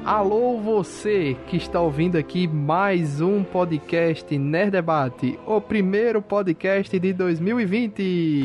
Alô você que está ouvindo aqui mais um podcast Nerd Debate, o primeiro podcast de 2020.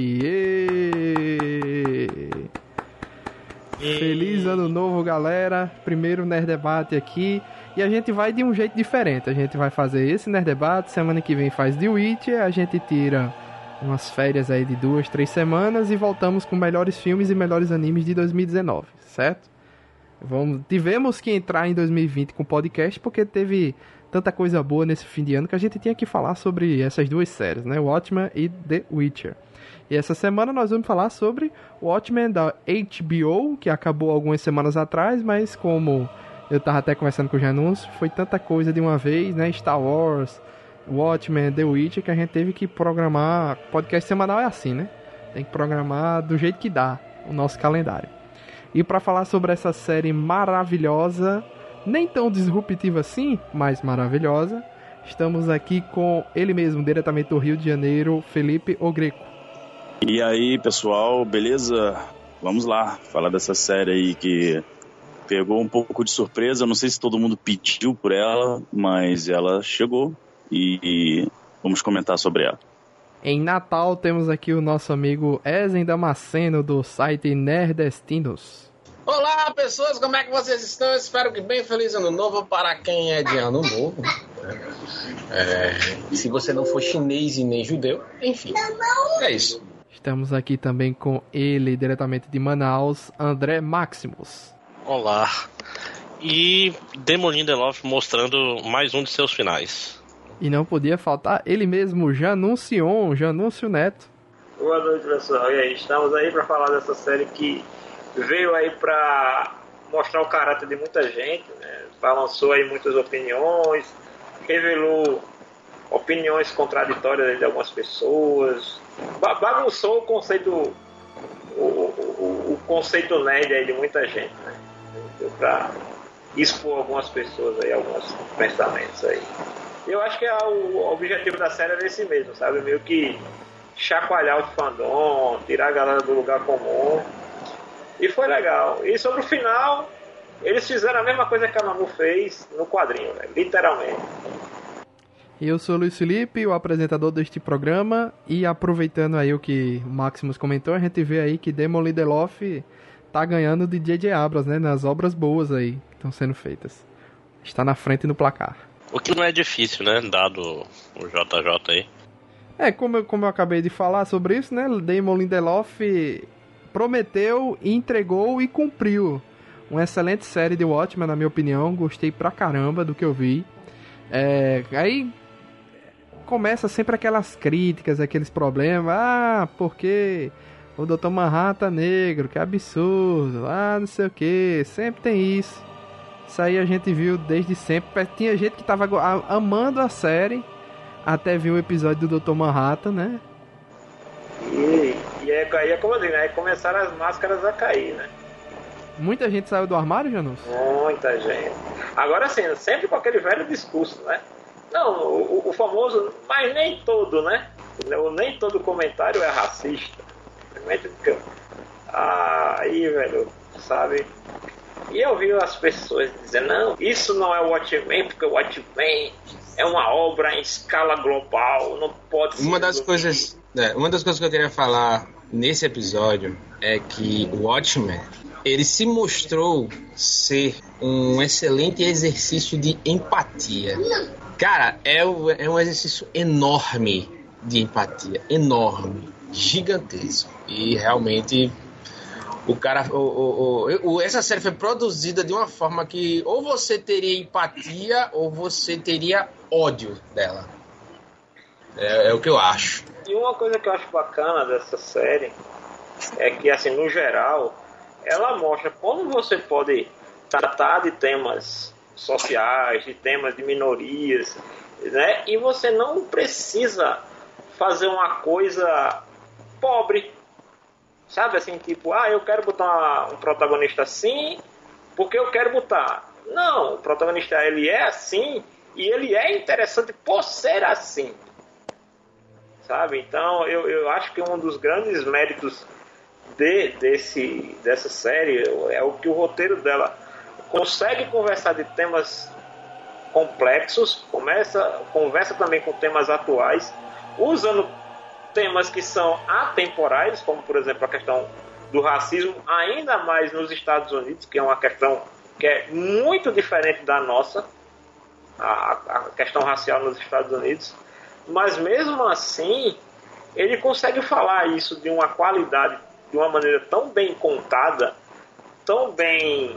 Feliz ano novo, galera. Primeiro Nerd Debate aqui. E a gente vai de um jeito diferente. A gente vai fazer esse Nerd Debate, semana que vem faz The Witcher, a gente tira umas férias aí de 2-3 semanas e voltamos com melhores filmes e melhores animes de 2019, certo? Tivemos que entrar em 2020 com podcast porque teve tanta coisa boa nesse fim de ano que a gente tinha que falar sobre essas duas séries, né? Watchmen e The Witcher. E essa semana nós vamos falar sobre Watchmen da HBO, que acabou algumas semanas atrás, mas como eu tava até conversando com o Janus, foi tanta coisa de uma vez, né? Star Wars, Watchmen, The Witcher, que a gente teve que programar. Podcast semanal é assim, né? Tem que programar do jeito que dá o nosso calendário. E para falar sobre essa série maravilhosa, nem tão disruptiva assim, mas maravilhosa, estamos aqui com ele mesmo, diretamente do Rio de Janeiro, Felipe O Greco. E aí, pessoal, beleza? Vamos lá, falar dessa série aí que pegou um pouco de surpresa. Não sei se todo mundo pediu por ela, mas ela chegou e vamos comentar sobre ela. Em Natal temos aqui o nosso amigo Ezen Damasceno do site Nerdestinos. Olá pessoas, como é que vocês estão? Espero que bem. Feliz ano novo para quem é de ano novo. Se você não for chinês e nem judeu, enfim, é isso. Estamos aqui também com ele, diretamente de Manaus, André Maximus. Olá. E Damon Lindelof mostrando mais um de seus finais. E não podia faltar ele mesmo, Janúncio Neto. Boa noite, pessoal. E aí, estamos aí para falar dessa série que veio aí para mostrar o caráter de muita gente, né? Balançou aí muitas opiniões, revelou opiniões contraditórias de algumas pessoas, bagunçou o conceito, o conceito nerd aí de muita gente, né? Deu para expor algumas pessoas aí, alguns pensamentos aí. Eu acho que o objetivo da série era esse mesmo, sabe? Meio que chacoalhar o fandom, tirar a galera do lugar comum. E foi legal. E sobre o final, eles fizeram a mesma coisa que a Manu fez no quadrinho, né? Literalmente. Eu sou o Luiz Felipe, o apresentador deste programa. E aproveitando aí o que o Maximus comentou, a gente vê aí que Damon Lindelof tá ganhando de J.J. Abrams, né? Nas obras boas aí que estão sendo feitas. Está na frente no placar. O que não é difícil, né? Dado o JJ aí. Como eu acabei de falar sobre isso, né? Damon Lindelof prometeu, entregou e cumpriu. Uma excelente série de Watchmen, na minha opinião. Gostei pra caramba do que eu vi. Aí começa sempre aquelas críticas, aqueles problemas. Porque o Dr. Manhattan negro, que absurdo. Não sei o que. Sempre tem isso. Isso aí a gente viu desde sempre. Tinha gente que tava amando a série até ver o episódio do Dr. Manhattan, né? E aí, como eu digo, né? Aí começaram as máscaras a cair, né? Muita gente saiu do armário, Janus? Muita gente. Agora sim, sempre com aquele velho discurso, né? Não, o famoso, mas nem todo, né? Nem todo comentário é racista. Aí, velho, sabe? E eu vi as pessoas dizendo, não, isso não é o Watchmen, porque o Watchmen é uma obra em escala global, não pode ser... Uma das coisas que eu queria falar nesse episódio é que o Watchmen, ele se mostrou ser um excelente exercício de empatia. Cara, é um exercício enorme de empatia, enorme, gigantesco. E realmente... essa série foi produzida de uma forma que ou você teria empatia ou você teria ódio dela. É o que eu acho. E uma coisa que eu acho bacana dessa série é que, assim, no geral, ela mostra como você pode tratar de temas sociais, de temas de minorias, né? E você não precisa fazer uma coisa pobre. Sabe, assim, tipo, eu quero botar um protagonista assim, porque eu quero botar. Não, o protagonista, ele é assim, e ele é interessante por ser assim. Sabe, então, eu acho que um dos grandes méritos dessa série é o que o roteiro dela consegue conversar de temas complexos, conversa também com temas atuais, usando temas que são atemporais, como por exemplo a questão do racismo, ainda mais nos Estados Unidos, que é uma questão que é muito diferente da nossa, a questão racial nos Estados Unidos, mas mesmo assim ele consegue falar isso de uma qualidade, de uma maneira tão bem contada, tão bem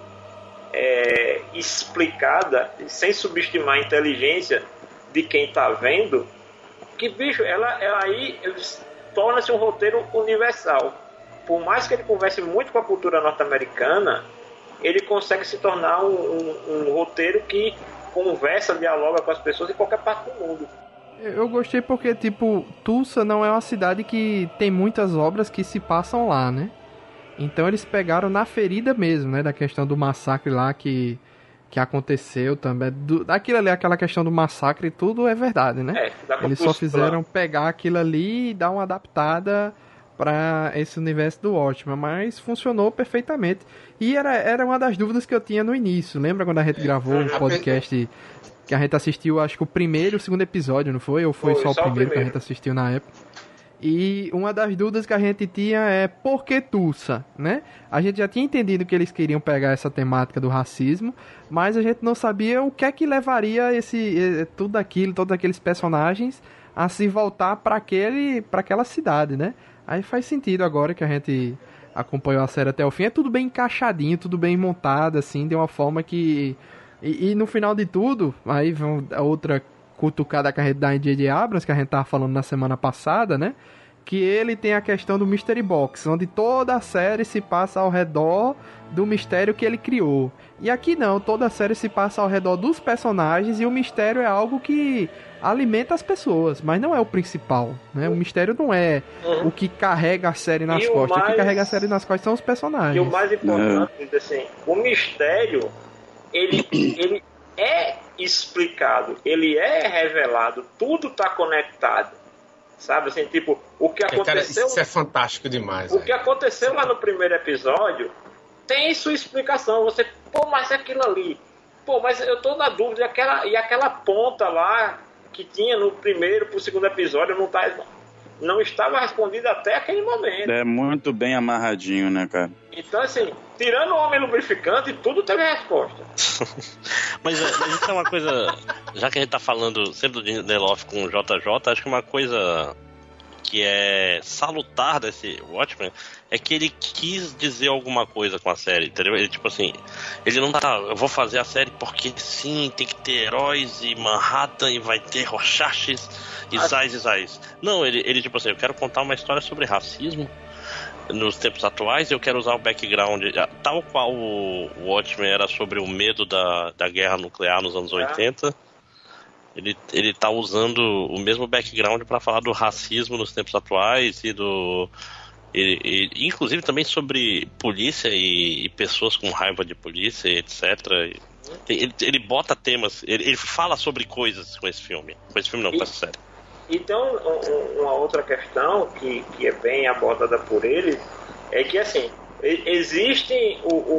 explicada, sem subestimar a inteligência de quem está vendo, que, bicho, ela aí torna-se um roteiro universal. Por mais que ele converse muito com a cultura norte-americana, ele consegue se tornar um roteiro que conversa, dialoga com as pessoas em qualquer parte do mundo. Eu gostei porque, tipo, Tulsa não é uma cidade que tem muitas obras que se passam lá, né? Então eles pegaram na ferida mesmo, né? Da questão do massacre lá que aconteceu também. Aquilo ali, aquela questão do massacre, tudo é verdade, né? Eles só fizeram pegar aquilo ali e dar uma adaptada para esse universo do Watchmen, mas funcionou perfeitamente. E era uma das dúvidas que eu tinha no início. Lembra quando a gente gravou um podcast que a gente assistiu, acho que o primeiro e o segundo episódio, não foi? Ou foi só o primeiro que a gente assistiu na época? E uma das dúvidas que a gente tinha é por que Tulsa, né? A gente já tinha entendido que eles queriam pegar essa temática do racismo, mas a gente não sabia o que é que levaria tudo aquilo, todos aqueles personagens a se voltar para aquela cidade, né? Aí faz sentido agora que a gente acompanhou a série até o fim. É tudo bem encaixadinho, tudo bem montado, assim, de uma forma que... E no final de tudo, aí vem outra cutucada que a gente dá em J.J. Abrams, que a gente tava falando na semana passada, né? Que ele tem a questão do Mystery Box, onde toda a série se passa ao redor do mistério que ele criou. E aqui não, toda a série se passa ao redor dos personagens e o mistério é algo que alimenta as pessoas, mas não é o principal, né? O mistério não é o que carrega a série nas costas. O que carrega a série nas costas são os personagens. E o mais importante, assim, o mistério, ele é explicado, ele é revelado, tudo tá conectado, sabe, assim, tipo, o que aconteceu... Cara, isso é fantástico demais. O que aconteceu lá no primeiro episódio tem sua explicação. Você, mas é aquilo ali, mas eu tô na dúvida, e aquela ponta lá que tinha no primeiro pro segundo episódio não estava respondida até aquele momento. É muito bem amarradinho, né, cara? Então, assim, tirando o homem lubrificante, tudo teve resposta. mas isso é uma coisa... Já que a gente tá falando sempre do Lindelof com o JJ, acho que uma coisa que é salutar desse Watchmen é que ele quis dizer alguma coisa com a série, entendeu? Ele, tipo assim, ele não tá... Eu vou fazer a série porque sim, tem que ter heróis e Manhattan e vai ter Rorschachs e Zais. Não, ele tipo assim, eu quero contar uma história sobre racismo nos tempos atuais, eu quero usar o background tal qual o Watchmen era sobre o medo da guerra nuclear nos anos 80. Ele tá usando o mesmo background para falar do racismo nos tempos atuais e inclusive também sobre polícia e pessoas com raiva de polícia, etc. Ele bota temas, ele fala sobre coisas com esse filme. Com esse filme não, com essa série. Então, uma outra questão que é bem abordada por ele é que, assim, existe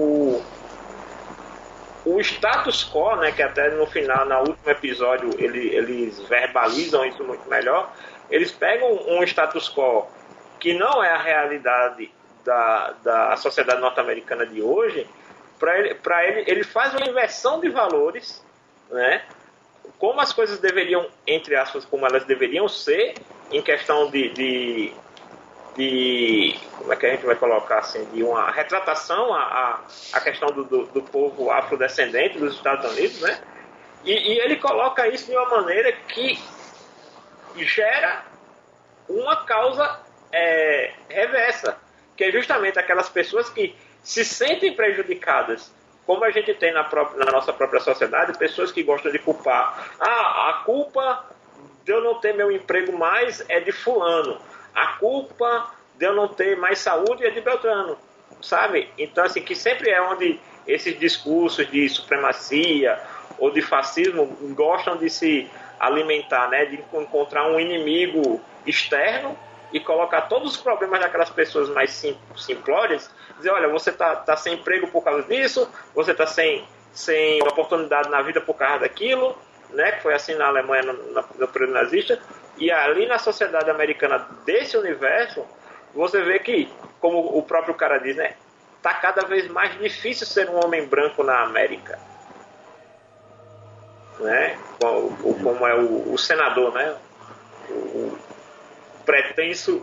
o status quo, né, que até no final, no último episódio, eles verbalizam isso muito melhor. Eles pegam um status quo que não é a realidade da sociedade norte-americana de hoje, ele faz uma inversão de valores, né? Como as coisas deveriam, entre aspas, como elas deveriam ser, em questão de como é que a gente vai colocar assim, de uma retratação a questão do povo afrodescendente dos Estados Unidos, né? E ele coloca isso de uma maneira que gera uma causa reversa, que é justamente aquelas pessoas que se sentem prejudicadas, como a gente tem na nossa própria sociedade, pessoas que gostam de culpar. A culpa de eu não ter meu emprego mais é de fulano. A culpa de eu não ter mais saúde é de Beltrano, sabe? Então, assim, que sempre é onde esses discursos de supremacia ou de fascismo gostam de se alimentar, né? De encontrar um inimigo externo e colocar todos os problemas daquelas pessoas mais simplórias, dizer, olha, você tá sem emprego por causa disso, você tá sem sem oportunidade na vida por causa daquilo, né? Que foi assim na Alemanha no período nazista. E ali na sociedade americana desse universo, você vê que, como o próprio cara diz, né? Tá cada vez mais difícil ser um homem branco na América. Né? Como é o senador, né? O pretenso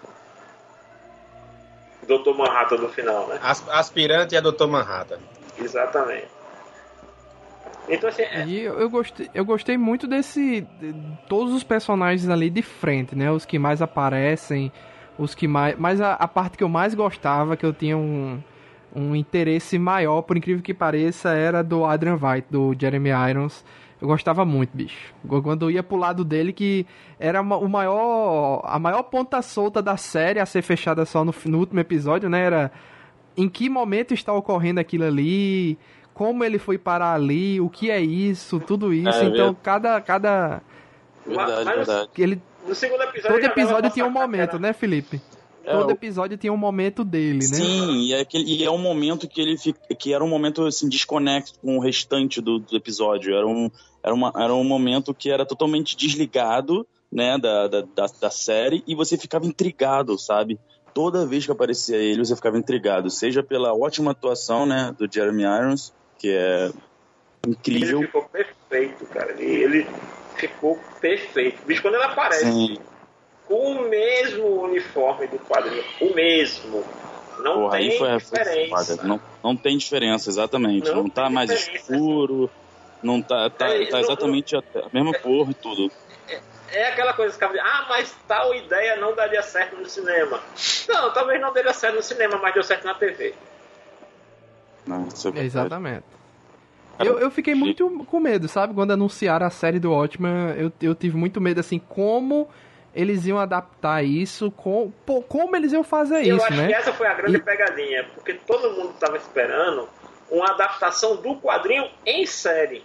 Dr. Manhattan no final, né? Aspirante a Dr. Manhattan. Exatamente. Então, assim, E eu gostei muito de todos os personagens ali de frente, né? Os que mais aparecem, os que mais... Mas a parte que eu mais gostava, que eu tinha um interesse maior, por incrível que pareça, era do Adrian Veidt, do Jeremy Irons. Eu gostava muito, bicho. Quando eu ia pro lado dele, que era a maior ponta solta da série a ser fechada só no último episódio, né? Era em que momento está ocorrendo aquilo ali, como ele foi parar ali, o que é isso, tudo isso. Então, cada Verdade. ele, no segundo episódio... todo episódio tinha um momento, né, Felipe? Todo episódio tinha um momento dele, né? Sim, e é um momento que era um momento assim, desconexo com o restante do episódio. Era um momento que era totalmente desligado, né, da série, e você ficava intrigado, sabe? Toda vez que aparecia ele, você ficava intrigado. Seja pela ótima atuação, né, do Jeremy Irons, que é incrível. Ele ficou perfeito, cara. Ele ficou perfeito. Bicho, quando ele aparece... Sim. Com o mesmo uniforme do quadrinho. O mesmo. Não tem diferença. Não tem diferença, exatamente. Não tá mais escuro. Não tá exatamente a mesma cor e tudo. É aquela coisa que mas tal ideia não daria certo no cinema. Não, talvez não daria certo no cinema, mas deu certo na TV. Não, isso é exatamente. Eu fiquei muito com medo, sabe? Quando anunciaram a série do Watchmen, eu tive muito medo, assim, como eles iam adaptar isso, como eles iam fazer isso, né? Eu acho que essa foi a grande pegadinha, porque todo mundo estava esperando uma adaptação do quadrinho em série.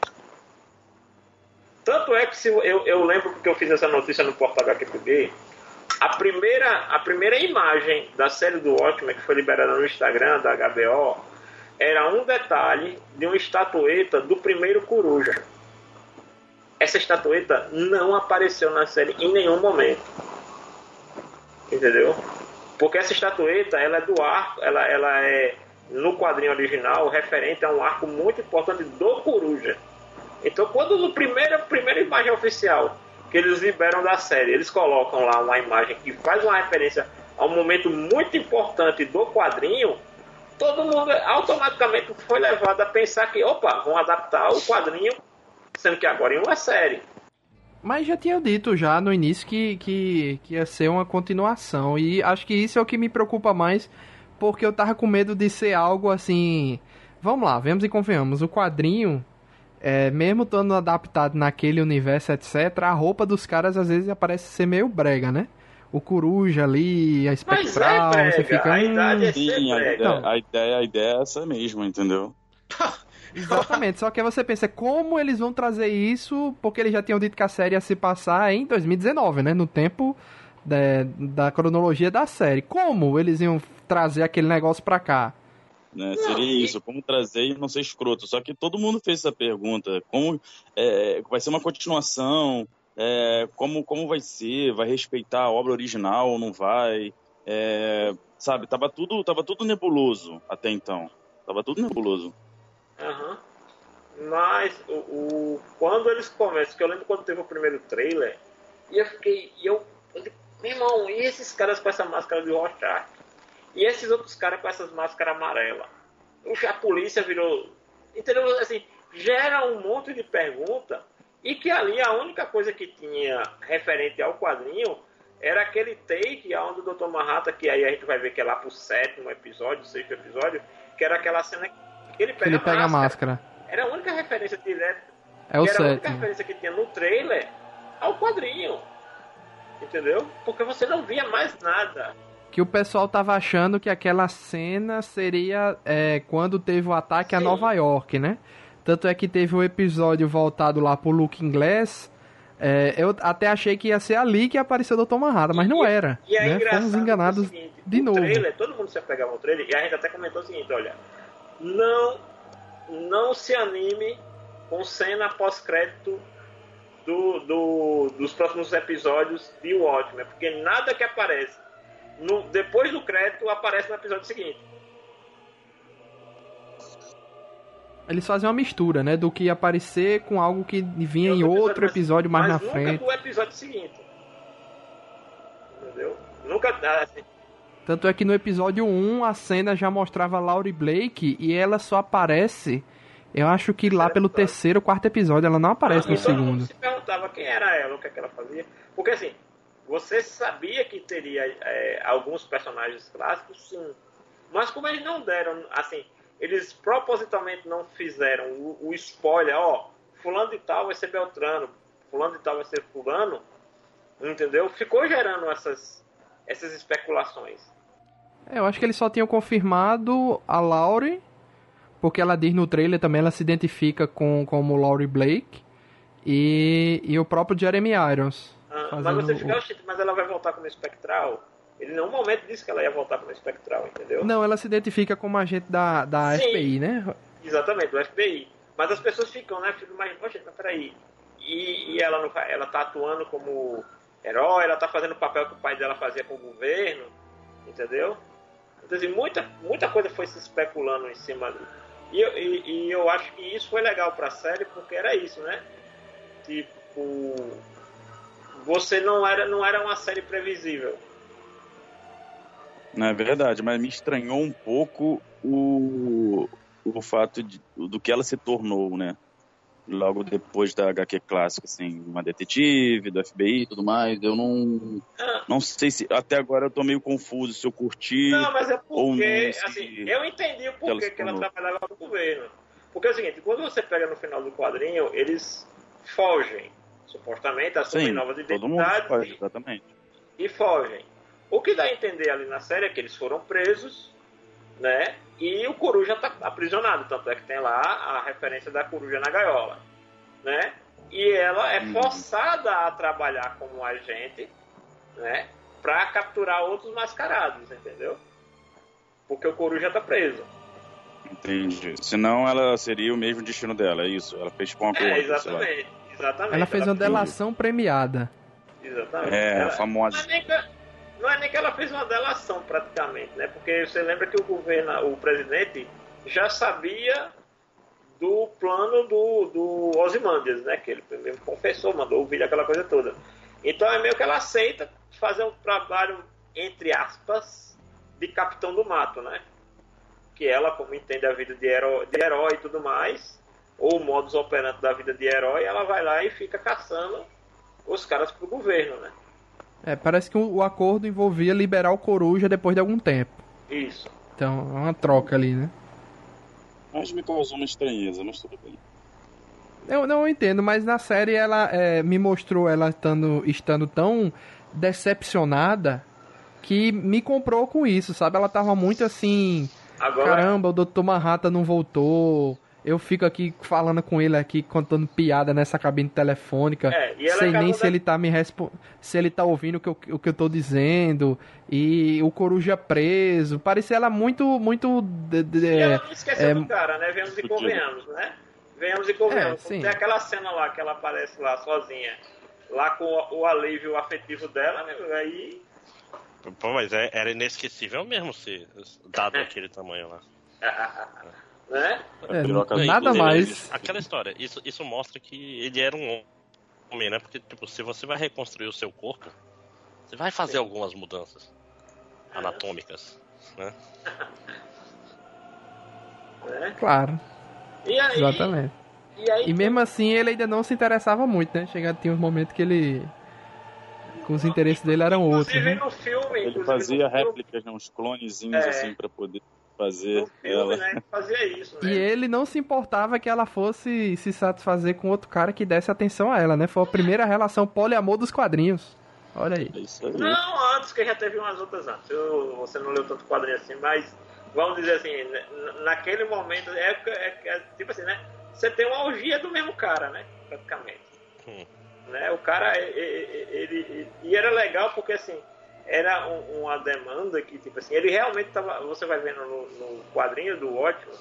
Tanto é que eu lembro que eu fiz essa notícia no Portal HQPB, a primeira imagem da série do Watchmen, que foi liberada no Instagram da HBO, era um detalhe de uma estatueta do primeiro Coruja. Essa estatueta não apareceu na série em nenhum momento. Entendeu? Porque essa estatueta, ela é do arco, ela é, no quadrinho original, referente a um arco muito importante do Coruja. Então, quando no primeira imagem oficial que eles liberam da série, eles colocam lá uma imagem que faz uma referência a um momento muito importante do quadrinho, todo mundo automaticamente foi levado a pensar que, vão adaptar o quadrinho, sendo que agora em uma série. Mas já tinha dito já no início que ia ser uma continuação. E acho que isso é o que me preocupa mais, porque eu tava com medo de ser algo assim... Vamos lá, vemos e convenhamos. O quadrinho, mesmo estando adaptado naquele universo, etc., a roupa dos caras às vezes parece ser meio brega, né? O Coruja ali, a Espectral, você fica... A idade é ser Sim, brega. a ideia é essa mesmo, entendeu? Exatamente, só que você pensa, como eles vão trazer isso, porque eles já tinham dito que a série ia se passar em 2019, né, no tempo da cronologia da série. Como eles iam trazer aquele negócio pra cá? Né, seria isso, como trazer e não ser escroto. Só que todo mundo fez essa pergunta, como vai ser uma continuação, como vai ser, vai respeitar a obra original ou não vai, sabe, tava tudo nebuloso até então, tava tudo nebuloso. Uhum. Mas quando eles começam, que eu lembro quando teve o primeiro trailer, e eu meu irmão, e esses caras com essa máscara de Rorschach? E esses outros caras com essas máscaras amarelas? A polícia virou... Entendeu? Assim, gera um monte de pergunta, e que ali a única coisa que tinha referente ao quadrinho era aquele take onde o Dr. Manhattan, que aí a gente vai ver que é lá pro 7º episódio, 6º episódio, que era aquela cena que ele pega a máscara. Era a única referência direta. É o 7º. Era a única referência que tinha no trailer ao quadrinho. Entendeu? Porque você não via mais nada. Que o pessoal tava achando que aquela cena seria quando teve o ataque a Nova York, né? Tanto é que teve um episódio voltado lá pro Looking Glass. Eu até achei que ia ser ali que apareceu o Dr. Manhattan, mas não era. E é né? Fomos enganados seguinte, de novo. Trailer, todo mundo se pegava no trailer, e a gente até comentou o seguinte, olha, não não se anime com cena pós-crédito dos próximos episódios de Watchmen, porque nada que aparece depois do crédito aparece no episódio seguinte. Eles fazem uma mistura, né? Do que ia aparecer com algo que vinha em outro episódio mais na frente. Nunca do episódio seguinte. Entendeu? Nunca. Assim. Tanto é que no episódio 1 a cena já mostrava Laurie Blake e ela só aparece, eu acho que lá pelo terceiro ou quarto episódio, ela não aparece no segundo. Todo mundo se perguntava quem era ela, o que ela fazia. Porque assim, você sabia que teria alguns personagens clássicos, sim. Mas como eles não deram, assim, eles propositalmente não fizeram o spoiler, fulano de tal vai ser Beltrano, fulano de tal vai ser fulano, entendeu? Ficou gerando essas especulações. Eu acho que eles só tinham confirmado a Laurie, porque ela diz no trailer também, ela se identifica como Laurie Blake, e o próprio Jeremy Irons. Mas você fica, mas ela vai voltar como espectral? Ele em nenhum momento disse que ela ia voltar como espectral, entendeu? Não, ela se identifica como agente da FBI, né? Exatamente, do FBI. Mas as pessoas ficam, né? Ficam mais, mas peraí. E ela tá atuando como herói, ela tá fazendo o papel que o pai dela fazia com o governo, entendeu? Então, assim, muita coisa foi se especulando em cima do... E eu acho que isso foi legal pra série, porque era isso, né? Tipo, você não era uma série previsível. Não é verdade, mas me estranhou um pouco o fato do que ela se tornou, né? Logo depois da HQ clássica, assim, uma detetive, do FBI e tudo mais. Eu não sei se... Até agora eu tô meio confuso se eu curti. Não, mas é porque, não, assim, eu entendi o porquê que ela trabalhava com o governo. Porque é o seguinte, quando você pega no final do quadrinho, eles fogem, supostamente, assumem novas identidades exatamente. E fogem. O que dá a entender ali na série é que eles foram presos, né? E o Coruja tá aprisionado. Tanto é que tem lá a referência da Coruja na gaiola, né? E ela é forçada a trabalhar como agente, né? Pra capturar outros mascarados, entendeu? Porque o Coruja tá preso. Entendi. Senão ela seria o mesmo destino dela, é isso? Ela fez com uma coisa. Exatamente. Ela fez uma delação premiada. Exatamente. Famosa. Não é nem que ela fez uma delação praticamente, né? Porque você lembra que o presidente já sabia do plano do Ozymandias, né? Que ele mesmo confessou, mandou o vídeo, aquela coisa toda. Então é meio que ela aceita fazer um trabalho, entre aspas, de capitão do mato, né? Que ela, como entende a vida de herói e tudo mais, ou o modus operandi da vida de herói, ela vai lá e fica caçando os caras pro governo, né? Parece que o acordo envolvia liberar o Coruja depois de algum tempo. Isso. Então, é uma troca ali, né? Mas me causou uma estranheza, mas tudo bem. Eu não entendo, mas na série ela me mostrou ela estando tão decepcionada que me comprou com isso, sabe? Ela tava muito assim... Caramba, o Dr. Manhattan não voltou... Eu fico aqui falando com ele aqui, contando piada nessa cabine telefônica. Sei nem se ele tá se ele tá ouvindo o que eu tô dizendo. E o Coruja preso. Parecia ela muito... E ela não esqueceu do cara, né? Venhamos e convenhamos, né? Venhamos e convenhamos. Tem aquela cena lá que ela aparece lá sozinha. Lá com o alívio afetivo dela, né? Aí... Pô, mas era inesquecível mesmo, dado aquele tamanho lá. Né? Nada mais. Aquela história, isso mostra que ele era um homem, né? Porque, tipo, se você vai reconstruir o seu corpo, você vai fazer algumas mudanças anatômicas, né? Claro. E aí, exatamente. E mesmo assim, ele ainda não se interessava muito, né? Tinha uns momentos que ele... Com os interesses dele eram outros, né? No filme, ele fazia réplicas, uns clonezinhos assim, pra poder... fazer filme, né? Fazia isso, né? E ele não se importava que ela fosse se satisfazer com outro cara que desse atenção a ela, né? Foi a primeira relação poliamor dos quadrinhos. Olha aí. Não, antes, que já teve umas outras antes. Você não leu tanto quadrinho assim, mas vamos dizer assim, naquele momento, tipo assim, né? Você tem uma orgia do mesmo cara, né? Praticamente. Né? O cara, ele e era legal porque assim, era uma demanda que, tipo assim, ele realmente tava, você vai vendo no quadrinho do Watchmen,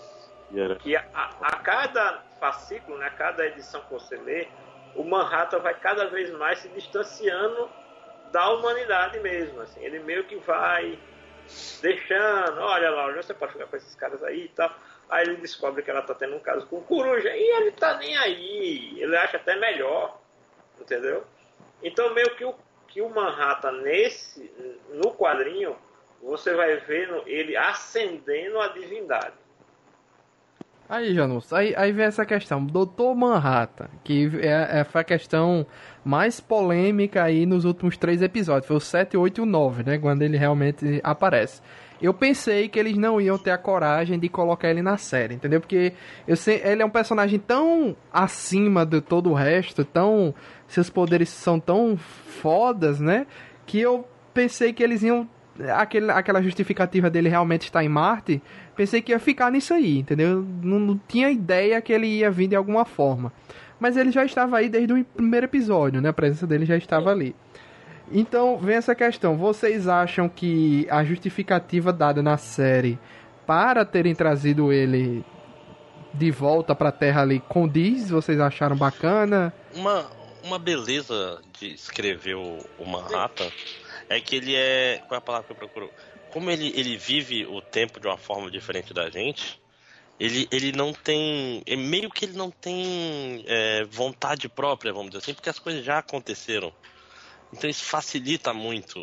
que a cada fascículo, né, a cada edição que você lê, o Manhattan vai cada vez mais se distanciando da humanidade mesmo, assim. Ele meio que vai deixando, olha lá, você pode ficar com esses caras aí e tal. Aí ele descobre que ela tá tendo um caso com coruja e ele tá nem aí, ele acha até melhor, entendeu? Então meio que o Manhattan no quadrinho, você vai vendo ele ascendendo a divindade. Aí, Janus, aí vem essa questão, Dr. Manhattan, que foi a questão mais polêmica aí nos últimos 3 episódios, foi o 7, 8 e o 9, né, quando ele realmente aparece. Eu pensei que eles não iam ter a coragem de colocar ele na série, entendeu? Porque ele é um personagem tão acima de todo o resto, seus poderes são tão fodas, né, que eu pensei que eles iam... Aquela justificativa dele realmente estar em Marte, pensei que ia ficar nisso aí, entendeu? Não tinha ideia que ele ia vir de alguma forma. Mas ele já estava aí desde o primeiro episódio, né? A presença dele já estava ali. Então, vem essa questão. Vocês acham que a justificativa dada na série para terem trazido ele de volta para a Terra ali condiz? Vocês acharam bacana? Uma beleza de escrever o Manhattan é que ele é... Qual é a palavra que eu procuro? Como ele vive o tempo de uma forma diferente da gente, ele não tem... Meio que ele não tem vontade própria, vamos dizer assim, porque as coisas já aconteceram. Então isso facilita muito.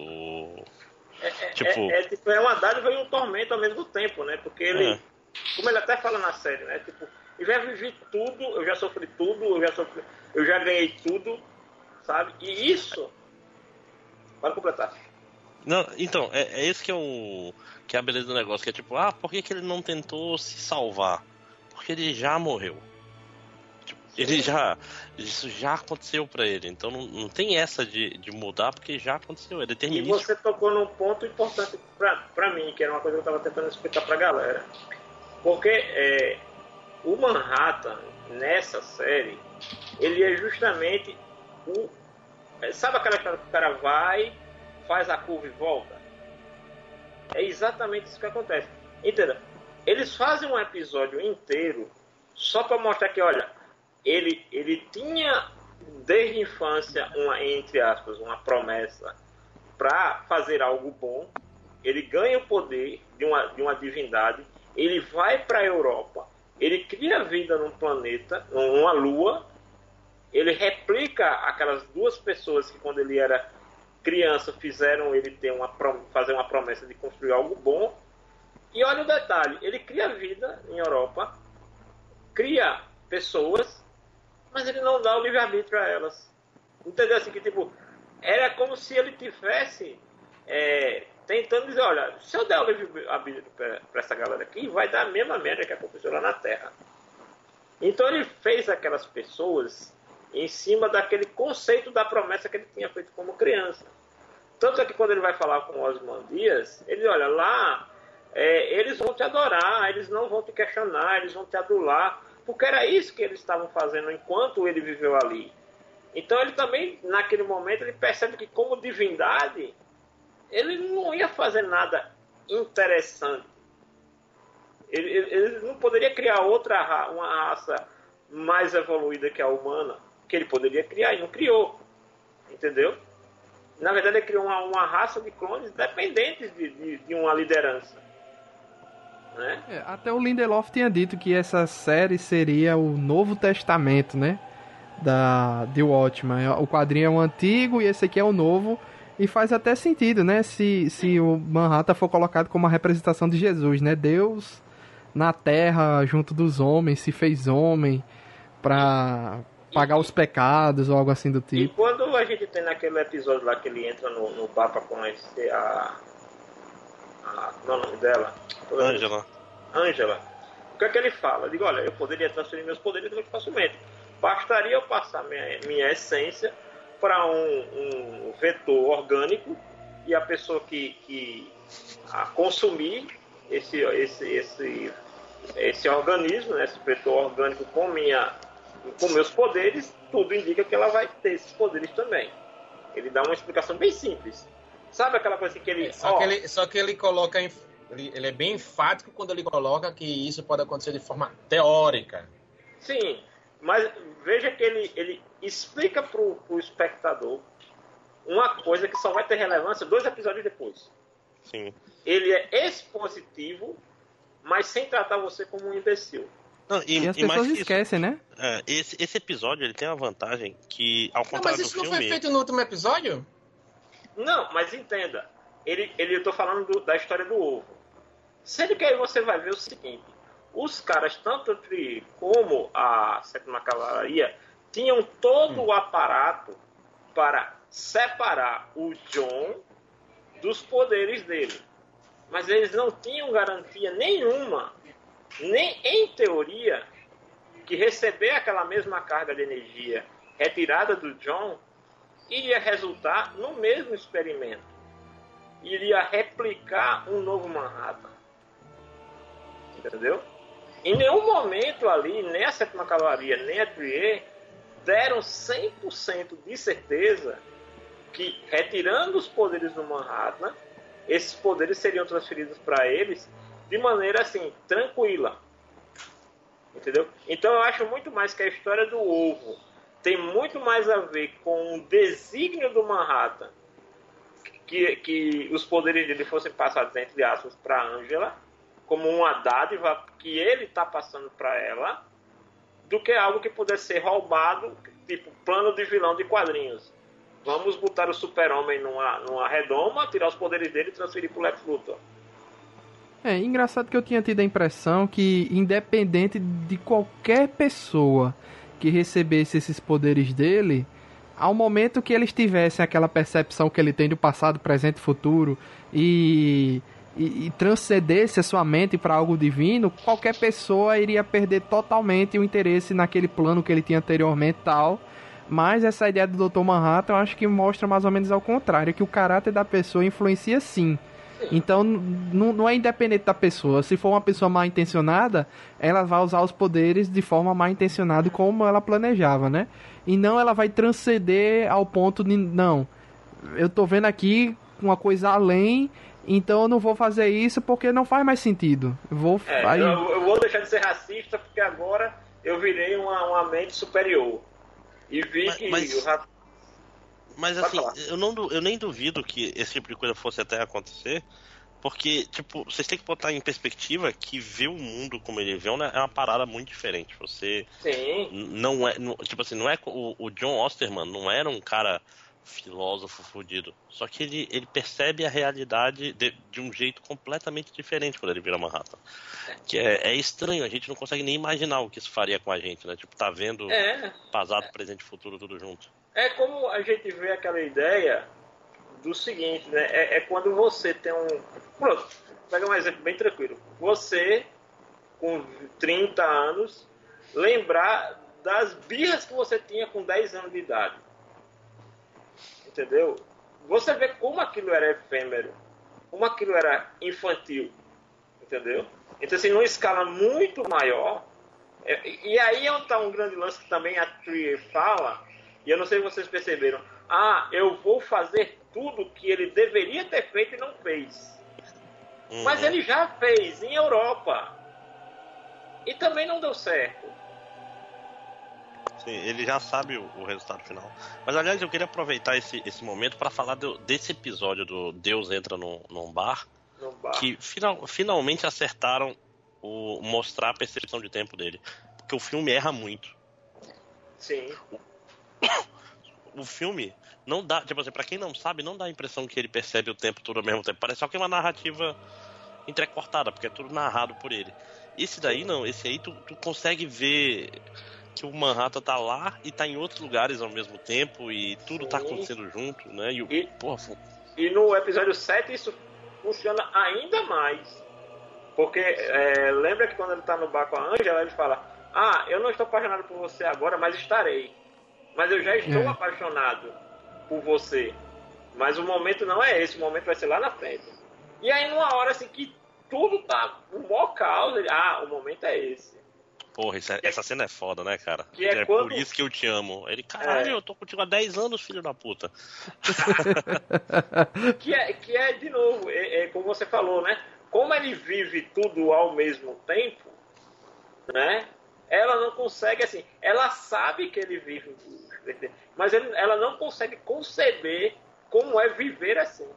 É uma dádiva e um tormento ao mesmo tempo, né? Porque ele... Como ele até fala na série, né? Tipo, eu já vivi tudo, eu já sofri tudo, eu já ganhei tudo, sabe? E isso... Pode completar. Não, então, é esse que é a beleza do negócio, que é tipo, por que ele não tentou se salvar? Porque ele já morreu. Tipo, isso já aconteceu pra ele, então não tem essa de mudar, porque já aconteceu, é determinístico. E você tocou num ponto importante pra mim, que era uma coisa que eu tava tentando explicar pra galera. Porque o Manhattan, nessa série, ele é justamente sabe aquela história que o cara vai, faz a curva e volta? É exatamente isso que acontece. Entendeu? Eles fazem um episódio inteiro só para mostrar que, olha, ele tinha desde a infância entre aspas, uma promessa para fazer algo bom. Ele ganha o poder de uma divindade. Ele vai para a Europa. Ele cria vida num planeta, numa lua. Ele replica aquelas 2 pessoas que quando ele era criança fizeram ele fazer uma promessa de construir algo bom. E olha o detalhe, ele cria vida em Europa, cria pessoas, mas ele não dá o livre-arbítrio a elas. Entendeu? Assim, que tipo, era como se ele tivesse tentando dizer, olha, se eu der o livre-arbítrio para essa galera aqui, vai dar a mesma merda que aconteceu lá na Terra. Então ele fez aquelas pessoas em cima daquele conceito da promessa que ele tinha feito como criança. Tanto é que quando ele vai falar com Ozymandias, ele olha lá, eles vão te adorar, eles não vão te questionar, eles vão te adular, porque era isso que eles estavam fazendo enquanto ele viveu ali. Então ele também, naquele momento, ele percebe que como divindade, ele não ia fazer nada interessante. Ele não poderia criar uma raça mais evoluída que a humana, que ele poderia criar e não criou, entendeu? Na verdade ele criou uma raça de clones dependentes de uma liderança, né? Até o Lindelof tinha dito que essa série seria o Novo Testamento, né, de Watchmen. O quadrinho é o antigo e esse aqui é o novo, e faz até sentido, né, se o Manhattan for colocado como a representação de Jesus, né, Deus na Terra junto dos homens, se fez homem para pagar os pecados ou algo assim do tipo. E quando a gente tem naquele episódio lá que ele entra no bar pra conhecer como é o nome dela? Ângela. O que é que ele fala? Eu digo, olha, eu poderia transferir meus poderes muito facilmente. Bastaria eu passar minha essência para um vetor orgânico e a pessoa que consumir esse organismo, né, esse vetor orgânico com meus poderes, tudo indica que ela vai ter esses poderes também. Ele dá uma explicação bem simples. Sabe aquela coisa assim que ele... Só que ele coloca Ele é bem enfático quando ele coloca que isso pode acontecer de forma teórica. Sim, mas veja que ele explica pro espectador uma coisa que só vai ter relevância 2 episódios depois. Sim. Ele é expositivo, mas sem tratar você como um imbecil. Não, E as pessoas esquecem, né? Esse episódio ele tem uma vantagem que, ao contrário mas isso do filme... não foi feito no último episódio? Não, mas entenda. Eu tô falando da história do ovo. Sendo que aí você vai ver o seguinte. Os caras, tanto Trier como a Sétima Cavalaria, tinham todo o aparato para separar o Jon dos poderes dele. Mas eles não tinham garantia nenhuma, nem em teoria, que receber aquela mesma carga de energia retirada do Jon iria resultar no mesmo experimento. Iria replicar um novo Manhattan. Entendeu? Em nenhum momento ali, nem a Sétima Cavalaria, nem a Trier, deram 100% de certeza que, retirando os poderes do Manhattan, esses poderes seriam transferidos para eles de maneira, assim, tranquila. Entendeu? Então eu acho muito mais que a história do ovo tem muito mais a ver com o desígnio do Manhattan, que os poderes dele fossem passados, entre aspas, para Angela, como uma dádiva que ele está passando para ela, do que algo que pudesse ser roubado, tipo plano de vilão de quadrinhos. Vamos botar o Super-Homem numa redoma, tirar os poderes dele e transferir pro Lex Luthor. Engraçado que eu tinha tido a impressão que, independente de qualquer pessoa que recebesse esses poderes dele, ao momento que eles tivessem aquela percepção que ele tem do passado, presente e futuro, e transcendesse a sua mente para algo divino, qualquer pessoa iria perder totalmente o interesse naquele plano que ele tinha anteriormente e tal. Mas essa ideia do Dr. Manhattan eu acho que mostra mais ou menos ao contrário, que o caráter da pessoa influencia sim. Então não é independente da pessoa. Se for uma pessoa mal intencionada, ela vai usar os poderes de forma mal intencionada, como ela planejava, né? E não ela vai transcender ao ponto de, não, eu tô vendo aqui uma coisa além, então eu não vou fazer isso porque não faz mais sentido. Eu vou deixar de ser racista porque agora eu virei uma mente superior. E vi que Mas assim, eu nem duvido que esse tipo de coisa fosse até acontecer, porque, tipo, vocês têm que botar em perspectiva que ver o mundo como ele vê é uma parada muito diferente. Você não é, tipo assim, não é o John Osterman não era um cara filósofo fudido, só que ele percebe a realidade de um jeito completamente diferente quando ele vira Manhattan. Que é estranho, a gente não consegue nem imaginar o que isso faria com a gente, né? Tipo, tá vendo passado, presente e futuro tudo junto. É como a gente vê aquela ideia do seguinte, né? É quando você tem um... Pronto, pega um exemplo bem tranquilo. Você, com 30 anos, lembrar das birras que você tinha com 10 anos de idade. Entendeu? Você vê como aquilo era efêmero, como aquilo era infantil. Entendeu? Então, assim, numa escala muito maior... E aí é um grande lance que também a Trier fala... E eu não sei se vocês perceberam. Eu vou fazer tudo que ele deveria ter feito e não fez. Mas ele já fez em Europa. E também não deu certo. Sim, ele já sabe o resultado final. Mas, aliás, eu queria aproveitar esse momento para falar desse episódio do Deus entra num bar. Que finalmente acertaram mostrar a percepção de tempo dele. Porque o filme erra muito. Sim. O filme não dá, tipo assim, pra quem não sabe, não dá a impressão que ele percebe o tempo todo ao mesmo tempo. Parece só que é uma narrativa entrecortada, porque é tudo narrado por ele. Esse daí não, esse aí tu consegue ver que o Manhattan tá lá e tá em outros lugares ao mesmo tempo e tudo tá acontecendo junto, né? E no episódio 7 isso funciona ainda mais. Porque lembra que quando ele tá no bar com a Angela, ele fala: eu não estou apaixonado por você agora, mas estarei. Mas eu já estou apaixonado por você. Mas o momento não é esse, o momento vai ser lá na frente. E aí numa hora assim que tudo tá o maior caos, o momento é esse. Porra, essa cena é foda, né, cara? Que é quando... por isso que eu te amo. Ele, caralho, eu tô contigo há 10 anos, filho da puta. que é de novo, como você falou, né? como ele vive tudo ao mesmo tempo, né? Ela não consegue, assim, ela sabe que ele vive, mas ela não consegue conceber como é viver assim.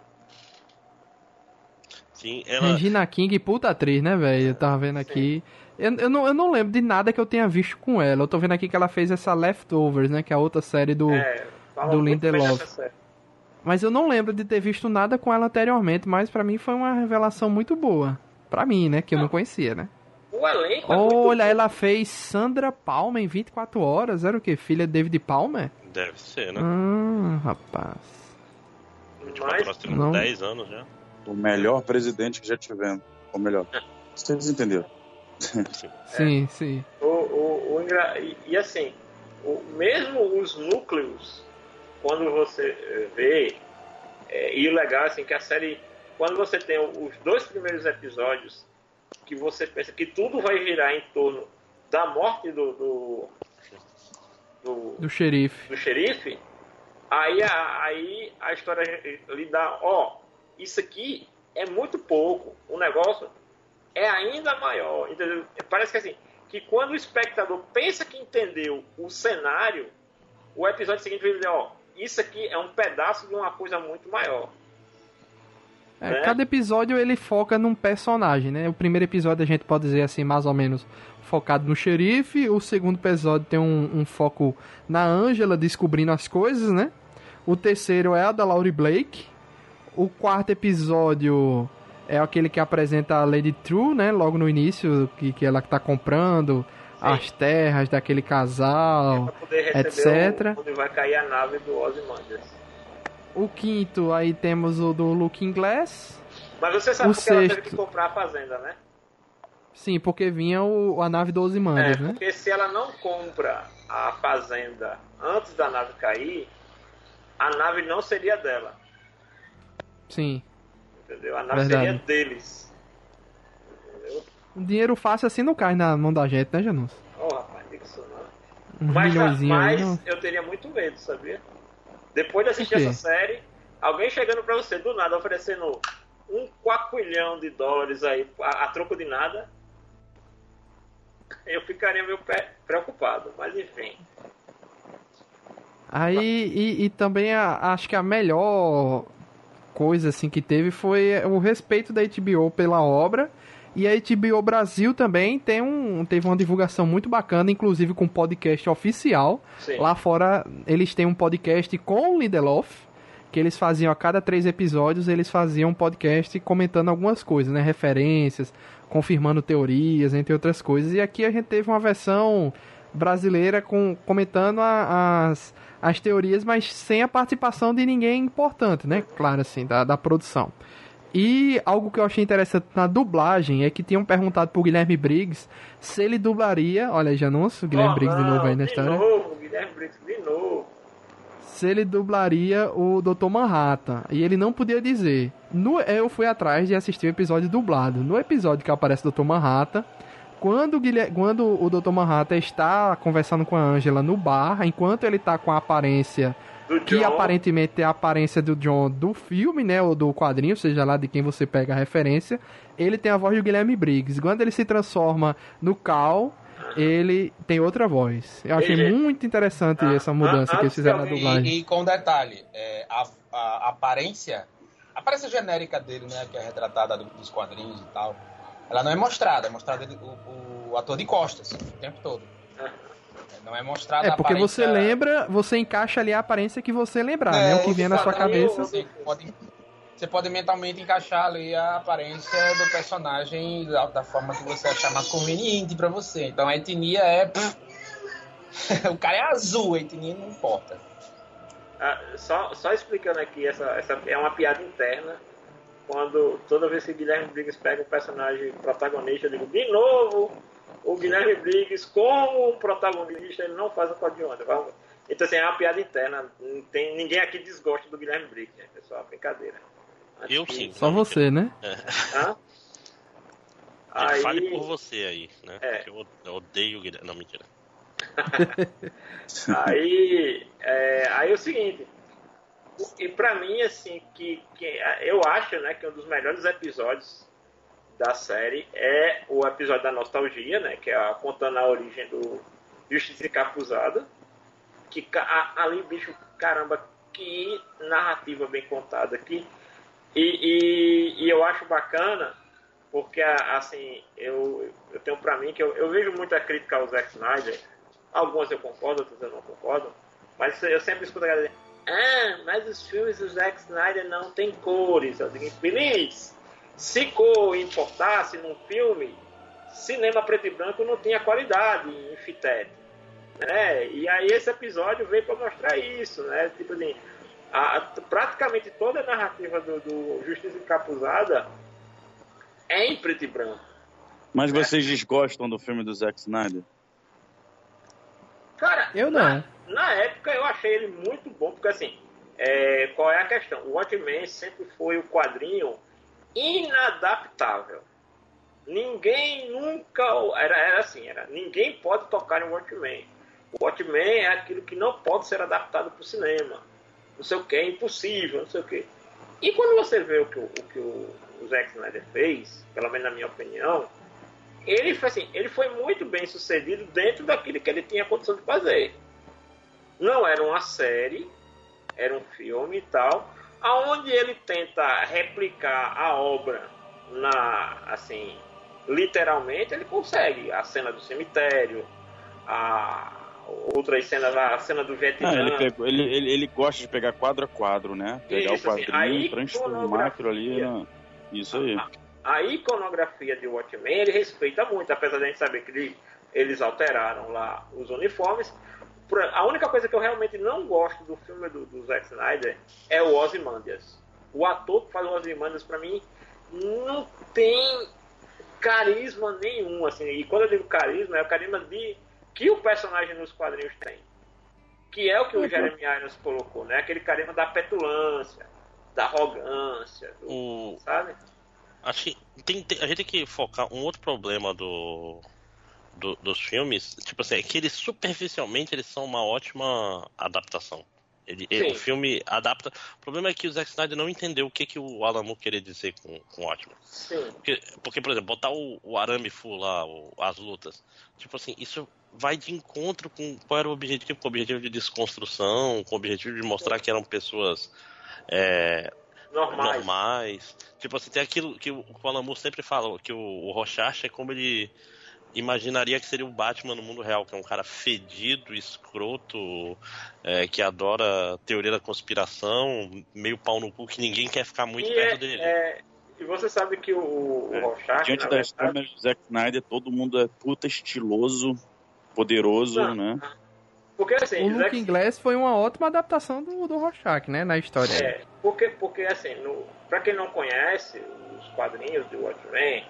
Sim, ela... Regina King, puta atriz, né, velho? Eu tava vendo aqui. Eu não lembro de nada que eu tenha visto com ela. Eu tô vendo aqui que ela fez essa Leftovers, né? Que é a outra série do Lindelof. Mas eu não lembro de ter visto nada com ela anteriormente, mas pra mim foi uma revelação muito boa. Pra mim, né? Que eu não conhecia, né? O elenco Olha, ela fez Sandra Palmer em 24 horas. Era o quê? Filha de David Palmer? Deve ser, né? Rapaz. 24 horas, temos 10 anos já. O melhor presidente que já tivemos. Ou melhor. Vocês entenderam? Sim. E assim, mesmo os núcleos, quando você vê, e o legal assim, que a série, quando você tem os 2 primeiros episódios, que você pensa que tudo vai girar em torno da morte do xerife, aí a história lhe dá, isso aqui é muito pouco, o negócio é ainda maior, entendeu? Parece que assim, que quando o espectador pensa que entendeu o cenário, o episódio seguinte vai dizer, isso aqui é um pedaço de uma coisa muito maior. Né? Cada episódio ele foca num personagem, né? O primeiro episódio a gente pode dizer assim, mais ou menos focado no xerife. O segundo episódio tem um foco na Angela descobrindo as coisas, né? O terceiro é a da Laurie Blake. O quarto episódio é aquele que apresenta a Lady True, né? Logo no início, que ela tá comprando as terras daquele casal, pra poder receber onde vai cair a nave do Ozymandias. O quinto, aí temos o do Looking Glass. Mas você sabe porque ela teve que comprar a fazenda, né? Sim, porque vinha a nave do Ozymandias, né? Porque se ela não compra a fazenda antes da nave cair, a nave não seria dela. Sim. Entendeu? A nave seria deles. Entendeu? Um dinheiro fácil assim não cai na mão da gente, né, Janus? Rapaz, diga isso não. Mas eu teria muito medo, sabia? Depois de assistir essa série, alguém chegando pra você do nada, oferecendo $1 quaquilhão aí a troco de nada, eu ficaria meio preocupado, mas enfim. Aí, e também acho que a melhor coisa assim que teve foi o respeito da HBO pela obra. E a HBO Brasil também teve uma divulgação muito bacana, inclusive com podcast oficial. Sim. Lá fora eles têm um podcast com o Lindelof, que eles faziam a cada 3 episódios, eles faziam um podcast comentando algumas coisas, né? Referências, confirmando teorias, entre outras coisas. E aqui a gente teve uma versão brasileira comentando as teorias, mas sem a participação de ninguém importante, né? Claro, assim, da produção. E algo que eu achei interessante na dublagem é que tinham perguntado pro Guilherme Briggs se ele dublaria. Olha, já anúncio, Guilherme Briggs de novo aí na história. Guilherme Briggs de novo. Se ele dublaria o Dr. Manhattan. E ele não podia dizer. Eu fui atrás de assistir o episódio dublado. No episódio que aparece o Dr. Manhattan, quando o Dr. Manhattan está conversando com a Angela no bar, enquanto ele está com a aparência que aparentemente é a aparência do John do filme, né, ou do quadrinho, seja lá de quem você pega a referência, ele tem a voz do Guilherme Briggs. Quando ele se transforma no Cal, ele tem outra voz. Eu achei muito interessante essa mudança que eles fizeram na dublagem. E com detalhe, a aparência genérica dele, né, que é retratada dos quadrinhos e tal, ela não é mostrada, é mostrado o ator de costas o tempo todo. Não é mostrado a porque aparência... você lembra, você encaixa ali a aparência que você lembrar, né? O que vier na sua cabeça. Você pode mentalmente encaixar ali a aparência do personagem da forma que você achar mais conveniente pra você. Então a etnia é... o cara é azul, a etnia não importa. Só explicando aqui, essa é uma piada interna. Toda vez que Guilherme Briggs pega um personagem protagonista, eu digo, de novo... O Guilherme Briggs, como protagonista, ele não faz o código de onda. Então, assim, é uma piada interna. Ninguém aqui desgosta do Guilherme Briggs, né, pessoal? Brincadeira. Eu sim. Só você, né? Fale por você aí, né? Porque eu odeio o Guilherme. Não, mentira. Aí é o seguinte. E pra mim, assim, que eu acho, né, que um dos melhores episódios da série é o episódio da nostalgia, né? Que é contando a origem do Justiça Encapuzada. Que ali, bicho, caramba, que narrativa bem contada aqui. E eu acho bacana, porque, assim, eu tenho pra mim que eu vejo muita crítica ao Zack Snyder. Algumas eu concordo, outras eu não concordo. Mas eu sempre escuto a galera dizer, mas os filmes do Zack Snyder não tem cores. Eu digo, feliz. Se cor importasse num filme, cinema preto e branco não tinha qualidade em fitete, né? E aí esse episódio veio para mostrar isso, né? Tipo assim, praticamente toda a narrativa do Justiça Encapuzada é em preto e branco. Mas vocês desgostam do filme do Zack Snyder? Cara, eu não. Na época eu achei ele muito bom, porque assim, qual é a questão? O Watchmen sempre foi o quadrinho inadaptável. Ninguém nunca era assim, ninguém pode tocar em Watchmen. O Watchmen é aquilo que não pode ser adaptado para o cinema. Não sei o que, é impossível, não sei o que. E quando você vê o que o Zack Snyder fez, pelo menos na minha opinião, ele foi muito bem sucedido dentro daquilo que ele tinha condição de fazer. Não era uma série, era um filme e tal, aonde ele tenta replicar a obra assim, literalmente ele consegue. A cena do cemitério, outras cenas, a cena do Vietnã. Ele gosta de pegar quadro a quadro, né? Pegar isso, o quadrinho, transformar aquilo ali. Isso aí. A iconografia de Watchmen ele respeita muito, apesar de a gente saber que eles alteraram lá os uniformes. A única coisa que eu realmente não gosto do filme do Zack Snyder é o Ozymandias. O ator que faz o Ozymandias, pra mim, não tem carisma nenhum, assim. E quando eu digo carisma, é o carisma que o personagem nos quadrinhos tem. Que é o que o Jeremy Irons colocou, né? Aquele carisma da petulância, da arrogância, sabe? Acho que a gente tem que focar um outro problema dos filmes, tipo assim, é que eles superficialmente eles são uma ótima adaptação. O filme adapta. O problema é que o Zack Snyder não entendeu o que o Alan Moore queria dizer com ótimo. Sim. Porque, por exemplo, botar o arame full lá, as lutas, tipo assim, isso vai de encontro com qual era o objetivo, com o objetivo de desconstrução, com o objetivo de mostrar que eram pessoas normais. Tipo assim, tem aquilo que o Alan Moore sempre fala, que o Rorschach é como ele imaginaria que seria o Batman no mundo real, que é um cara fedido, escroto, que adora teoria da conspiração, meio pau no cu, que ninguém quer ficar muito perto dele. E você sabe que o Rorschach, diante das câmeras do Zack Snyder, todo mundo é puta estiloso, poderoso, né? Porque, assim, o Looking Glass foi uma ótima adaptação do Rorschach, né, na história. Porque assim, pra quem não conhece os quadrinhos do Watchmen,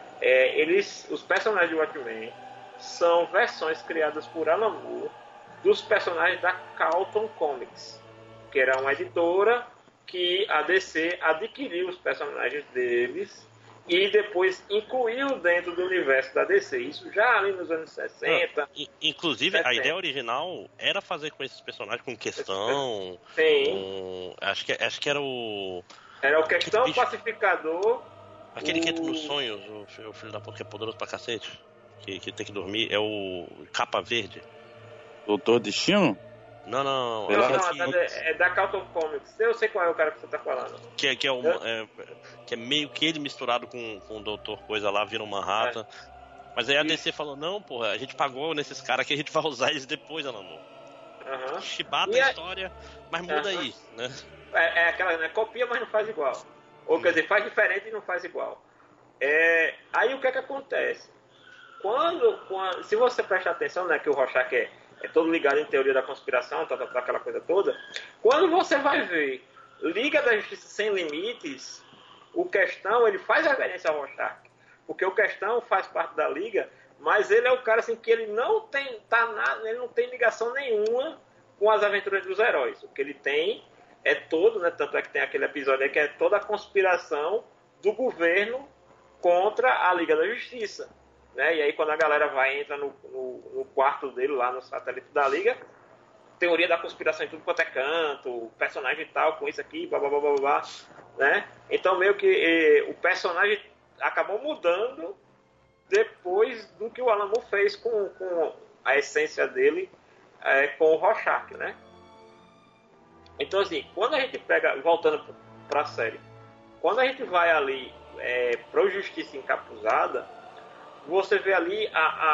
os personagens de Watchmen são versões criadas por Alan Moore dos personagens da Carlton Comics, que era uma editora que a DC adquiriu os personagens deles e depois incluiu dentro do universo da DC. Isso já ali nos anos 60. Inclusive, 70. A ideia original era fazer com esses personagens com Questão. Sim. Acho que era o... Era o Questão, o Pacificador... Aquele que entra nos sonhos, o filho da porra que é poderoso pra cacete, que tem que dormir, é o Capa Verde. Doutor Destino? Não. É da Carlton Comics. Eu sei qual é o cara que você tá falando. Que é meio que ele misturado com o Doutor Coisa lá, vira um Manhattan. Mas aí a DC falou, não, porra, a gente pagou nesses caras que a gente vai usar eles depois, Alan. Chibata a história, mas muda aí, né? É aquela, né? Copia, mas não faz igual. Ou quer dizer, faz diferente e não faz igual. Aí o que acontece? Se você prestar atenção, né, que o Rorschach é todo ligado em teoria da conspiração, aquela coisa toda, quando você vai ver Liga da Justiça Sem Limites, o Questão, ele faz referência ao Rorschach, porque o Questão faz parte da Liga, mas ele é o cara assim, que ele não tem ele não tem ligação nenhuma com as aventuras dos heróis. O que ele tem é todo, né, tanto é que tem aquele episódio aí que é toda a conspiração do governo contra a Liga da Justiça, né? E aí quando a galera entra no quarto dele lá no satélite da Liga, teoria da conspiração em tudo quanto é canto, personagem tal com isso aqui, blá blá blá blá blá, né? Então meio que o personagem acabou mudando depois do que o Alan Moore fez com a essência dele com o Rorschach, né? Então, assim, quando a gente pega, voltando para a série, quando a gente vai ali para o Justiça Encapuzada, você vê ali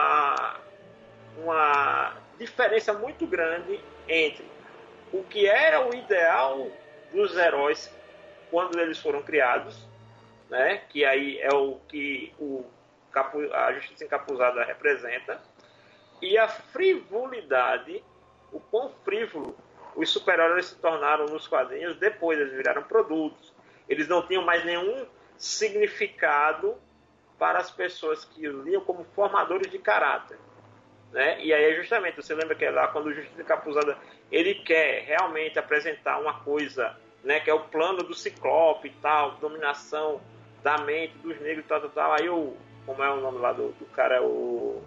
uma diferença muito grande entre o que era o ideal dos heróis quando eles foram criados, né? Que aí é o que a Justiça Encapuzada representa, e a frivolidade, o quão frívolo os super-heróis se tornaram nos quadrinhos depois, eles viraram produtos. Eles não tinham mais nenhum significado para as pessoas que os liam como formadores de caráter, né? E aí justamente, você lembra que é lá quando o Justiça Encapuzada ele quer realmente apresentar uma coisa, né, que é o plano do Ciclope e tal, dominação da mente dos negros e tal. Aí como é o nome lá do cara? O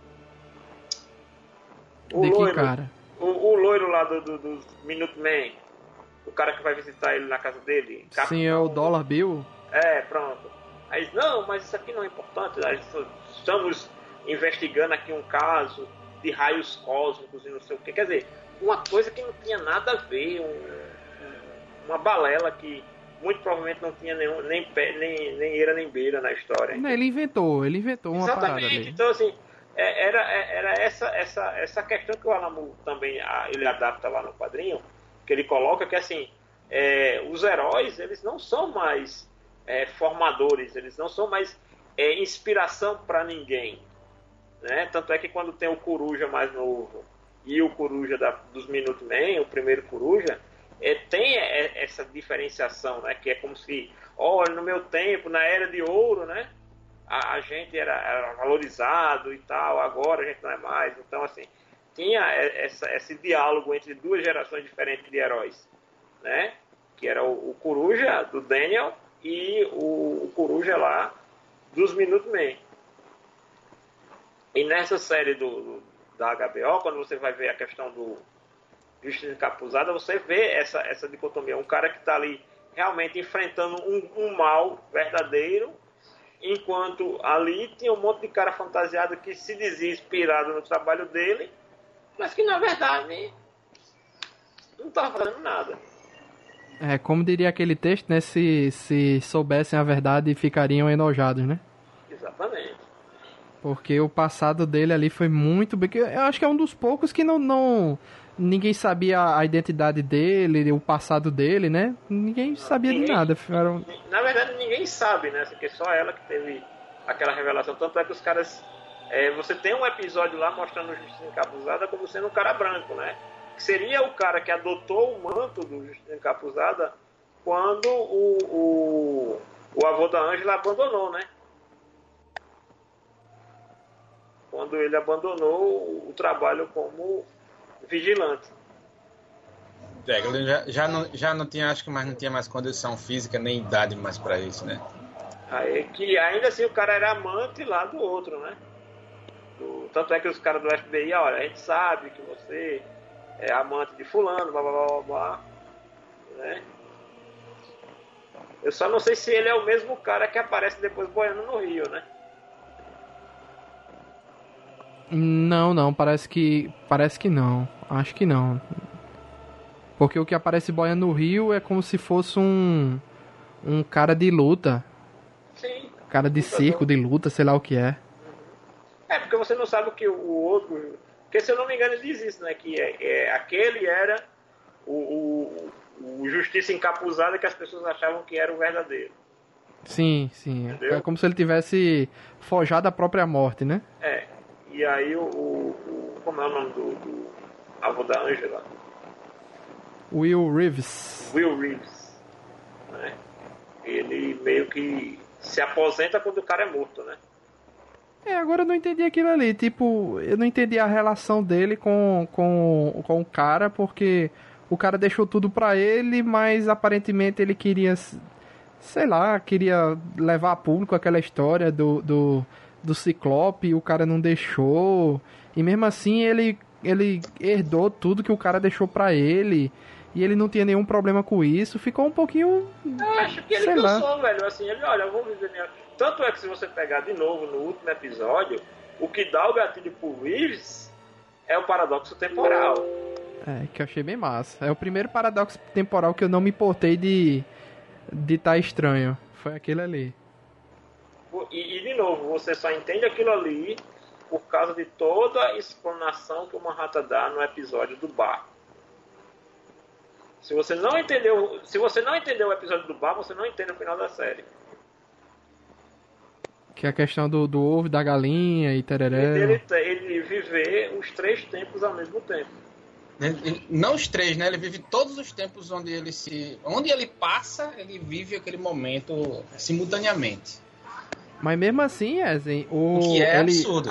de loiro, que cara? O loiro lá do Minuteman, o cara que vai visitar ele na casa dele. Sim, é o Dollar Bill. Pronto. Aí, não, mas isso aqui não é importante, nós estamos investigando aqui um caso de raios cósmicos e não sei o que. Quer dizer, uma coisa que não tinha nada a ver, uma balela que muito provavelmente não tinha nem eira nem beira na história. Não, ele inventou uma parada ali. Exatamente, então assim, era essa questão que o Alan Moore também ele adapta lá no quadrinho, que ele coloca que assim, os heróis, eles não são mais formadores, eles não são mais inspiração para ninguém, né? Tanto é que quando tem o Coruja mais novo e o Coruja dos Minutemen, o primeiro Coruja, tem essa diferenciação, né? Que é como se, no meu tempo, na Era de Ouro, né? A gente era valorizado e tal, agora a gente não é mais. Então, assim, tinha esse diálogo entre duas gerações diferentes de heróis, né? Que era o Coruja do Daniel e o Coruja lá dos Minutemen. E nessa série da HBO, quando você vai ver a questão do Justiça Encapuzada, você vê essa dicotomia. Um cara que está ali realmente enfrentando um mal verdadeiro, enquanto ali tinha um monte de cara fantasiado que se dizia inspirado no trabalho dele, mas que na verdade não estava fazendo nada. Como diria aquele texto, né? Se soubessem a verdade, ficariam enojados, né? Exatamente. Porque o passado dele ali foi muito bem. Eu acho que é um dos poucos que ninguém sabia a identidade dele, o passado dele, né? Ninguém sabia de nada. Na verdade, ninguém sabe, né? Porque só ela que teve aquela revelação. Tanto é que os caras... você tem um episódio lá mostrando o Justiça Encapuzada como sendo um cara branco, né? Que seria o cara que adotou o manto do Justiça Encapuzada quando o avô da Ângela abandonou, né? Quando ele abandonou o trabalho como vigilante. Já não tinha, acho que mais não tinha mais condição física nem idade mais para isso, né? Aí que ainda assim o cara era amante lá do outro, né? Tanto é que os caras do FBI, olha, a gente sabe que você é amante de fulano, blá blá blá blá, né? Eu só não sei se ele é o mesmo cara que aparece depois boiando no Rio, né? Não, parece que não. Acho que não. Porque o que aparece boiando no Rio é como se fosse um cara de luta. Sim. Cara de circo, de luta, sei lá o que é. Porque você não sabe o que o outro... Porque, se eu não me engano, ele diz isso, né? Que aquele era o Justiça Encapuzada que as pessoas achavam que era o verdadeiro. Sim. Entendeu? É como se ele tivesse forjado a própria morte, né? E aí como é o nome do avô da Ângela? Will Reeves. Né? Ele meio que se aposenta quando o cara é morto, né? Agora eu não entendi aquilo ali. Tipo, eu não entendi a relação dele com o cara, porque o cara deixou tudo pra ele, mas aparentemente ele queria, sei lá, queria levar a público aquela história do Ciclope, e o cara não deixou. E mesmo assim ele herdou tudo que o cara deixou pra ele. E ele não tinha nenhum problema com isso. Ficou um pouquinho... Eu acho que ele cansou, velho. Assim, ele, olha, eu vou viver Tanto é que se você pegar de novo no último episódio, o que dá o gatilho pro Reeves é o paradoxo temporal. Que eu achei bem massa. É o primeiro paradoxo temporal que eu não me importei de tá estranho. Foi aquele ali. E de novo, você só entende aquilo ali por causa de toda a explanação que o Manhattan dá no episódio do bar. Se você não entendeu o episódio do bar, você não entende o final da série. Que é a questão do ovo, da galinha e tereré. Ele viver os 3 tempos ao mesmo tempo. Não os 3, né? Ele vive todos os tempos onde ele passa, ele vive aquele momento simultaneamente. Mas mesmo assim, Ezen, o que é absurdo.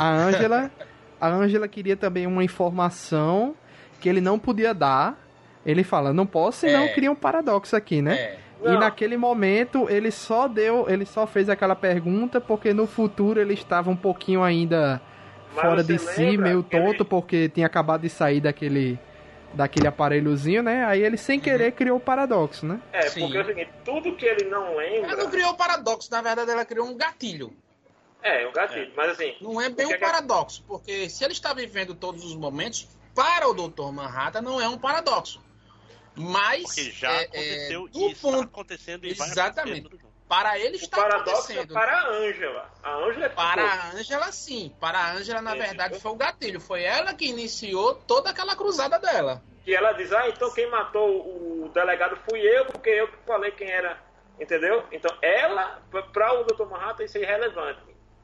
A Ângela queria também uma informação que ele não podia dar. Ele fala, não posso, senão cria um paradoxo aqui, né? E naquele momento ele só fez aquela pergunta porque no futuro ele estava um pouquinho ainda fora de si, meio tonto, porque tinha acabado de sair daquele aparelhozinho, né? Aí ele sem querer criou o paradoxo, né? Sim. Porque é o seguinte, tudo que ele não lembra... Ela não criou o paradoxo, na verdade ela criou um gatilho. Um gatilho, mas assim... Não é bem um paradoxo, porque se ele está vivendo todos os momentos, para o Dr. Manhattan não é um paradoxo. Mas porque já aconteceu e está acontecendo e vai exatamente. Para ele está acontecendo. Para a Ângela. Para a Ângela, sim. Para a Ângela, na verdade, foi o gatilho. Foi ela que iniciou toda aquela cruzada dela. Que ela diz, então quem matou o delegado fui eu, porque eu que falei quem era. Entendeu? Então ela, para o Dr. Manhattan, isso é irrelevante.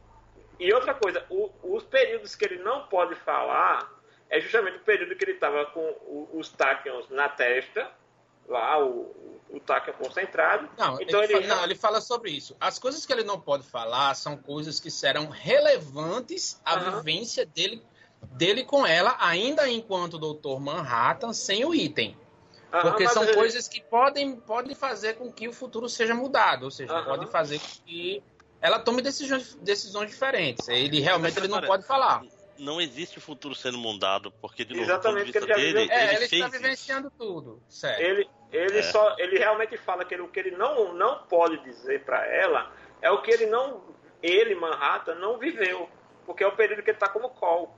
E outra coisa, os períodos que ele não pode falar é justamente o período que ele estava com os tachyons na testa, lá o tachyon concentrado. Não, então ele fala sobre isso. As coisas que ele não pode falar são coisas que serão relevantes à vivência dele com ela, ainda enquanto Dr. Manhattan, sem o item. Porque são coisas que podem fazer com que o futuro seja mudado, ou seja, podem fazer com que ela tome decisões diferentes. Ele realmente não pode falar. Não existe o futuro sendo mudado, porque de novo, exatamente, do ponto de vista dele, ele está vivenciando tudo, certo? Ele realmente fala que o que ele não pode dizer para ela é o que ele Manhattan não viveu, porque é o período que ele está como call.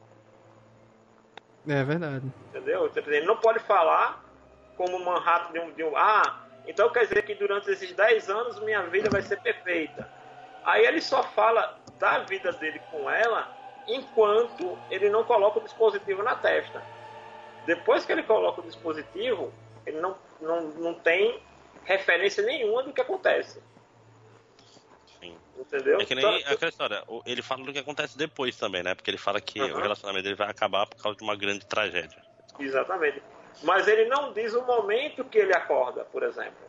É verdade. Entendeu? Ele não pode falar como Manhattan então quer dizer que durante esses 10 anos minha vida vai ser perfeita. Aí ele só fala da vida dele com ela enquanto ele não coloca o dispositivo na testa. Depois que ele coloca o dispositivo, ele não tem referência nenhuma do que acontece. Sim. Entendeu? É que nem aquela história, ele fala do que acontece depois também, né? Porque ele fala que o relacionamento dele vai acabar por causa de uma grande tragédia. Exatamente. Mas ele não diz o momento que ele acorda, por exemplo.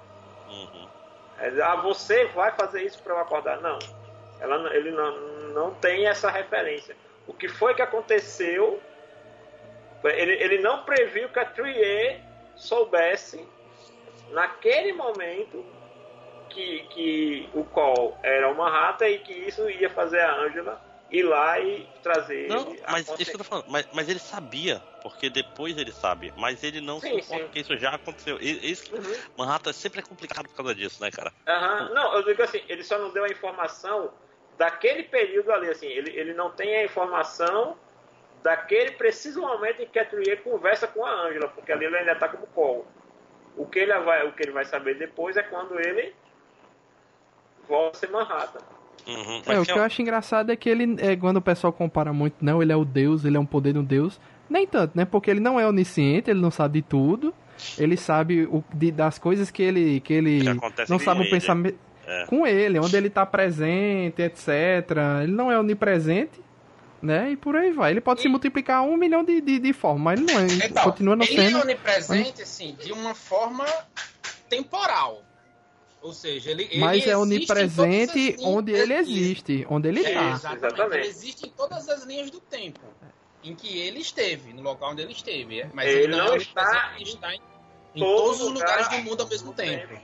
Você vai fazer isso para eu acordar? Não. Ele não tem essa referência. O que foi que aconteceu? Ele não previu que a Trier soubesse naquele momento que o Cole era o Manhattan e que isso ia fazer a Ângela ir lá e trazer... Não, mas isso que eu tô falando. Mas ele sabia, porque depois ele sabe. Mas ele não se importa que isso já aconteceu. Manhattan sempre é complicado por causa disso, né, cara? Não, eu digo assim, ele só não deu a informação daquele período ali, assim, ele não tem a informação daquele preciso momento em que a Trier conversa com a Ângela, porque ali ele ainda está como Cole. O que ele vai saber depois é quando ele volta a ser Manhattan. O que eu acho engraçado é que ele, quando o pessoal compara muito, não, ele é o Deus, ele é um poder do Deus, nem tanto, né, porque ele não é onisciente, ele não sabe de tudo, ele sabe das coisas que ele não sabe o pensamento com ele, onde ele tá presente, etc. Ele não é onipresente, né, e por aí vai. Ele pode se multiplicar 1 milhão de formas, mas ele não é, então, continua não sendo... Ele é onipresente, assim, de uma forma temporal. Ou seja, ele mas é onipresente onde ele existe, onde ele está. Exatamente. Ele existe em todas as linhas do tempo em que ele esteve, no local onde ele esteve. Mas ele não está em todos os lugares do mundo ao mesmo tempo.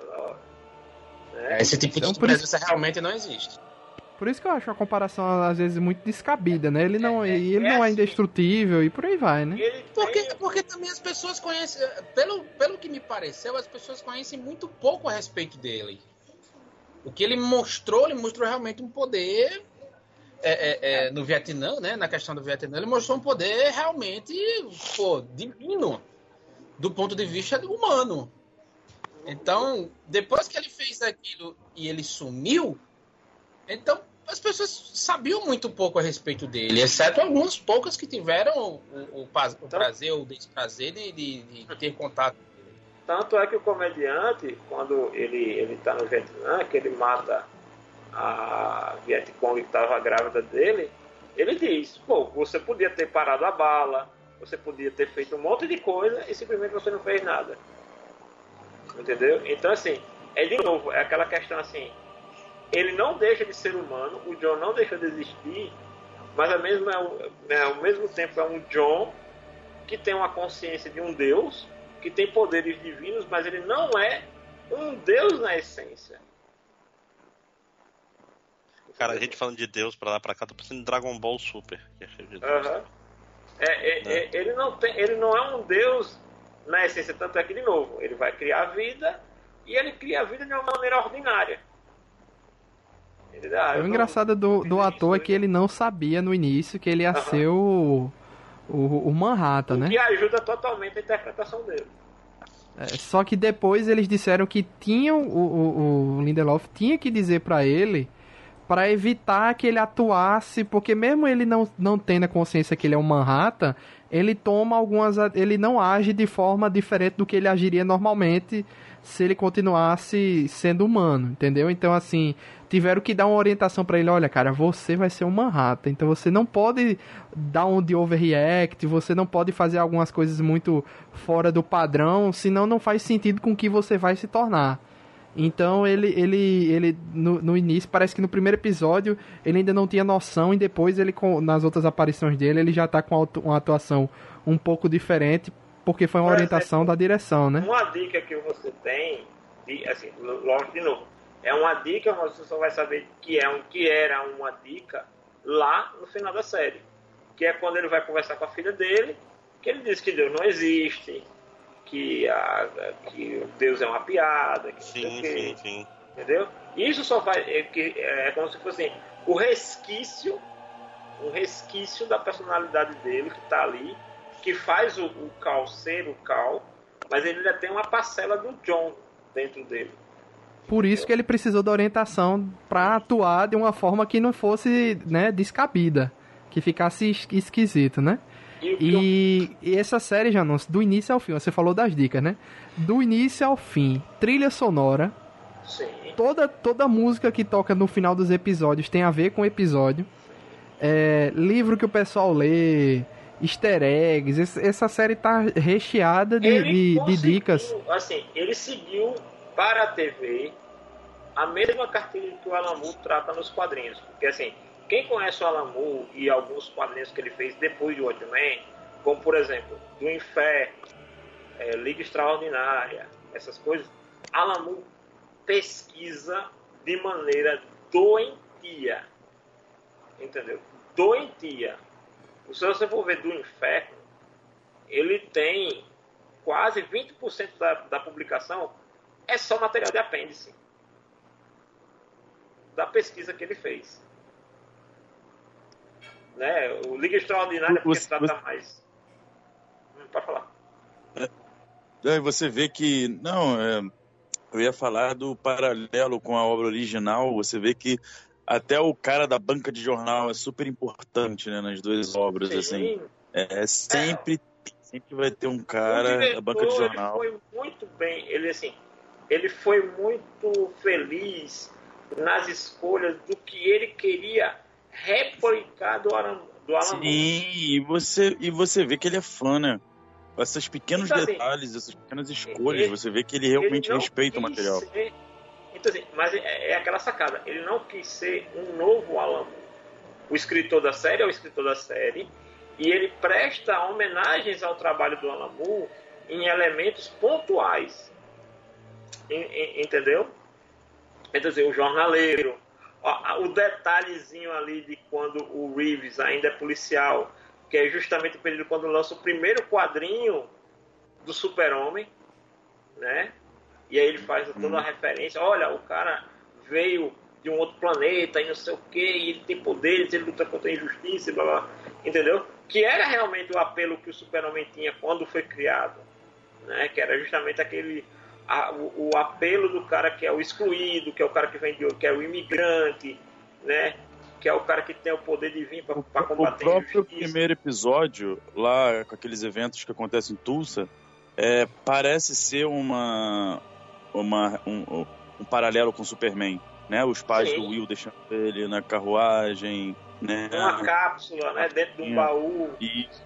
Esse tipo de presença realmente não existe. Por isso que eu acho a comparação às vezes muito descabida, né? Ele não é indestrutível e por aí vai, né? Porque também as pessoas conhecem, pelo que me pareceu, as pessoas conhecem muito pouco a respeito dele. O que ele mostrou realmente um poder no Vietnã, né? Na questão do Vietnã, ele mostrou um poder realmente, divino, do ponto de vista do humano. Então, depois que ele fez aquilo e ele sumiu, então as pessoas sabiam muito pouco a respeito dele, exceto algumas poucas que tiveram o prazer ou o desprazer de ter contato. Tanto é que o comediante, quando ele tá no Vietnã, que ele mata a Vietcong que estava grávida dele, ele diz, você podia ter parado a bala, você podia ter feito um monte de coisa e simplesmente você não fez nada. Entendeu? Então, assim, de novo, é aquela questão assim, ele não deixa de ser humano, o John não deixou de existir, mas ao mesmo tempo é um John que tem uma consciência de um Deus, que tem poderes divinos, mas ele não é um Deus na essência. Cara, a gente falando de Deus pra lá pra cá, tô pensando em Dragon Ball Super. Ele não é um Deus na essência, tanto é que, de novo, ele vai criar a vida e ele cria a vida de uma maneira ordinária. O engraçado do ator é que ele não sabia no início que ele ia ser o Manhattan, né? O que ajuda totalmente a interpretação dele. Só que depois eles disseram que o Lindelof tinha que dizer pra ele para evitar que ele atuasse, porque mesmo ele não tendo a consciência que ele é um Manhattan, ele ele não age de forma diferente do que ele agiria normalmente se ele continuasse sendo humano, entendeu? Então, assim, tiveram que dar uma orientação pra ele, olha, cara, você vai ser um Manhattan, então você não pode dar um de overreact, você não pode fazer algumas coisas muito fora do padrão, senão não faz sentido com o que você vai se tornar. Então ele no início, parece que no primeiro episódio ele ainda não tinha noção, e depois nas outras aparições dele ele já tá com uma atuação um pouco diferente, porque foi uma orientação da direção, né? Uma dica que você tem, assim, logo de novo, é uma dica, mas você só vai saber que era uma dica lá no final da série, que é quando ele vai conversar com a filha dele, que ele diz que Deus não existe, que Deus é uma piada, que sim. Entendeu? Isso só vai é como se fosse assim, um resquício da personalidade dele que está ali, que faz o Cal ser o Cal, mas ele ainda tem uma parcela do John dentro dele. Por isso que ele precisou da orientação para atuar de uma forma que não fosse, né, descabida, que ficasse esquisito, né? E essa série, Janus, do início ao fim, você falou das dicas, né? Do início ao fim, trilha sonora. Sim. Toda música que toca no final dos episódios tem a ver com o episódio. Livro que o pessoal lê, easter eggs. Essa série tá recheada de dicas. Assim, ele seguiu para a TV a mesma cartilha que o Alan Moore trata nos quadrinhos. Porque, assim, quem conhece o Alan Moore e alguns quadrinhos que ele fez depois de Watchmen, como, por exemplo, Do Inferno, Liga Extraordinária, essas coisas, Alan Moore pesquisa de maneira doentia. Entendeu? Doentia. Se você for ver Do Inferno, ele tem quase 20% da publicação é só material de apêndice da pesquisa que ele fez. Né? O Liga Extraordinária porque trata mais. Pode falar. Você vê que eu ia falar do paralelo com a obra original. Você vê que até o cara da banca de jornal é super importante, né, nas duas obras. Sim. Assim, sempre vai ter um cara da banca de jornal. Ele foi muito bem, ele foi muito feliz nas escolhas do que ele queria replicar do Alan Moore. Sim, e você vê que ele é fã, né? Esses pequenos detalhes, essas pequenas escolhas, você vê que ele realmente respeita o material. Então, assim, mas é aquela sacada, ele não quis ser um novo Alan Moore. O escritor da série é o escritor da série, e ele presta homenagens ao trabalho do Alan Moore em elementos pontuais. Entendeu? Então, assim, o jornaleiro, o detalhezinho ali de quando o Reeves ainda é policial, que é justamente o período quando lança o primeiro quadrinho do Super-Homem, né? E aí ele faz toda a referência. Olha, o cara veio de um outro planeta e não sei o que, e ele tem poderes, ele luta contra a injustiça e blá blá, entendeu? Que era realmente o apelo que o Super-Homem tinha quando foi criado, né? Que era justamente aquele o apelo do cara que é o excluído, que é o cara que vem de que é o imigrante, né? Que é o cara que tem o poder de vir para combater a injustiça. O próprio primeiro episódio, lá com aqueles eventos que acontecem em Tulsa, parece ser um paralelo com o Superman, né? Os pais do Will deixando ele na carruagem, né? Uma cápsula, né? Dentro de um baú. Isso.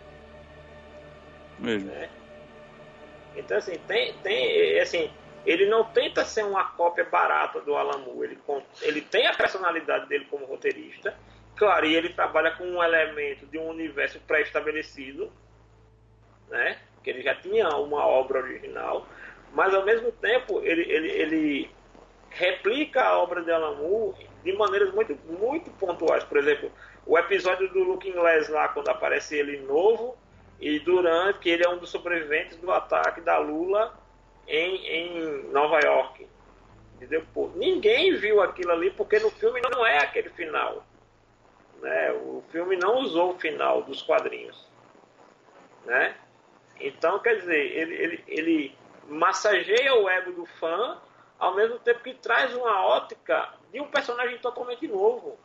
Mesmo. Então, assim, assim, ele não tenta ser uma cópia barata do Alan Moore. Ele tem a personalidade dele como roteirista. Claro, e ele trabalha com um elemento de um universo pré-estabelecido, né? Que ele já tinha uma obra original. Mas, ao mesmo tempo, ele replica a obra de Alan Moore de maneiras muito, muito pontuais. Por exemplo, o episódio do Looking Glass lá, quando aparece ele novo, e durante que ele é um dos sobreviventes do ataque da Lula em Nova York. Entendeu? Pô, ninguém viu aquilo ali, porque no filme não é aquele final, né? O filme não usou o final dos quadrinhos, né? Então, quer dizer, ele massageia o ego do fã, ao mesmo tempo que traz uma ótica de um personagem totalmente novo.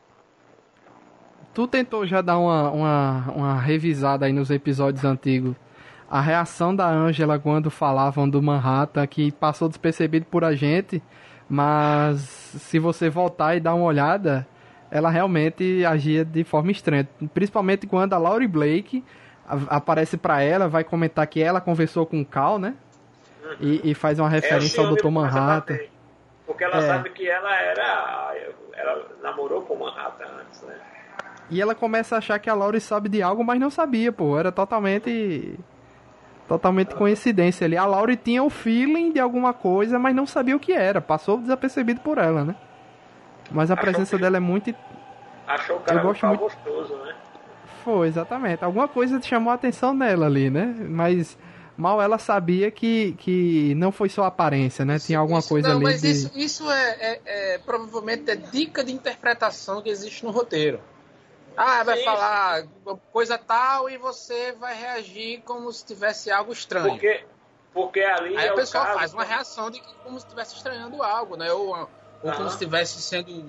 Tu tentou já dar uma revisada aí nos episódios antigos. A reação da Angela quando falavam do Manhattan, que passou despercebido por a gente, mas se você voltar e dar uma olhada, ela realmente agia de forma estranha. Principalmente quando a Laurie Blake aparece pra ela, vai comentar que ela conversou com o Cal, né? E faz uma referência ao Dr. Manhattan. Porque ela sabe que ela namorou com o Manhattan antes, né? E ela começa a achar que a Laurie sabe de algo, mas não sabia, pô. Era totalmente coincidência ali. A Laurie tinha o feeling de alguma coisa, mas não sabia o que era. Passou desapercebido por ela, né? Mas a presença dela é muito... Achou o cara muito gostoso, né? Foi, exatamente. Alguma coisa chamou a atenção nela ali, né? Mas mal ela sabia que não foi só aparência, né? Tinha alguma coisa ali mas isso provavelmente é dica de interpretação que existe no roteiro. Vai falar coisa tal e você vai reagir como se tivesse algo estranho. Porque ali aí a pessoa faz uma reação de como se estivesse estranhando algo, né? Ou como se estivesse sendo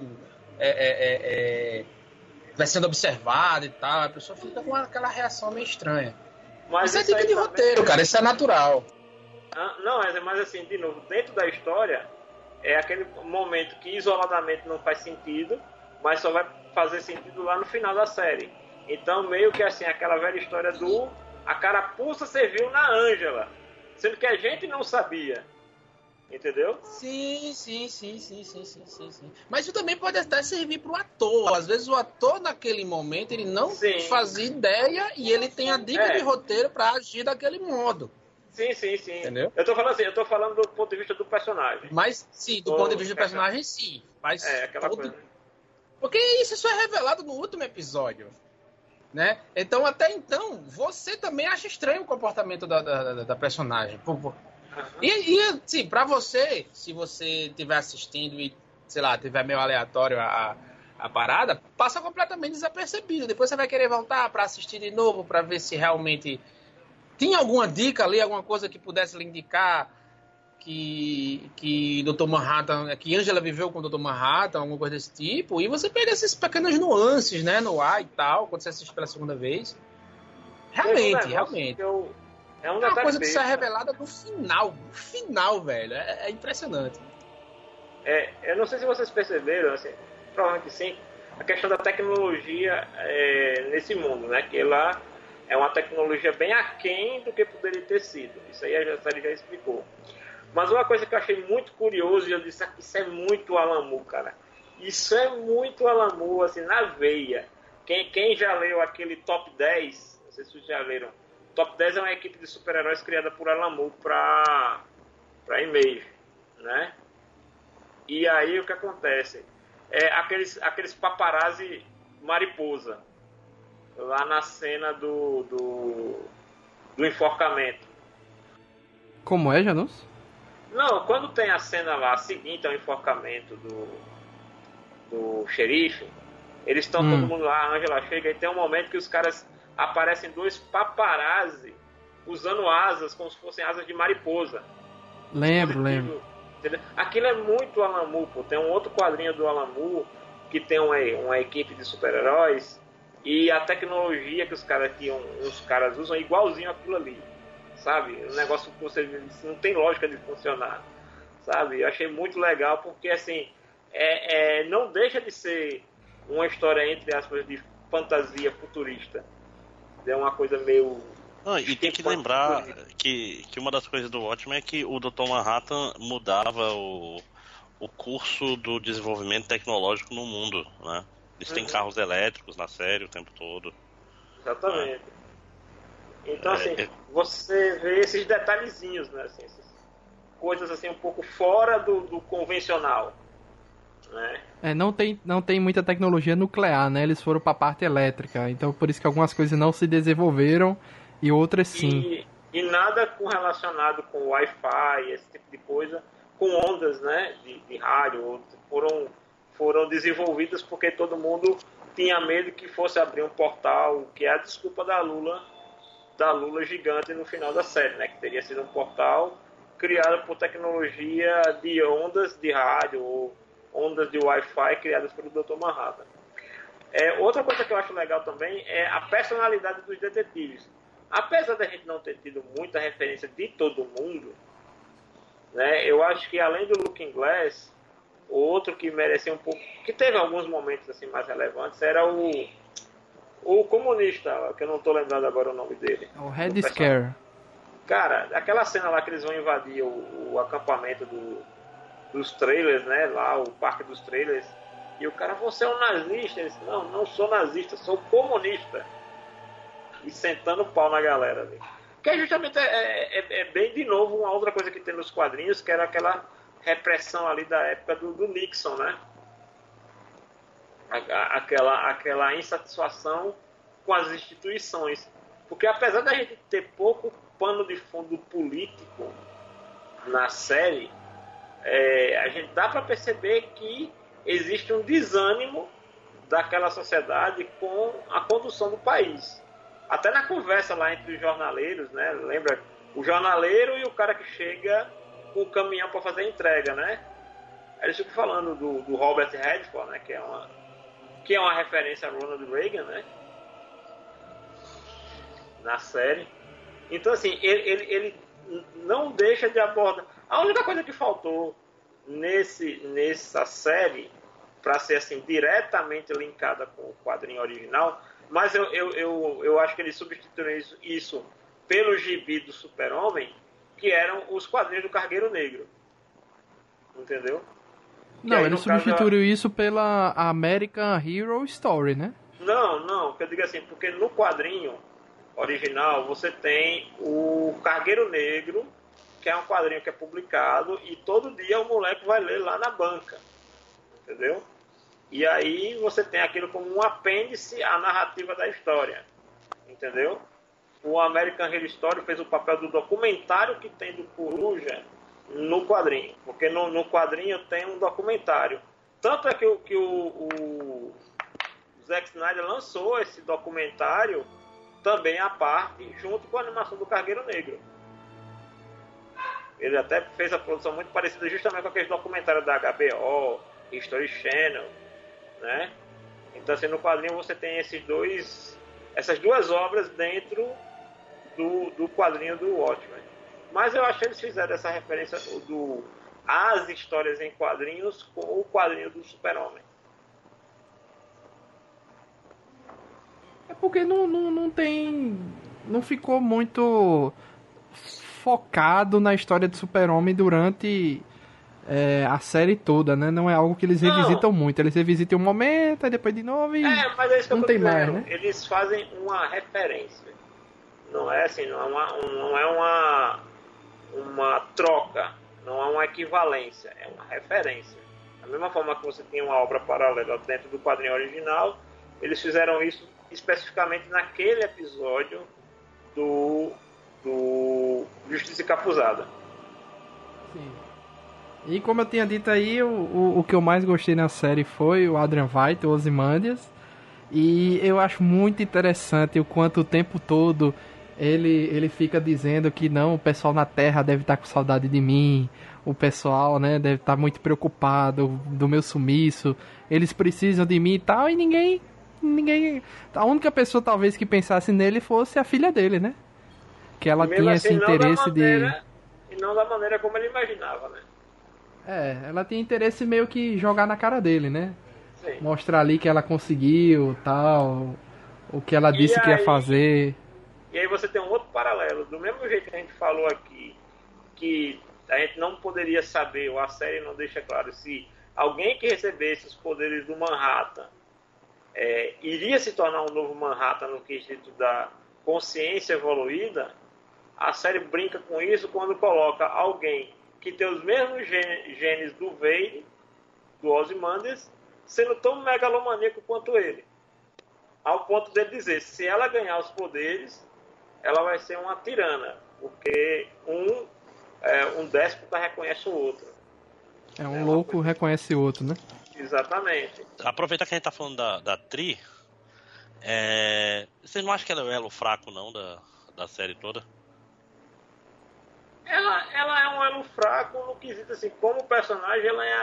sendo observado e tal. A pessoa fica com aquela reação meio estranha. Mas isso é dica de roteiro, cara. Isso é natural. Não, mas assim, de novo, dentro da história é aquele momento que isoladamente não faz sentido, mas só vai fazer sentido lá no final da série. Então, meio que assim, aquela velha história a carapuça serviu na Angela, sendo que a gente não sabia. Entendeu? Sim. Mas isso também pode até servir pro ator. Às vezes o ator, naquele momento, ele não fazia ideia e ele tem a dica de roteiro para agir daquele modo. Sim. Entendeu? Eu tô falando do ponto de vista do personagem. Mas, sim, do ponto de vista do personagem, sim. Mas aquela coisa. Porque isso só é revelado no último episódio, né? Então, até então, você também acha estranho o comportamento da personagem. E assim, pra você, se você estiver assistindo e, sei lá, tiver meio aleatório a parada, passa completamente desapercebido. Depois você vai querer voltar pra assistir de novo, pra ver se realmente tinha alguma dica ali, alguma coisa que pudesse lhe indicar que Dr. Manhattan, que Angela viveu com o Dr. Manhattan, alguma coisa desse tipo, e você perde essas pequenas nuances, né, no ar e tal, quando você assiste pela segunda vez. Realmente. É uma coisa que sai revelada no final, velho. É impressionante. Eu não sei se vocês perceberam, assim, provavelmente sim, a questão da tecnologia nesse mundo, né, que lá é uma tecnologia bem aquém do que poderia ter sido. Isso aí a série já explicou. Mas uma coisa que eu achei muito curioso, e eu disse, isso é muito Alan Moore, cara. Isso é muito Alan Moore, assim, na veia. Quem já leu aquele Top 10, não sei se vocês já leram, Top 10 é uma equipe de super-heróis criada por Alan Moore para Image, né? E aí o que acontece? Aqueles paparazzi mariposa, lá na cena do enforcamento. Como é, Janus? Não, quando tem a cena lá seguinte ao enforcamento do xerife, eles estão todo mundo lá, a Angela chega e tem um momento que os caras aparecem 2 paparazzi usando asas, como se fossem asas de mariposa. Lembro. Entendeu? Aquilo é muito Alan Moore, pô. Tem um outro quadrinho do Alan Moore que tem uma equipe de super-heróis e a tecnologia que os caras usam é igualzinho aquilo ali, sabe? Um negócio que você não tem lógica de funcionar, sabe? Eu achei muito legal porque, assim, não deixa de ser uma história, entre aspas, de fantasia futurista. É uma coisa meio... E tem que lembrar que uma das coisas do Watchmen é que o Dr. Manhattan mudava o curso do desenvolvimento tecnológico no mundo, né? Eles têm carros elétricos na série o tempo todo. Exatamente. Então, assim, você vê esses detalhezinhos, né? Assim, essas coisas assim um pouco fora do convencional, né? Não tem muita tecnologia nuclear, né? Eles foram pra parte elétrica, então por isso que algumas coisas não se desenvolveram e outras sim. E nada relacionado com Wi-Fi, esse tipo de coisa, com ondas, né, de rádio, foram desenvolvidas porque todo mundo tinha medo que fosse abrir um portal, que é a desculpa da Lula gigante no final da série, né, que teria sido um portal criado por tecnologia de ondas de rádio ou ondas de Wi-Fi criadas pelo Dr. Manhattan. Outra coisa que eu acho legal também é a personalidade dos detetives. Apesar da gente não ter tido muita referência de todo mundo, né, eu acho que além do Looking Glass, outro que merecia um pouco, que teve alguns momentos assim mais relevantes, era o comunista, que eu não estou lembrando agora o nome dele. O Red Scare. Cara, aquela cena lá que eles vão invadir o acampamento dos trailers, né, lá o parque dos trailers, e o cara, você é um nazista? Ele disse, não sou nazista, sou comunista. E sentando o pau na galera ali. Que justamente bem, de novo, uma outra coisa que tem nos quadrinhos, que era aquela repressão ali da época do Nixon, né? Aquela insatisfação com as instituições. Porque apesar da gente ter pouco pano de fundo político na série, a gente dá para perceber que existe um desânimo daquela sociedade com a condução do país. Até na conversa lá entre os jornaleiros, né? Lembra? O jornaleiro e o cara que chega com o caminhão para fazer a entrega, né? Eles ficam falando do Robert Redford, né? Que é uma referência a Ronald Reagan, né? Na série. Então, assim, ele não deixa de abordar. A única coisa que faltou nessa série, para ser assim diretamente linkada com o quadrinho original, mas eu acho que eles substituíram isso pelo gibi do Super-Homem, que eram os quadrinhos do Cargueiro Negro. Entendeu? Não, eles substituíram isso pela American Hero Story, né? Não, que eu digo assim, porque no quadrinho original você tem o Cargueiro Negro, que é um quadrinho que é publicado, e todo dia o moleque vai ler lá na banca. Entendeu? E aí você tem aquilo como um apêndice à narrativa da história. Entendeu? O American Hero Story fez o papel do documentário que tem do Coruja no quadrinho. Porque no quadrinho tem um documentário. Tanto é que o Zack Snyder lançou esse documentário também à parte, junto com a animação do Cargueiro Negro. Ele até fez a produção muito parecida justamente com aqueles documentários da HBO, History Channel, né? Então, assim, no quadrinho você tem essas duas obras dentro do quadrinho do Watchmen. Mas eu acho que eles fizeram essa referência às histórias em quadrinhos com o quadrinho do Super-Homem. É porque não ficou muito focado na história do Super-Homem durante a série toda, né? Não é algo que eles revisitam muito. Eles revisitam um momento, aí depois de novo e mas é isso que não eu tô tem dizendo. mais, né? Eles fazem uma referência. Não é assim, não é uma troca, não é uma equivalência, é uma referência. Da mesma forma que você tinha uma obra paralela dentro do quadrinho original, eles fizeram isso especificamente naquele episódio do Justiça Encapuzada. Sim. E como eu tinha dito aí, o que eu mais gostei na série foi o Adrian Veidt, o Ozymandias. E eu acho muito interessante o quanto o tempo todo ele fica dizendo que não, o pessoal na Terra deve estar com saudade de mim, o pessoal, né, deve estar muito preocupado do meu sumiço, eles precisam de mim e tal, e ninguém... A única pessoa talvez que pensasse nele fosse a filha dele, né? Que ela tinha esse interesse E não da maneira como ele imaginava, né? Ela tinha interesse meio que jogar na cara dele, né? Sim. Mostrar ali que ela conseguiu, tal, o que ela disse que ia fazer. E aí você tem um outro paralelo. Do mesmo jeito que a gente falou aqui, que a gente não poderia saber, ou a série não deixa claro, se alguém que recebesse os poderes do Manhattan iria se tornar um novo Manhattan no quesito da consciência evoluída, a série brinca com isso quando coloca alguém que tem os mesmos genes do Wade, do Ozymandias, sendo tão megalomaníaco quanto ele. Ao ponto dele dizer, se ela ganhar os poderes, ela vai ser uma tirana, porque um déspota reconhece o outro. Um louco reconhece o outro, né? Exatamente. Aproveitar que a gente tá falando da Tri, vocês não acham que ela é o elo fraco, não, da série toda? Ela é um elo fraco no quesito, assim, como personagem, ela é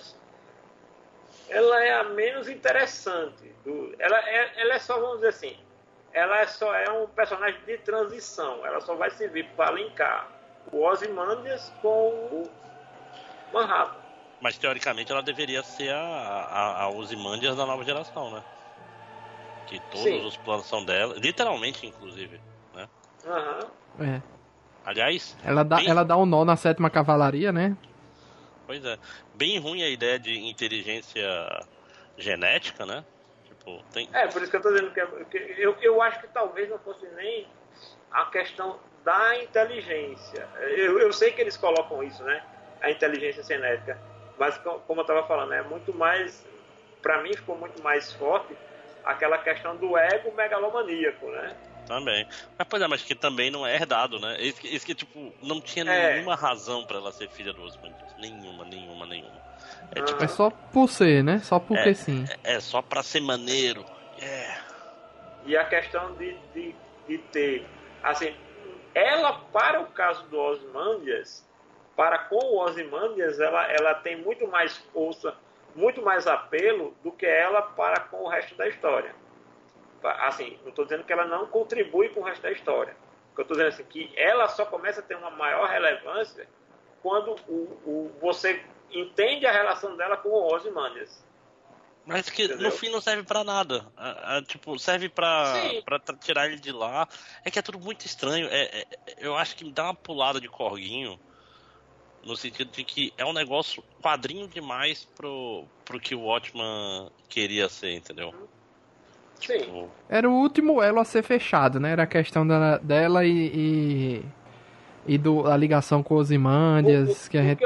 a menos interessante. Ela é só, vamos dizer assim, ela só é um personagem de transição. Ela só vai servir para linkar o Ozymandias com o Manhattan. Mas teoricamente ela deveria ser a Ozymandias da nova geração, né? Que todos os planos são dela, literalmente, inclusive, né? Aham. Aliás, ela dá um nó na 7ª Cavalaria, né? Pois é. Bem ruim a ideia de inteligência genética, né? Tipo, tem... por isso que eu tô dizendo que eu acho que talvez não fosse nem a questão da inteligência. Eu sei que eles colocam isso, né? A inteligência genética. Mas, como eu tava falando, é muito mais... Pra mim, ficou muito mais forte aquela questão do ego megalomaníaco, né? Também. Mas que também não é herdado, né? Isso que tipo, não tinha nenhuma razão pra ela ser filha do Ozymandias. Nenhuma. É só por ser, né? Só porque sim. É só pra ser maneiro. E a questão de ter... Assim, ela, para o caso do Ozymandias, para com o Ozymandias, ela tem muito mais força, muito mais apelo do que ela para com o resto da história. Assim, não estou dizendo que ela não contribui com o resto da história. Eu estou dizendo assim, que ela só começa a ter uma maior relevância quando você entende a relação dela com o Ozymandias. Mas que no fim não serve pra nada. Tipo, serve pra tirar ele de lá. É que é tudo muito estranho. Eu acho que me dá uma pulada de corguinho. No sentido de que é um negócio quadrinho demais pro que o Watchman queria ser, entendeu? Sim. Tipo... Era o último elo a ser fechado, né? Era a questão dela e a ligação com os Ozymandias, que a gente...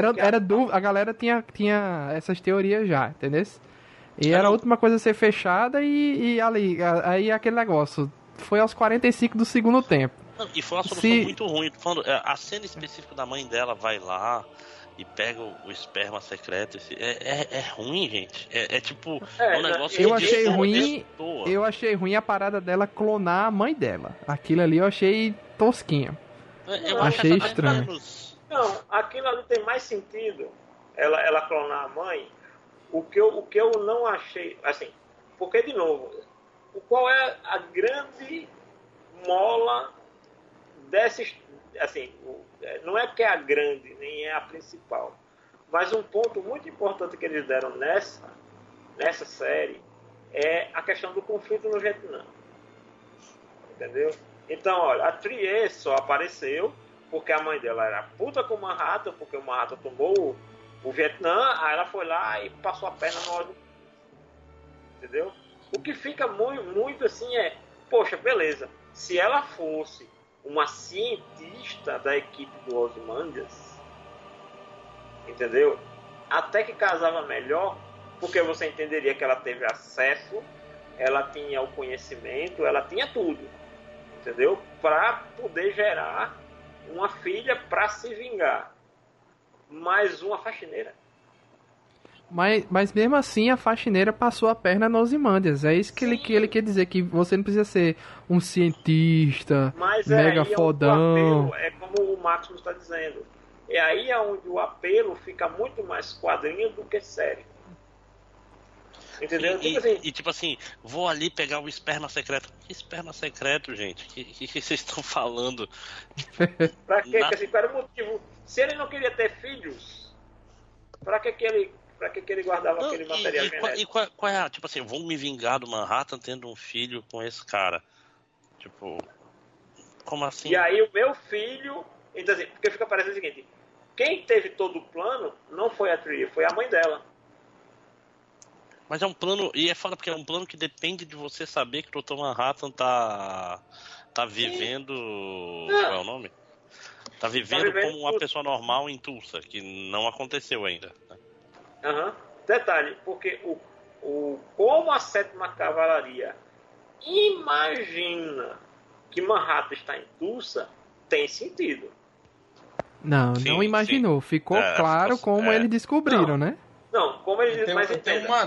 A galera tinha essas teorias já, entendeu? E era a última coisa a ser fechada e aí aquele negócio. Foi aos 45 do segundo tempo. Não, e foi uma solução muito ruim. Falando, a cena específica da mãe dela vai lá e pega o esperma secreto. É ruim, gente. Tipo um negócio eu achei ruim. Eu achei ruim a parada dela clonar a mãe dela. Aquilo ali eu achei tosquinho. Eu achei estranho. Não, aquilo ali tem mais sentido. Ela clonar a mãe. O que eu não achei, assim, porque de novo, qual é a grande mola dessa, assim, não é que é a grande, nem é a principal, mas um ponto muito importante que eles deram nessa série é a questão do conflito no Vietnã. Entendeu? Então, olha, a Trier só apareceu porque a mãe dela era puta com o Manhattan, porque o Manhattan tomou o Vietnã, aí ela foi lá e passou a perna no óleo. Entendeu? O que fica muito assim poxa, beleza, se ela fosse uma cientista da equipe do Ozymandias, entendeu? Até que casava melhor, porque você entenderia que ela teve acesso, ela tinha o conhecimento, ela tinha tudo, entendeu? Para poder gerar uma filha para se vingar. mais uma faxineira. Mas mesmo assim a faxineira passou a perna na Ozymandias. É isso que ele quer dizer, que você não precisa ser um cientista, mas mega aí fodão. É como o Maximus está dizendo. É aí onde o apelo fica muito mais quadrinho do que série. Entendeu? Tipo assim, vou ali pegar o esperma secreto. Que esperma secreto, gente? Que vocês estão falando? Pra quê? Qual era o motivo? Se ele não queria ter filhos, pra que ele guardava aquele material genético? Qual é a, tipo assim, vou me vingar do Manhattan tendo um filho com esse cara? Tipo, como assim? E aí o meu filho... Então assim, porque fica parecendo o seguinte, quem teve todo o plano não foi a Tree, foi a mãe dela. Mas é um plano, e é foda porque é um plano que depende de você saber que o Dr. Manhattan tá vivendo... Qual é o nome? Tá vivendo como uma pessoa normal em Tulsa, que não aconteceu ainda. Uhum. Detalhe, porque como a 7ª Cavalaria imagina que Manhattan está em Tulsa, tem sentido. Não imaginou. Sim. Ficou claro como eles descobriram, né? Não, como eles dizem, mas eu tenho uma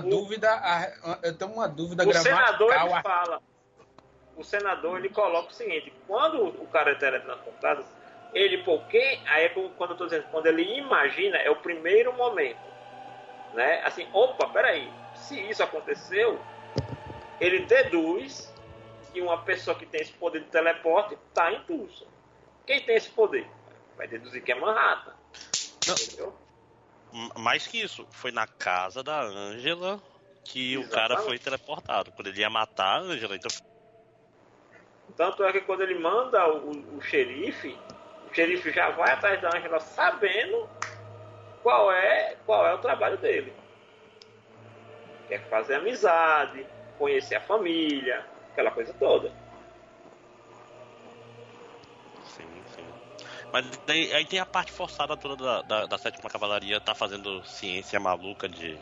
dúvida o gramatical. Senador, ele fala. O senador, ele coloca o seguinte, quando o cara é teletransportado, ele, aí é quando eu tô dizendo, quando ele imagina, é o primeiro momento, né? Assim, opa, peraí, se isso aconteceu, ele deduz que uma pessoa que tem esse poder de teleporte tá em Tulsa. Quem tem esse poder? Vai deduzir que é Manhattan. Entendeu? Mais que isso, foi na casa da Angela que o cara foi teleportado, quando ele ia matar a Angela. Então... Tanto é que quando ele manda o xerife já vai atrás da Angela sabendo qual é o trabalho dele. Quer fazer amizade, conhecer a família, aquela coisa toda. Sim. Mas aí tem a parte forçada toda da 7ª Cavalaria, tá fazendo ciência maluca de...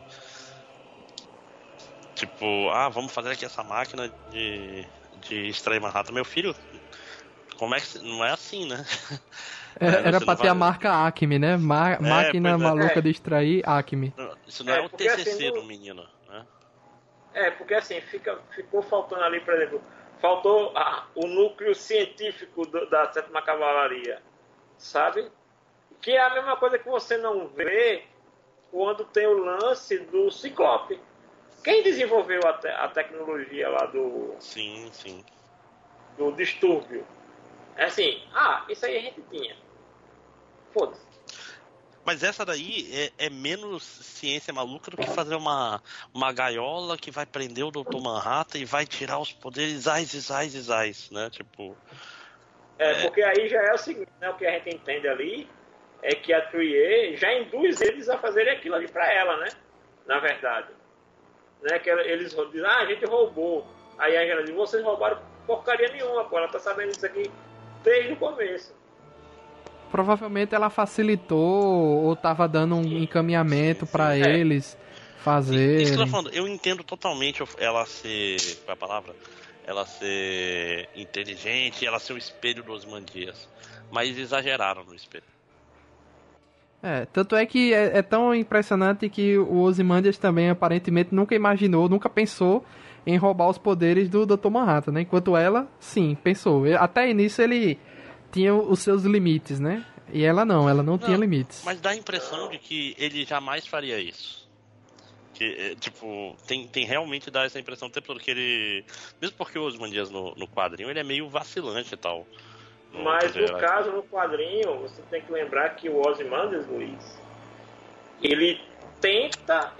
Tipo, vamos fazer aqui essa máquina de extrair Manhattan. Meu filho, como é que... Não é assim, né? Era pra ter a marca Acme, né? Máquina maluca de extrair Acme. Isso não é o TCC assim, do menino, né? Porque assim, ficou faltando ali, por exemplo, faltou o núcleo científico da 7ª Cavalaria, sabe? Que é a mesma coisa que você não vê quando tem o lance do Ciclope. Quem desenvolveu a tecnologia lá do... Sim. Do distúrbio? É assim, isso aí a gente tinha. Foda-se. Mas essa daí é menos ciência maluca do que fazer uma gaiola que vai prender o Dr. Manhattan e vai tirar os poderes né? Tipo... Porque aí já é o seguinte, né? O que a gente entende ali é que a Trier já induz eles a fazerem aquilo ali pra ela, né? Na verdade. Né? Que eles dizem, a gente roubou. Aí a Angela diz, vocês roubaram porcaria nenhuma, pô. Ela tá sabendo disso aqui desde o começo. Provavelmente ela facilitou ou tava dando um encaminhamento pra eles fazerem. Isso que eu tô falando, eu entendo totalmente ela ser... Qual é a palavra? Ela ser inteligente, ela ser o espelho dos Ozymandias. Mas exageraram no espelho. Tanto é que é tão impressionante que o Ozymandias também aparentemente nunca pensou em roubar os poderes do Dr. Manhattan, né? Enquanto ela, sim, pensou. Até início ele tinha os seus limites, né? E ela não tinha limites. Mas dá a impressão de que ele jamais faria isso. Que, tipo, tem realmente dá essa impressão o tempo todo que ele... Mesmo porque o Ozymandias no quadrinho, ele é meio vacilante e tal. Mas no caso, no quadrinho, você tem que lembrar que o Ozymandias, Luiz, ele tenta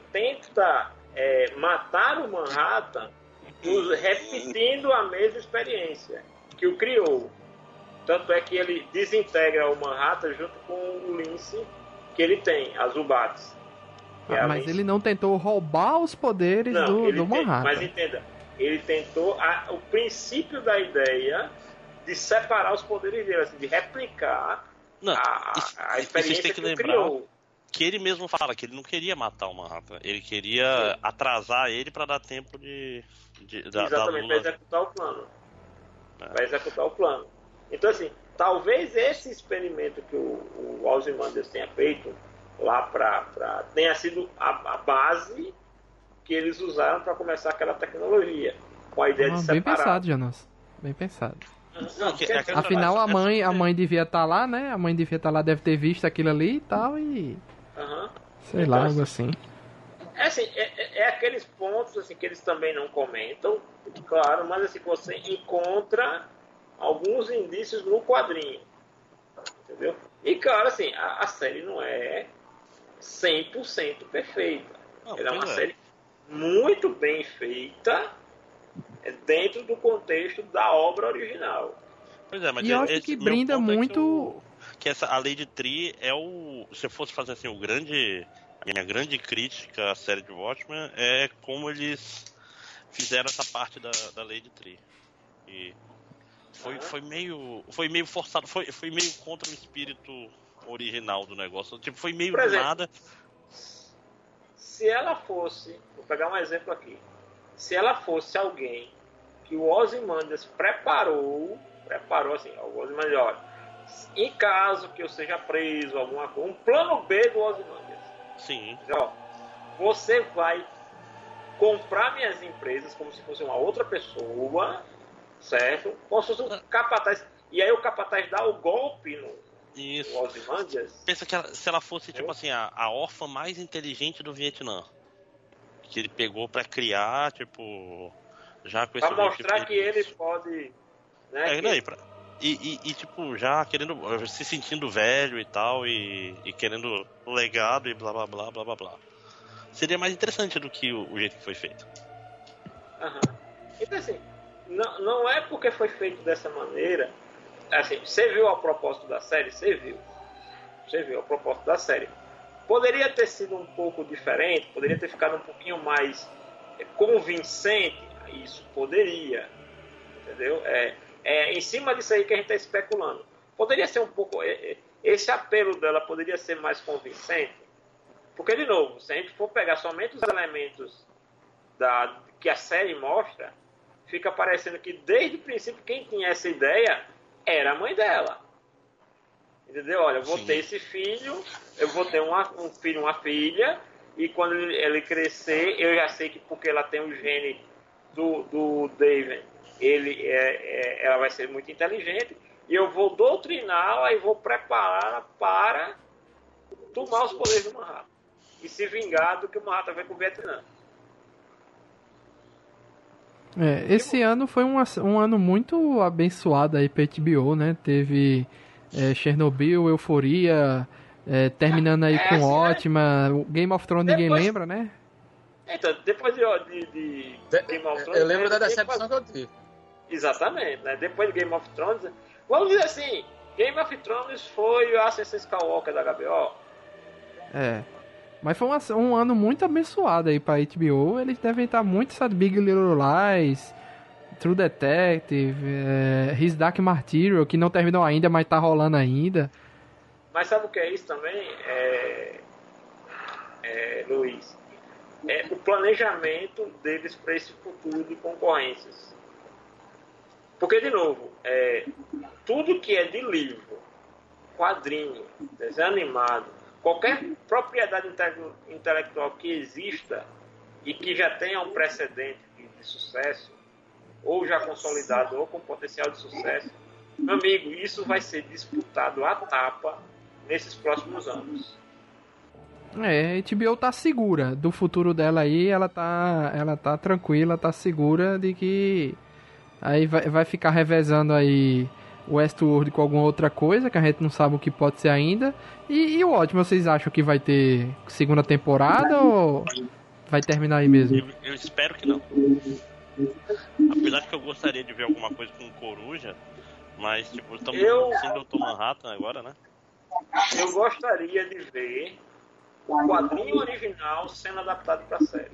matar o Manhattan repetindo a mesma experiência que o criou. Tanto é que ele desintegra o Manhattan junto com o Lince que ele tem, as Zubats. Mas ele não tentou roubar os poderes do Manhattan. Mas entenda, ele tentou o princípio da ideia de separar os poderes dele, assim, de replicar a experiência que ele criou. Que ele mesmo fala que ele não queria matar o Manhattan, ele queria atrasar ele para dar tempo exatamente, para executar o plano. Para executar o plano. Então, assim, talvez esse experimento que o Ozymandias tenha feito lá tenha sido a base que eles usaram para começar aquela tecnologia, com a ideia de separar. Bem pensado, Jonas. Bem pensado. Não, Afinal, a mãe devia estar lá, né? A mãe devia estar lá, deve ter visto aquilo ali e tal, e... Sei lá, algo assim. Assim, é aqueles pontos assim, que eles também não comentam, claro, mas assim, você encontra alguns indícios no quadrinho, entendeu? E claro, assim, a série não é 100% perfeita. Ela é uma série muito bem feita dentro do contexto da obra original. Pois é, mas e eu acho que brinda muito... Que a Lady Tree é o... Se eu fosse fazer assim, a minha grande crítica à série de Watchmen é como eles fizeram essa parte da Lady Tree. E foi meio forçado, foi meio contra o espírito original do negócio. Tipo, foi meio do nada. Se ela fosse, vou pegar um exemplo aqui, se ela fosse alguém que o Ozymandias preparou assim, o Ozymandias, olha, em caso que eu seja preso, alguma coisa, um plano B do Ozymandias. Sim. Ó, você vai comprar minhas empresas como se fosse uma outra pessoa, certo? Como se fosse um capataz. E aí o capataz dá o golpe no Ozymandias. Pensa que se ela fosse, tipo assim, a órfã mais inteligente do Vietnã. Que ele pegou pra criar, tipo... Já com esse pra mostrar que ele pode... Né, E tipo, já querendo... Se sentindo velho e tal, e querendo o legado e blá blá blá blá blá blá. Seria mais interessante do que o jeito que foi feito. Então assim, não é porque foi feito dessa maneira. Assim, você viu a propósito da série? Você viu a propósito da série. Poderia ter sido um pouco diferente, poderia ter ficado um pouquinho mais convincente. Isso poderia, entendeu? Em cima disso aí que a gente está especulando. Poderia ser um pouco... Esse apelo dela poderia ser mais convincente. Porque, de novo, se a gente for pegar somente os elementos que a série mostra, fica parecendo que desde o princípio quem tinha essa ideia era a mãe dela. Entendeu? Olha, eu vou ter esse filho, eu vou ter um filho, uma filha, e quando ele crescer, eu já sei que porque ela tem o gene do David, ela vai ser muito inteligente, e eu vou doutriná-la e vou prepará-la para tomar os poderes do Manhattan e se vingar do que o Manhattan vem com o Vietnã. Esse ano foi um ano muito abençoado aí pra HBO, né? Teve Chernobyl, Euforia, terminando aí com Ótima, né? Game of Thrones ninguém lembra, né? Então, depois de Game of Thrones... Eu lembro da decepção que eu tive. Exatamente, né? Depois de Game of Thrones, vamos dizer assim, Game of Thrones foi o Ascensão Skywalker da HBO. Mas foi um ano muito abençoado aí pra HBO. Eles devem estar muito, sabe, Big Little Lies, True Detective, His Dark Material, que não terminou ainda, mas tá rolando ainda. Mas sabe o que é isso também, Luiz? O planejamento deles para esse futuro de concorrências. Porque, de novo, tudo que é de livro, quadrinho, desenho animado, qualquer propriedade intelectual que exista e que já tenha um precedente de sucesso, ou já consolidado, ou com potencial de sucesso, meu amigo, isso vai ser disputado à tapa nesses próximos anos. A HBO tá segura do futuro dela aí, ela tá tranquila, tá segura de que aí vai ficar revezando aí Westworld com alguma outra coisa, que a gente não sabe o que pode ser ainda. E o ótimo, vocês acham que vai ter segunda temporada ou vai terminar aí mesmo? Eu espero que não. Apesar de que eu gostaria de ver alguma coisa com Coruja, mas tipo, estamos sem Dr. Manhattan agora, né? Eu gostaria de ver o quadrinho original sendo adaptado para a série.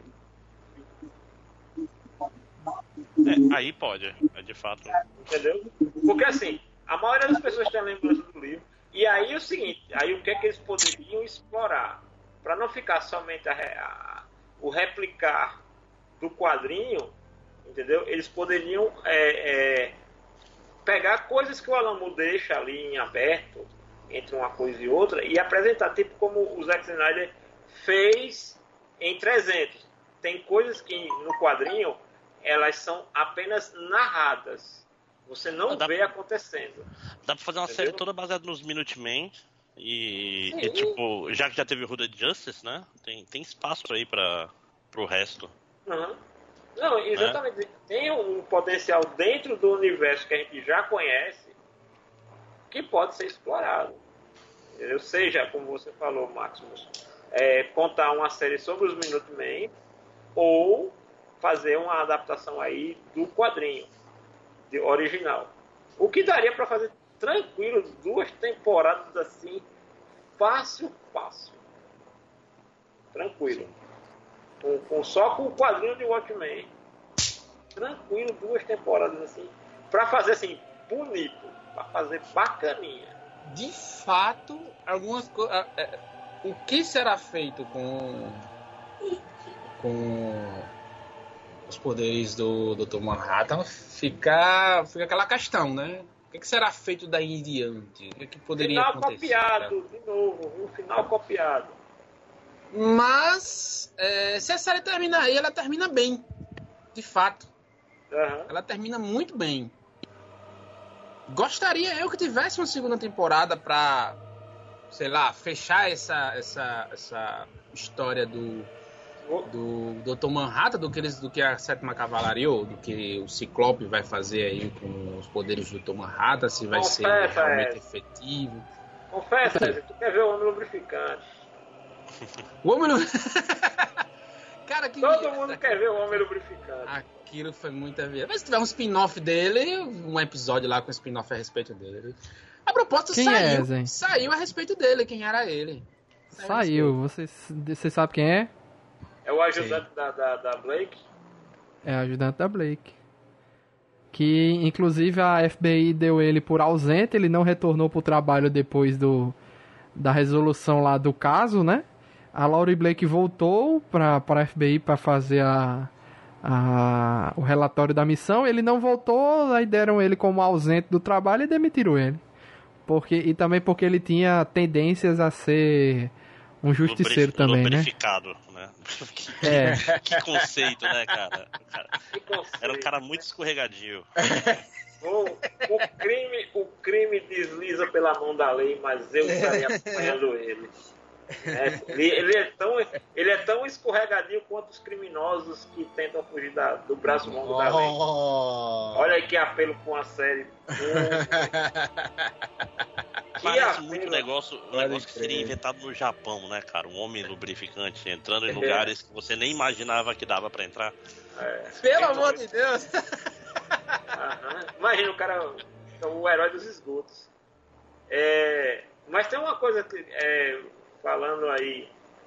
Aí pode, de fato. Entendeu? Porque assim, a maioria das pessoas tem a lembrança do livro. E aí o seguinte, aí o que é que eles poderiam explorar? Para não ficar somente o replicar do quadrinho, entendeu? Eles poderiam pegar coisas que o Alan Moore deixa ali em aberto, entre uma coisa e outra, e apresentar, tipo como o Zack Snyder fez em 300. Tem coisas que no quadrinho, elas são apenas narradas. Você não vê acontecendo. Dá pra fazer uma série toda baseada nos Minutemen. E tipo, já que já teve o Hooded Justice, né? Tem espaço aí pro resto. Uhum. Não, exatamente. Tem um potencial dentro do universo que a gente já conhece que pode ser explorado. Ou seja, como você falou, Maximus, contar uma série sobre os Minutemen ou fazer uma adaptação aí do quadrinho original. O que daria para fazer tranquilo 2 temporadas assim, fácil. Tranquilo. Só com o quadrinho de Watchmen. Tranquilo, 2 temporadas assim, para fazer assim, bonito, para fazer bacaninha. De fato, algumas coisas. O que será feito com os poderes do Dr. Manhattan fica aquela questão, né? O que será feito daí em diante? O que poderia final acontecer? Copiado, de novo, um final copiado. Mas se a série terminar aí, ela termina bem, de fato. Uhum. Ela termina muito bem. Gostaria eu que tivesse uma segunda temporada pra, sei lá, fechar essa história do Dr. Manhattan, do que a Sétima Cavalaria, ou do que o Ciclope vai fazer aí com os poderes do Dr. Manhattan, se vai ser realmente efetivo. Confessa, tu quer ver o Homem Lubrificante. O Homem Cara, todo mundo quer ver o Homem Lubrificante. Aquilo foi muita vida. Mas se tiver um spin-off dele, um episódio lá com spin-off a respeito dele. A proposta saiu a respeito dele, quem era ele. Saiu. Você sabe quem é? É o ajudante da Blake? É o ajudante da Blake. Que, inclusive, a FBI deu ele por ausente, ele não retornou pro trabalho depois da resolução lá do caso, né? A Laurie Blake voltou pra FBI pra fazer o relatório da missão, ele não voltou, aí deram ele como ausente do trabalho e demitiram ele. E também porque ele tinha tendências a ser um justiceiro também, lubrificado, né? Que conceito, né, cara? Era um cara muito escorregadio. O crime desliza pela mão da lei, mas eu estaria apanhando ele. Ele é tão escorregadio quanto os criminosos que tentam fugir do braço longo da lei. Olha aí que apelo com a série. Parece muito negócio que seria inventado no Japão, né, cara? Um homem lubrificante entrando em lugares que você nem imaginava que dava pra entrar. Pelo amor de Deus! Imagina o cara, o herói dos esgotos. Mas tem uma coisa que, falando aí,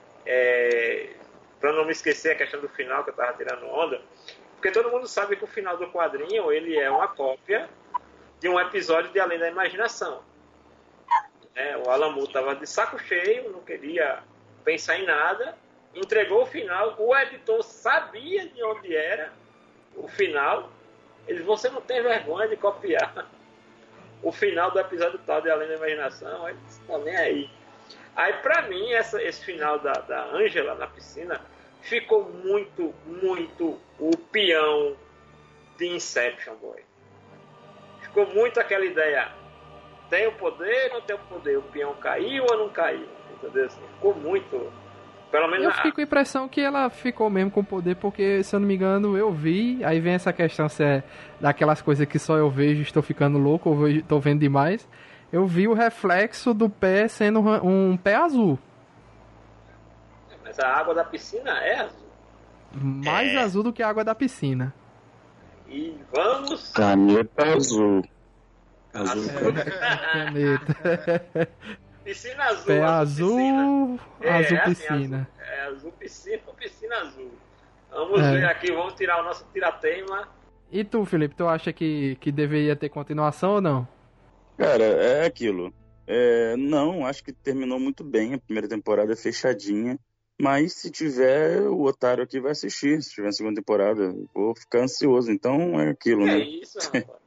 pra não me esquecer a questão do final, que eu tava tirando onda, porque todo mundo sabe que o final do quadrinho, ele é uma cópia de um episódio de Além da Imaginação. O Alan Moore estava de saco cheio, não queria pensar em nada, entregou o final, o editor sabia de onde era o final, ele disse, você não tem vergonha de copiar o final do episódio tal de Além da Imaginação? Ele disse, tá nem aí. Aí pra mim, esse final da Angela na piscina ficou muito, muito o peão de Inception, boy. Ficou muito aquela ideia, tem o poder, não tem o poder, o peão caiu ou não caiu, entendeu? Assim, ficou muito, pelo menos... Eu fiquei com a impressão que ela ficou mesmo com o poder, porque, se eu não me engano, eu vi, aí vem essa questão se é daquelas coisas que só eu vejo, estou ficando louco, ou estou vendo demais, eu vi o reflexo do pé sendo um pé azul. Mas a água da piscina é azul. Mais azul do que a água da piscina. E vamos... Caneta azul. Azul. Caneta. Piscina azul. Pé azul, azul assim, piscina. Azul piscina ou piscina azul. Vamos ver aqui, vamos tirar o nosso tirateima. E tu, Felipe, tu acha que deveria ter continuação ou não? Cara, é aquilo. Não, acho que terminou muito bem. A primeira temporada é fechadinha. Mas se tiver, o Otário aqui vai assistir. Se tiver a segunda temporada, vou ficar ansioso. Então é aquilo, né? É isso, rapaz.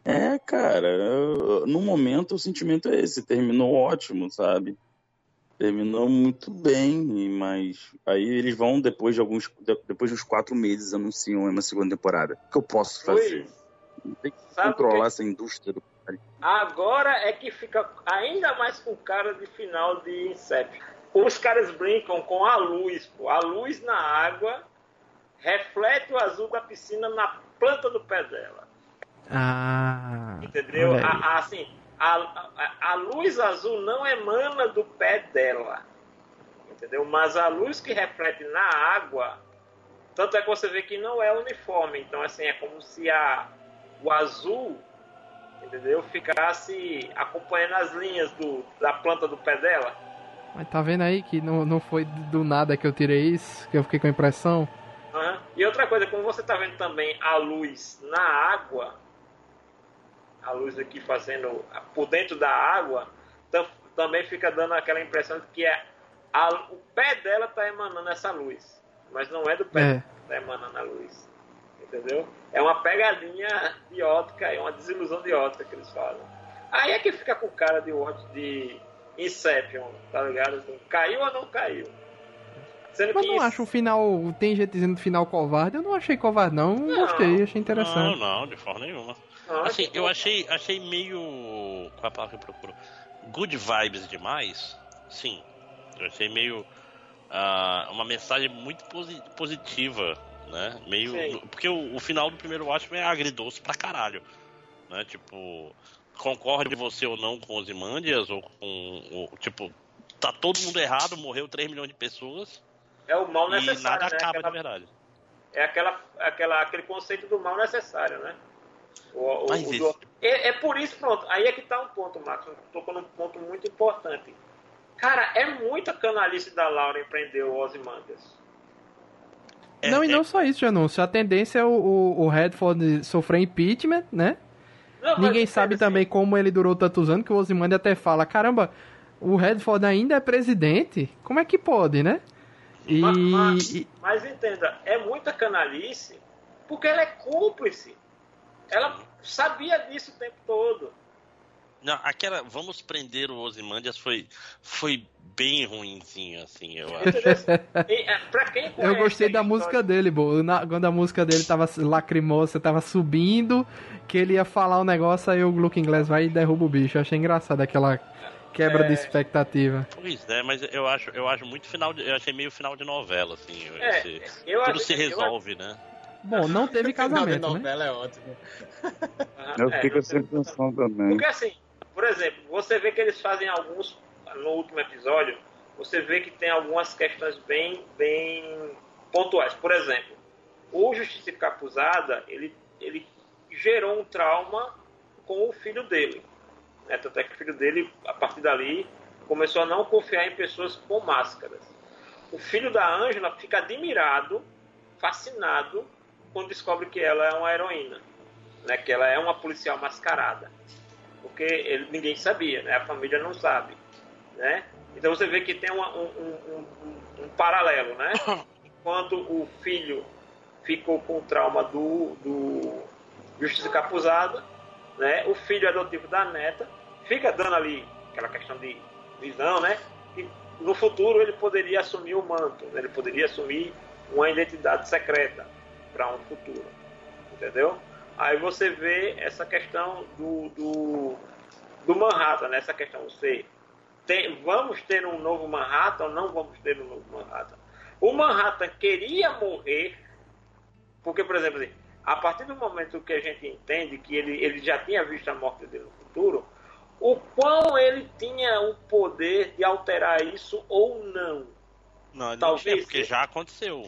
Cara, no momento o sentimento é esse, terminou ótimo, sabe? Terminou muito bem, mas aí eles vão, depois de uns 4 meses, anunciam uma segunda temporada. O que eu posso fazer? Luiz, Tem que sabe controlar o essa indústria do... agora é que fica ainda mais com cara de final de Inception. Os caras brincam com a luz, pô. A luz na água reflete o azul da piscina na planta do pé dela. Entendeu? Olha aí. Assim, a luz azul não emana do pé dela. Entendeu? Mas a luz que reflete na água, tanto é que você vê que não é uniforme. Então, assim, é como se o azul, entendeu, ficasse acompanhando as linhas da planta do pé dela. Mas tá vendo aí que não foi do nada que eu tirei isso, que eu fiquei com a impressão? Uhum. E outra coisa, como você tá vendo também a luz na água, a luz aqui fazendo por dentro da água, também fica dando aquela impressão de que o pé dela tá emanando essa luz, mas não é do pé que tá emanando a luz, entendeu? É uma pegadinha de ótica, é uma desilusão de ótica que eles fazem. Aí é que fica com cara de Inception, tá ligado? Assim, caiu ou não caiu? Sendo Mas que não acho o final. Tem gente dizendo final covarde. Eu não achei covarde, não. Gostei, achei interessante. Não, de forma nenhuma. Assim, eu achei meio. Qual é a palavra que eu procuro? Good vibes demais. Sim. Eu achei meio. Uma mensagem muito positiva, né? Meio. Sim. Porque o final do primeiro Watchmen é agridoce pra caralho. Né? Tipo. Concorde você ou não com Ozymandias, ou com. Tipo, tá todo mundo errado, morreu 3 milhões de pessoas. É o mal necessário, e nada né? acaba de verdade. É aquele conceito do mal necessário, né? É por isso, pronto. Aí é que tá um ponto, Marcos. Tocou num ponto muito importante. Cara, é muita canalice da Laura empreender o Ozymandias. Não, e não só isso, Janúncio. A tendência é o Redford sofrer impeachment, né? Não, Ninguém sabe também como ele durou tantos anos, que o Ozymandias até fala, caramba, o Redford ainda é presidente? Como é que pode, né? Mas entenda, é muita canalice porque ela é cúmplice. Ela sabia disso o tempo todo. Não, aquela vamos prender o Ozymandias foi bem ruinzinho, assim, eu acho. Pra quem conhece, eu gostei da música dele, quando a música dele tava lacrimosa, tava subindo, que ele ia falar um negócio, aí o Looking Glass vai e derruba o bicho. Eu achei engraçado aquela quebra de expectativa. Pois é, mas eu acho muito eu achei meio final de novela, assim. Tudo se resolve, né? Bom, não teve casamento, né? novela é ótimo. Eu fiquei com essa impressão também. Porque assim, por exemplo, você vê que eles fazem alguns, no último episódio, você vê que tem algumas questões bem pontuais. Por exemplo, o Justiça Encapuzada, ele gerou um trauma com o filho dele. Né? Tanto é que o filho dele, a partir dali, começou a não confiar em pessoas com máscaras. O filho da Ângela fica admirado, fascinado, quando descobre que ela é uma heroína, né? Que ela é uma policial mascarada. Porque ninguém sabia, né? A família não sabe. Né? Então você vê que tem um paralelo, né? Enquanto o filho ficou com o trauma do Justiça Encapuzada, né? O filho adotivo da neta fica dando ali aquela questão de visão, né? E no futuro ele poderia assumir o manto, né? Ele poderia assumir uma identidade secreta para um futuro, entendeu? Aí você vê essa questão do Manhattan, né? Essa questão, vamos ter um novo Manhattan ou não vamos ter um novo Manhattan? O Manhattan queria morrer, porque, por exemplo, assim, a partir do momento que a gente entende que ele já tinha visto a morte dele no futuro, o quão ele tinha o poder de alterar isso ou não? Não, talvez porque já aconteceu.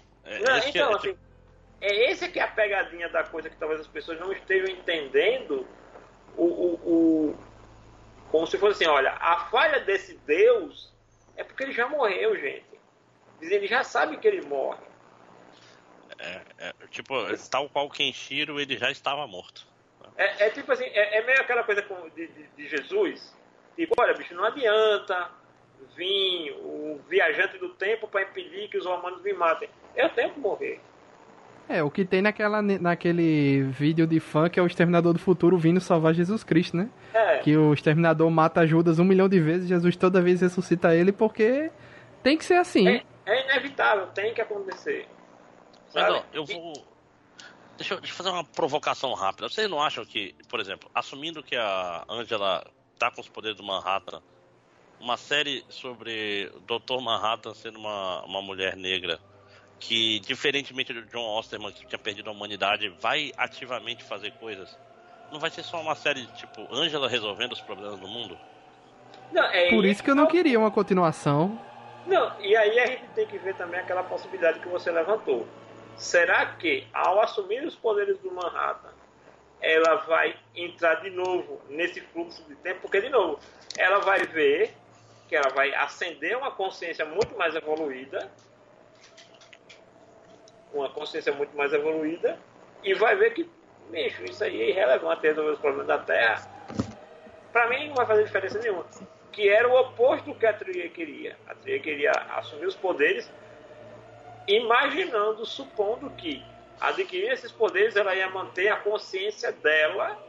Esse que é a pegadinha da coisa que talvez as pessoas não estejam entendendo, como se fosse assim, olha, a falha desse Deus é porque ele já morreu, gente. Ele já sabe que ele morre. Tipo, tal qual Kenshiro, ele já estava morto. Tipo assim, é meio aquela coisa de Jesus. Tipo, olha, bicho, não adianta vir o viajante do tempo para impedir que os romanos me matem. Eu tenho que morrer. O que tem naquele vídeo de fã que é o Exterminador do Futuro vindo salvar Jesus Cristo, né? Que o Exterminador mata Judas 1 milhão de vezes, Jesus toda vez ressuscita ele, porque tem que ser assim. É inevitável, tem que acontecer. Mas ó, Deixa eu fazer uma provocação rápida. Vocês não acham que, por exemplo, assumindo que a Angela tá com os poderes do Manhattan, uma série sobre o Dr. Manhattan sendo uma mulher negra, que, diferentemente do John Osterman, que tinha perdido a humanidade, vai ativamente fazer coisas, não vai ser só uma série tipo Angela resolvendo os problemas do mundo? Não, Por isso que eu não queria uma continuação. Não, e aí a gente tem que ver também aquela possibilidade que você levantou. Será que, ao assumir os poderes do Manhattan, ela vai entrar de novo nesse fluxo de tempo? Porque, de novo, ela vai ver que ela vai acender uma consciência muito mais evoluída, e vai ver que, bicho, isso aí é irrelevante resolver os problemas da Terra. Pra mim não vai fazer diferença nenhuma. Que era o oposto do que a Trier queria. A Trier queria assumir os poderes, imaginando, supondo que, adquirir esses poderes, ela ia manter a consciência dela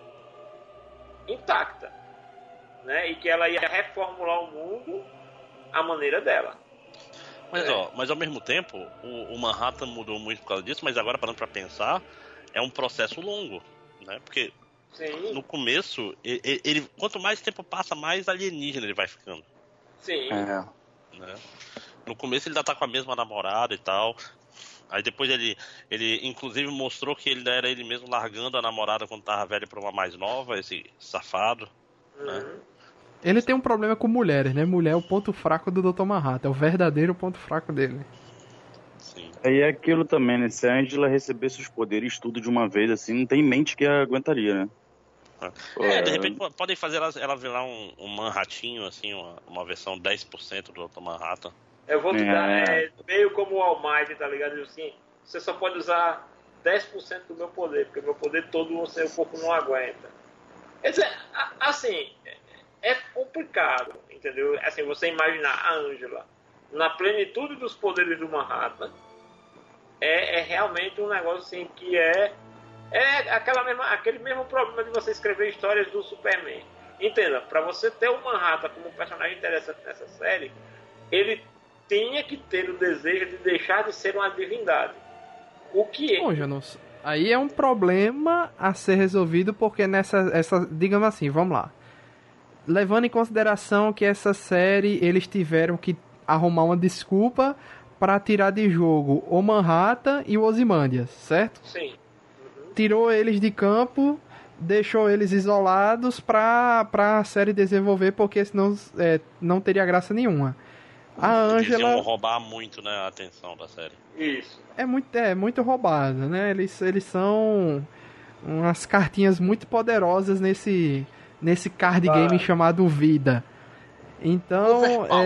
intacta, né? E que ela ia reformular o mundo à maneira dela. Mas ao mesmo tempo, o Manhattan mudou muito por causa disso, mas agora, parando pra pensar, é um processo longo, né? Porque Sim. no começo, ele quanto mais tempo passa, mais alienígena ele vai ficando. Sim. Né? No começo ele ainda tá com a mesma namorada e tal. Aí depois ele inclusive mostrou que ele era ele mesmo largando a namorada quando tava velho pra uma mais nova, esse safado. Né? Ele tem um problema com mulheres, né? Mulher é o ponto fraco do Dr. Manhattan, é o verdadeiro ponto fraco dele. Sim. Aí é aquilo também, né? Se a Angela recebesse os poderes tudo de uma vez, assim, não tem mente que aguentaria, né? De repente podem fazer ela virar um Manhattinho, assim, uma versão 10% do Dr. Manhattan. Eu vou te dar, meio como o All Might, tá ligado? Assim, você só pode usar 10% do meu poder, porque o meu poder todo o seu corpo não aguenta. Quer dizer, assim, é complicado, entendeu? Assim, você imaginar a Angela na plenitude dos poderes do Manhattan é realmente um negócio assim que é aquele mesmo problema de você escrever histórias do Superman. Entenda, para você ter o Manhattan como um personagem interessante nessa série, ele tinha que ter o desejo de deixar de ser uma divindade. O que é? Bom, Janus, aí é um problema a ser resolvido, porque digamos assim, vamos lá. Levando em consideração que essa série, eles tiveram que arrumar uma desculpa para tirar de jogo o Manhattan e o Ozymandias, certo? Sim. Tirou eles de campo, deixou eles isolados pra a série desenvolver, porque senão não teria graça nenhuma. A Angela... Eles iam roubar muito, né, a atenção da série. Isso. É muito roubada, né? Eles são umas cartinhas muito poderosas nesse card game chamado Vida. Então,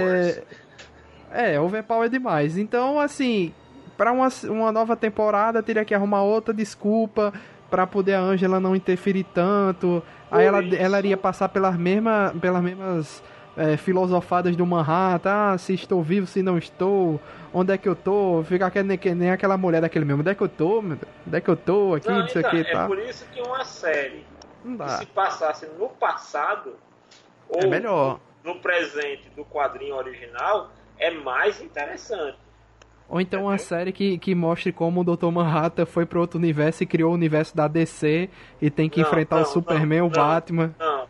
overpower demais. Então, assim, pra uma nova temporada teria que arrumar outra desculpa pra poder a Angela não interferir tanto. Aí ela iria passar pelas mesmas filosofadas do Manhattan. Se estou vivo, se não estou, onde é que eu tô? Ficar que nem aquela mulher daquele mesmo. Onde é que eu tô, meu Deus? Onde é que eu tô aqui, Não, isso aqui e tal. É por isso que uma série Não dá. que se passasse no passado ou melhor. no presente do quadrinho original é mais interessante. Ou então uma série que mostre como o Dr. Manhattan foi pro outro universo e criou o universo da DC e tem que enfrentar o Superman, o Batman. Não.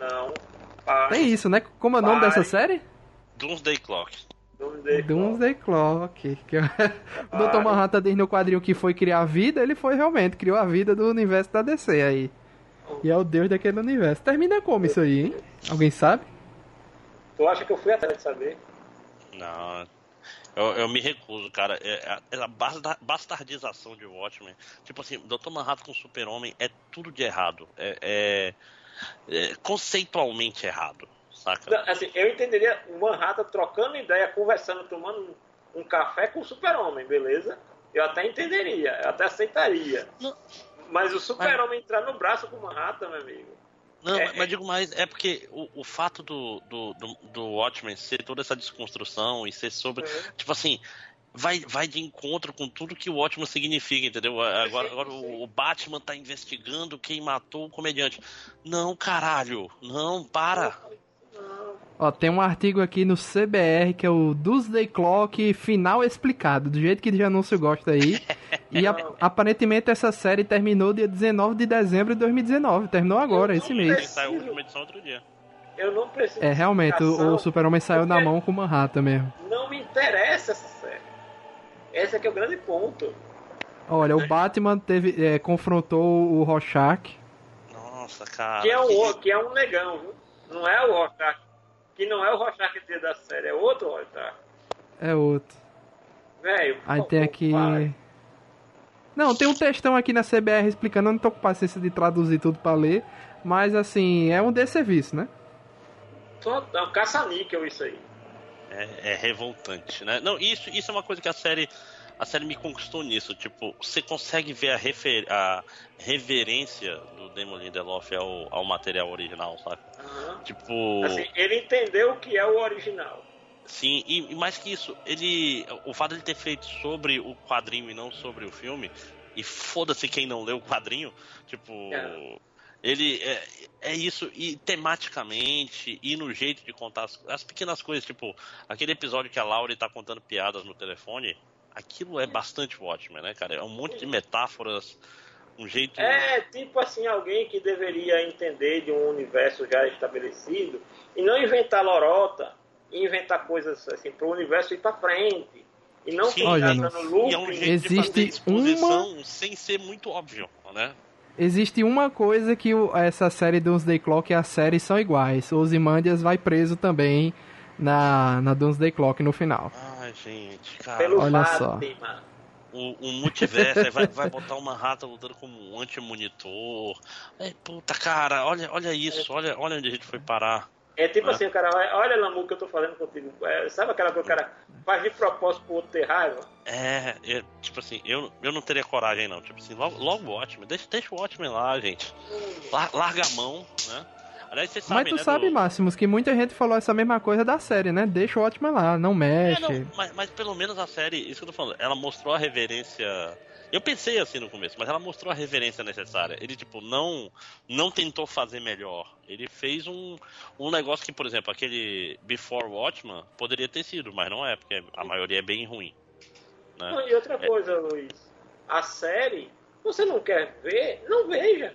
Tem isso, né? Como é o nome dessa série? Doomsday Clock. Doomsday Clock. O Dr. Manhattan, desde o quadrinho que foi criar a vida, ele foi realmente, criou a vida do universo da DC aí. E é o deus daquele universo. Termina como isso aí, hein? Alguém sabe? Tu acha que eu fui atrás de saber? Não, eu me recuso, cara. A bastardização de Watchmen. Tipo assim, Dr. Manhattan com Super-Homem é tudo de errado. É conceitualmente errado, saca? Não, assim, eu entenderia o Manhattan trocando ideia, conversando, tomando um café com o Super-Homem, beleza? Eu até entenderia, eu até aceitaria. Não. Mas o Super-Homem entrar no braço do Manhattan, meu amigo... Não, mas digo mais, é porque o fato do Watchmen ser toda essa desconstrução e ser sobre... Tipo assim, vai de encontro com tudo que o Watchmen significa, entendeu? Agora o Batman tá investigando quem matou o comediante. Não, caralho, não, para. Ó, tem um artigo aqui no CBR que é o Doomsday Clock final explicado, do jeito que de anúncio gosta aí. E aparentemente essa série terminou dia 19 de dezembro de 2019. Terminou agora, esse mês. Saiu a última edição outro dia. Eu não preciso. É, realmente, o Super-Homem saiu na mão com Manhattan mesmo. Não me interessa essa série. Esse aqui é o grande ponto. Olha, o Batman confrontou o Rorschach. Nossa, cara. Que é um negão, viu? Não é o Rorschach. Que não é o Rorschach da série, é outro Rorschach. É outro. Velho, aí tem aqui... Pai. Não, tem um textão aqui na CBR explicando, eu não tô com paciência de traduzir tudo pra ler, mas assim, é um desserviço, né? É um caça-níquel isso aí. É revoltante, né? Não, isso é uma coisa que a série me conquistou nisso. Tipo, você consegue ver a reverência do Damon Lindelof ao material original, sabe? Uhum. Tipo... Assim, ele entendeu o que é o original. Sim, e mais que isso, o fato de ele ter feito sobre o quadrinho e não sobre o filme, e foda-se quem não leu o quadrinho, tipo... Ele é isso, e tematicamente, e no jeito de contar as pequenas coisas, tipo, aquele episódio que a Laurie tá contando piadas no telefone, aquilo é bastante Watchmen, né, cara? É um monte de metáforas, um jeito... É tipo assim, alguém que deveria entender de um universo já estabelecido, e não inventar lorota, e inventar coisas assim, pro universo ir pra frente, e não ficar dando looping. E é um jeito de fazer exposição sem ser muito óbvio, né? Existe uma coisa que essa série Doomsday Clock e a série são iguais. O Ozymandias vai preso também na Doomsday Clock no final. Ai, gente, cara. Pelo olha só. O multiverso vai botar uma rata lutando como um anti-monitor. Puta, cara, olha isso. Olha onde a gente foi parar. É tipo assim, o cara, olha, Lamu, que eu tô falando contigo. Sabe aquela coisa que o cara faz de propósito pro outro ter raiva? Tipo assim, eu não teria coragem, não. Tipo assim, logo o Watchmen. Deixa o Watchmen lá, gente. Larga a mão, né? Aliás, você sabe, mas tu sabe, Máximos, que muita gente falou essa mesma coisa da série, né? Deixa o Watchmen lá, não mexe. Mas pelo menos a série, isso que eu tô falando, ela mostrou a reverência... Eu pensei assim no começo, mas ela mostrou a reverência necessária. Ele, tipo, não tentou fazer melhor. Ele fez um negócio que, por exemplo, aquele Before Watchmen poderia ter sido, mas não é, porque a maioria é bem ruim. Né? Não, e outra coisa, Luiz. A série, você não quer ver, não veja.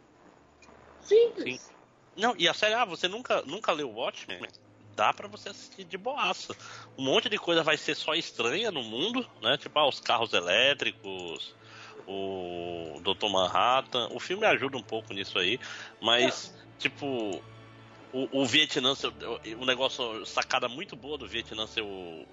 Simples. Sim. Não, e a série, você nunca leu Watchmen? Dá pra você assistir de boaça. Um monte de coisa vai ser só estranha no mundo, né? Tipo, os carros elétricos, o Dr. Manhattan. O filme ajuda um pouco nisso aí, mas, tipo, o Vietnã, o negócio, sacada muito boa do Vietnã ser o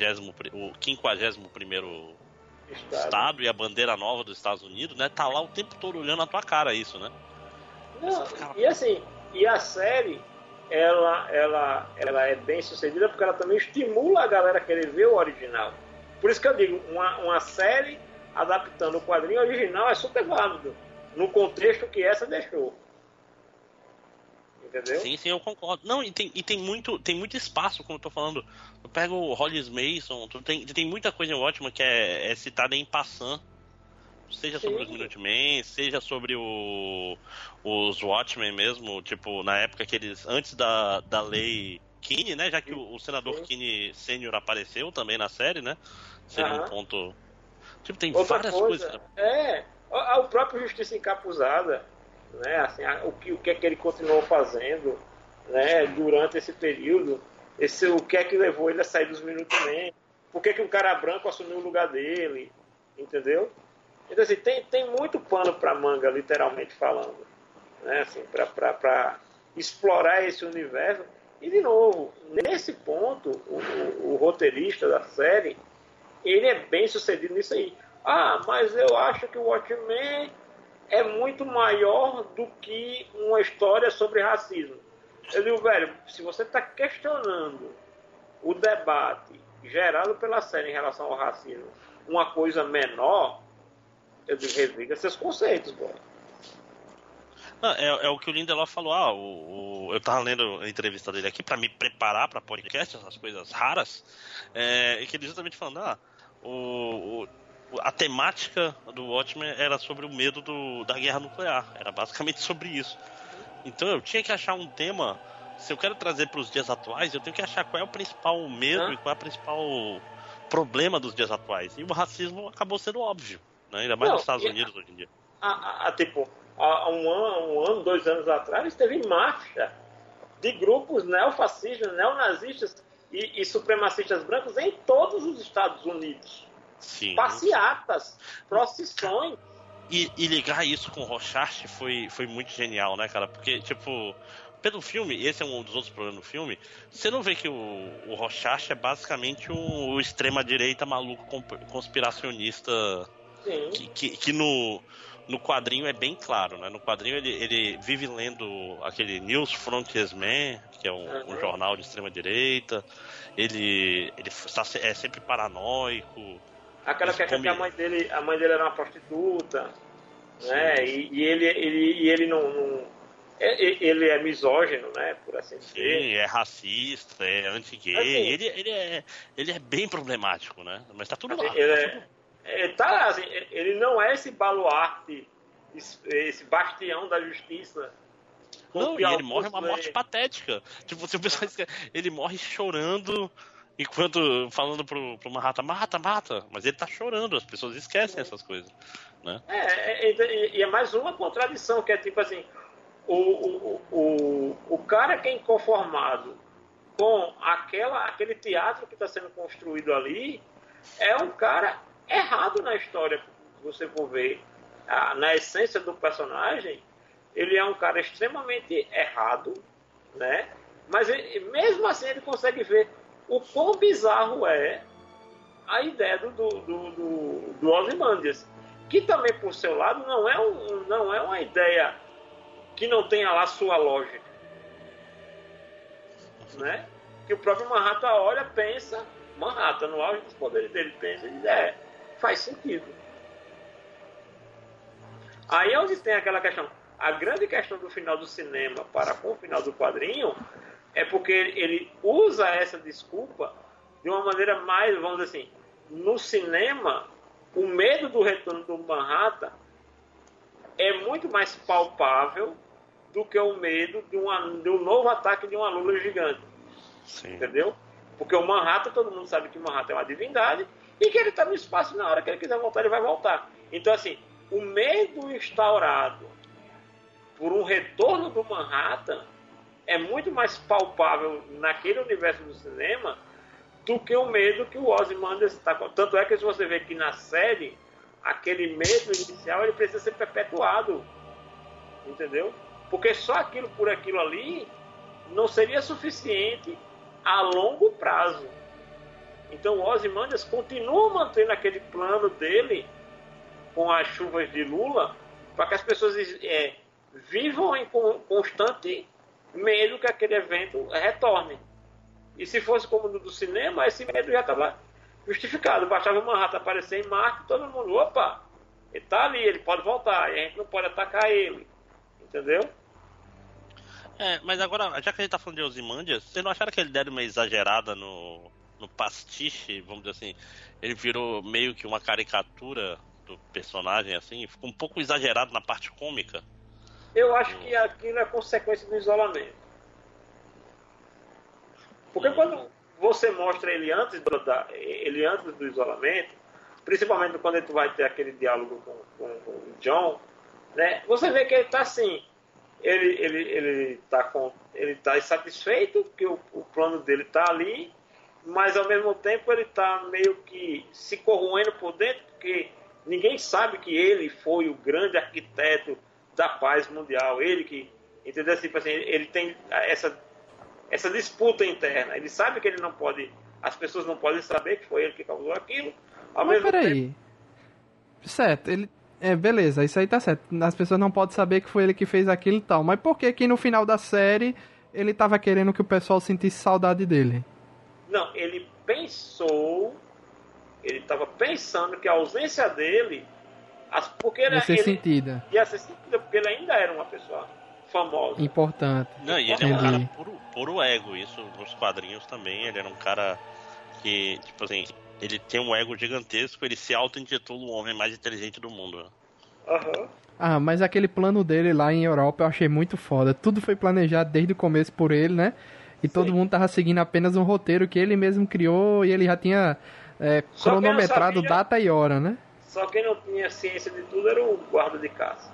51º estado e a bandeira nova dos Estados Unidos, né? Tá lá o tempo todo olhando na tua cara isso, né? Não, e assim, e a série... Ela é bem sucedida porque ela também estimula a galera a querer ver o original. Por isso que eu digo, uma série adaptando o quadrinho original é super válido, no contexto que essa deixou. Entendeu? Sim, eu concordo. Não, e tem muito espaço, como eu tô falando. Eu pego o Hollis Mason, tem muita coisa em Watchmen que é citada em passant. Seja sobre os Minutemen, seja sobre os Watchmen mesmo, tipo, na época que eles, antes da lei Kinney, né, já que o senador Kinney Sênior apareceu também na série, né, seria um ponto, tipo, tem outra várias coisas. O próprio Justiça Encapuzada, né, assim, o que é que ele continuou fazendo, né, durante esse período, o que é que levou ele a sair dos Minutemen, por que um cara branco assumiu o lugar dele, entendeu? Então, assim, tem muito pano para manga, literalmente falando, né? Assim, para explorar esse universo. E, de novo, nesse ponto, o roteirista da série, ele é bem sucedido nisso aí. Mas eu acho que o Watchmen é muito maior do que uma história sobre racismo. Eu digo, velho, se você está questionando o debate gerado pela série em relação ao racismo, uma coisa menor... Eu digo, reviga seus conceitos, pô. É o que o Lindelof falou. Eu tava lendo a entrevista dele aqui pra me preparar pra podcast, essas coisas raras. Que ele justamente falando, a temática do Watchmen era sobre o medo da guerra nuclear. Era basicamente sobre isso. Então eu tinha que achar um tema. Se eu quero trazer para os dias atuais, eu tenho que achar qual é o principal medo e qual é o principal problema dos dias atuais. E o racismo acabou sendo óbvio, né? Ainda mais nos Estados Unidos hoje em dia. Tipo, há um ano, 2 anos atrás, teve marcha de grupos neofascistas, neonazistas e supremacistas brancos em todos os Estados Unidos. Sim. Passeatas, procissões. E ligar isso com o Rorschach foi muito genial, né, cara? Porque, tipo, pelo filme, esse é um dos outros problemas do filme, você não vê que o Rorschach é basicamente o extrema-direita maluco conspiracionista. Sim. Que no quadrinho é bem claro, né? No quadrinho ele vive lendo aquele News Frontiersman, que é um jornal de extrema-direita. Ele é sempre paranoico. Aquela questão que a mãe dele era uma prostituta, né? E ele não ele é misógino, né? Por assim dizer. Sim, é racista, é anti-gay. Assim, ele é bem problemático, né? Mas tá tudo lá. Ele não é esse baluarte, esse bastião da justiça. Não, e ele morre uma morte patética. Tipo, se o pessoal ele morre chorando. Enquanto falando pro Manhattan, mata, mas ele tá chorando, as pessoas esquecem essas coisas, né? E é mais uma contradição, que é tipo assim, o cara que é inconformado com aquele teatro que está sendo construído ali, é um cara errado na história, se você for ver. Na essência do personagem, ele é um cara extremamente errado, né? Mas mesmo assim ele consegue ver o quão bizarro é a ideia do Ozymandias, que também, por seu lado, não é uma ideia que não tenha lá sua lógica, né? Que o próprio Manhattan olha, pensa, Manhattan, no auge dos poderes dele, pensa e diz, faz sentido. Aí é onde tem aquela questão. A grande questão do final do cinema para com o final do quadrinho é porque ele usa essa desculpa de uma maneira mais, vamos dizer assim, no cinema, o medo do retorno do Manhattan é muito mais palpável do que o medo de um novo ataque de uma lula gigante. Sim. Entendeu? Porque o Manhattan, todo mundo sabe que o Manhattan é uma divindade e que ele está no espaço, na hora que ele quiser voltar, ele vai voltar. Então, assim, o medo instaurado por um retorno do Manhattan é muito mais palpável naquele universo do cinema do que o medo que o Ozymandias está com. Tanto é que se você vê que na série, aquele medo inicial ele precisa ser perpetuado. Entendeu? Porque só aquilo por aquilo ali não seria suficiente a longo prazo. Então o Ozymandias continua mantendo aquele plano dele com as chuvas de Lula para que as pessoas vivam em constante medo que aquele evento retorne. E se fosse como no do cinema, esse medo já estava justificado. Bastava o Manhattan aparecer em Marte, todo mundo, opa, ele está ali, ele pode voltar, e a gente não pode atacar ele. Entendeu? Mas agora, já que a gente tá falando de Ozymandias, vocês não acharam que ele deram uma exagerada no pastiche, vamos dizer assim? Ele virou meio que uma caricatura do personagem, assim, ficou um pouco exagerado na parte cômica. Eu acho que aquilo é consequência do isolamento. Porque quando você mostra ele antes do isolamento, principalmente quando ele vai ter aquele diálogo com o John, né, você vê que ele está assim, ele tá insatisfeito, que o plano dele está ali, mas ao mesmo tempo ele está meio que se corroendo por dentro, porque ninguém sabe que ele foi o grande arquiteto da paz mundial, ele que, entendeu? Tipo assim, ele tem essa disputa interna, ele sabe que ele não pode, as pessoas não podem saber que foi ele que causou aquilo. Mas peraí, certo, ele beleza, isso aí tá certo, as pessoas não podem saber que foi ele que fez aquilo e tal, mas por que no final da série ele tava querendo que o pessoal sentisse saudade dele? Não, ele estava pensando que a ausência dele ia ser sentida. Ia ser sentida, porque ele ainda era uma pessoa famosa. Importante. Não, e ele é um cara puro ego, isso nos quadrinhos também, ele era um cara que, tipo assim, ele tem um ego gigantesco, ele se auto-intitula o homem mais inteligente do mundo. Aham. Ah, mas aquele plano dele lá em Europa eu achei muito foda. Tudo foi planejado desde o começo por ele, né? E todo mundo tava seguindo apenas um roteiro que ele mesmo criou e ele já tinha Só quem não cronometrado sabia- data e hora, né? Só quem não tinha ciência de tudo era o guarda de caça.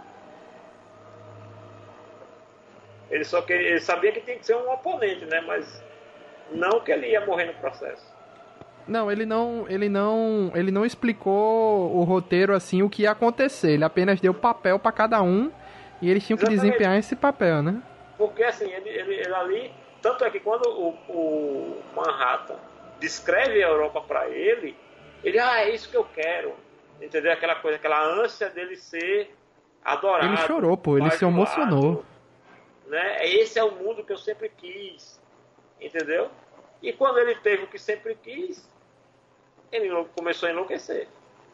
Ele sabia que tinha que ser um oponente, né? Mas não que ele ia morrer no processo. Não, ele não explicou o roteiro assim, o que ia acontecer. Ele apenas deu papel pra cada um e eles tinham que Exatamente. desempenhar esse papel, né? Porque assim, ele ali. Tanto é que quando o Manhattan descreve a Europa pra ele, é isso que eu quero. Entendeu? Aquela coisa, aquela ânsia dele ser adorado. Ele chorou, pô, ele se bajulado, emocionou. Né? Esse é o mundo que eu sempre quis. Entendeu? E quando ele teve o que sempre quis, ele começou a enlouquecer.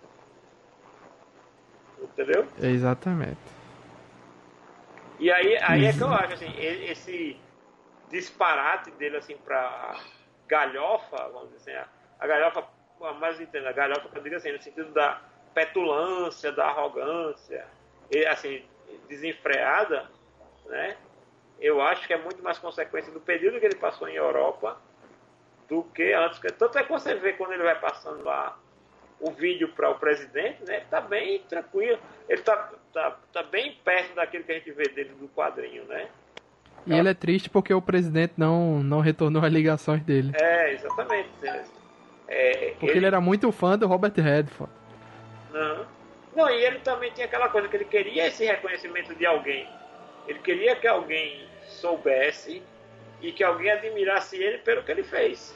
Entendeu? Exatamente. E aí é que eu acho, assim, esse disparate dele, assim, pra galhofa, vamos dizer assim, a galhofa, mais entendo, a galhofa, eu digo assim, no sentido da petulância, da arrogância, e, assim, desenfreada, né? Eu acho que é muito mais consequência do período que ele passou em Europa do que antes. Tanto é que você vê quando ele vai passando lá o vídeo para o presidente, né? Ele tá bem tranquilo. Ele tá bem perto daquilo que a gente vê dele do quadrinho, né? E ele é triste porque o presidente não retornou as ligações dele. Exatamente. Porque ele era muito fã do Robert Redford. Não, e ele também tinha aquela coisa que ele queria esse reconhecimento de alguém. Ele queria que alguém soubesse e que alguém admirasse ele pelo que ele fez.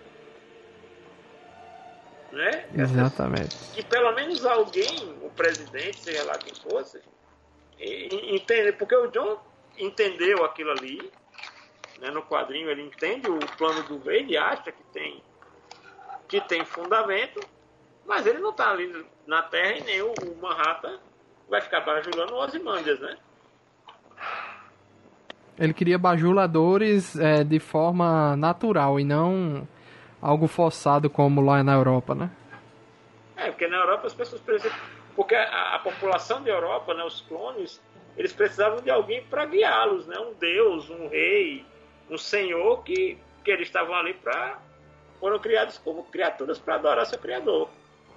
Né? Exatamente. Que pelo menos alguém, o presidente, seja lá quem fosse, entende, porque o John entendeu aquilo ali, né, no quadrinho ele entende o plano do Wade, acha que tem fundamento, mas ele não está ali na Terra e nem o Manhattan vai ficar bajulando o Ozymandias, né? Ele queria bajuladores de forma natural e não algo forçado como lá na Europa, né? Porque na Europa as pessoas precisam... Porque a população da Europa, né, os clones, eles precisavam de alguém para guiá-los, né? Um deus, um rei, um senhor que eles estavam ali para... Foram criados como criaturas para adorar seu criador.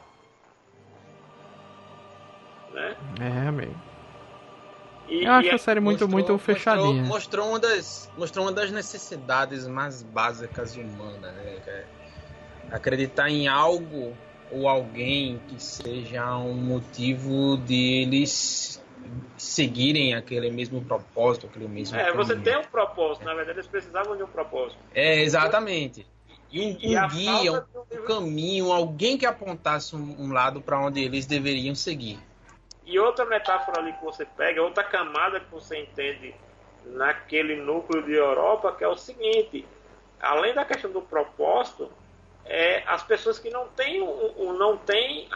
Né? Amigo. Eu acho a série muito fechadinha. Mostrou uma das necessidades mais básicas humanas, né? Que é acreditar em algo ou alguém que seja um motivo de eles seguirem aquele mesmo propósito, aquele mesmo caminho. Você tem um propósito, na verdade eles precisavam de um propósito. Exatamente. E um guia, um caminho, alguém que apontasse um lado para onde eles deveriam seguir. E outra metáfora ali que você pega, outra camada que você entende naquele núcleo de Europa, que é o seguinte: além da questão do propósito, as pessoas que não têm não tem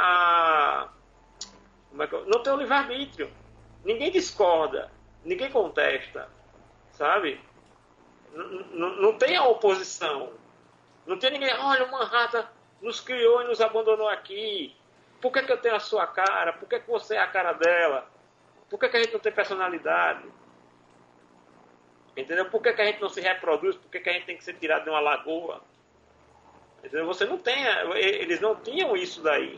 o livre-arbítrio. Ninguém discorda, ninguém contesta, sabe? Não tem a oposição. Não tem ninguém, olha, o Manhattan nos criou e nos abandonou aqui. Por que eu tenho a sua cara? Por que você é a cara dela? Por que a gente não tem personalidade? Entendeu? Por que a gente não se reproduz? Por que a gente tem que ser tirado de uma lagoa? Entendeu? Você não tem... Eles não tinham isso daí.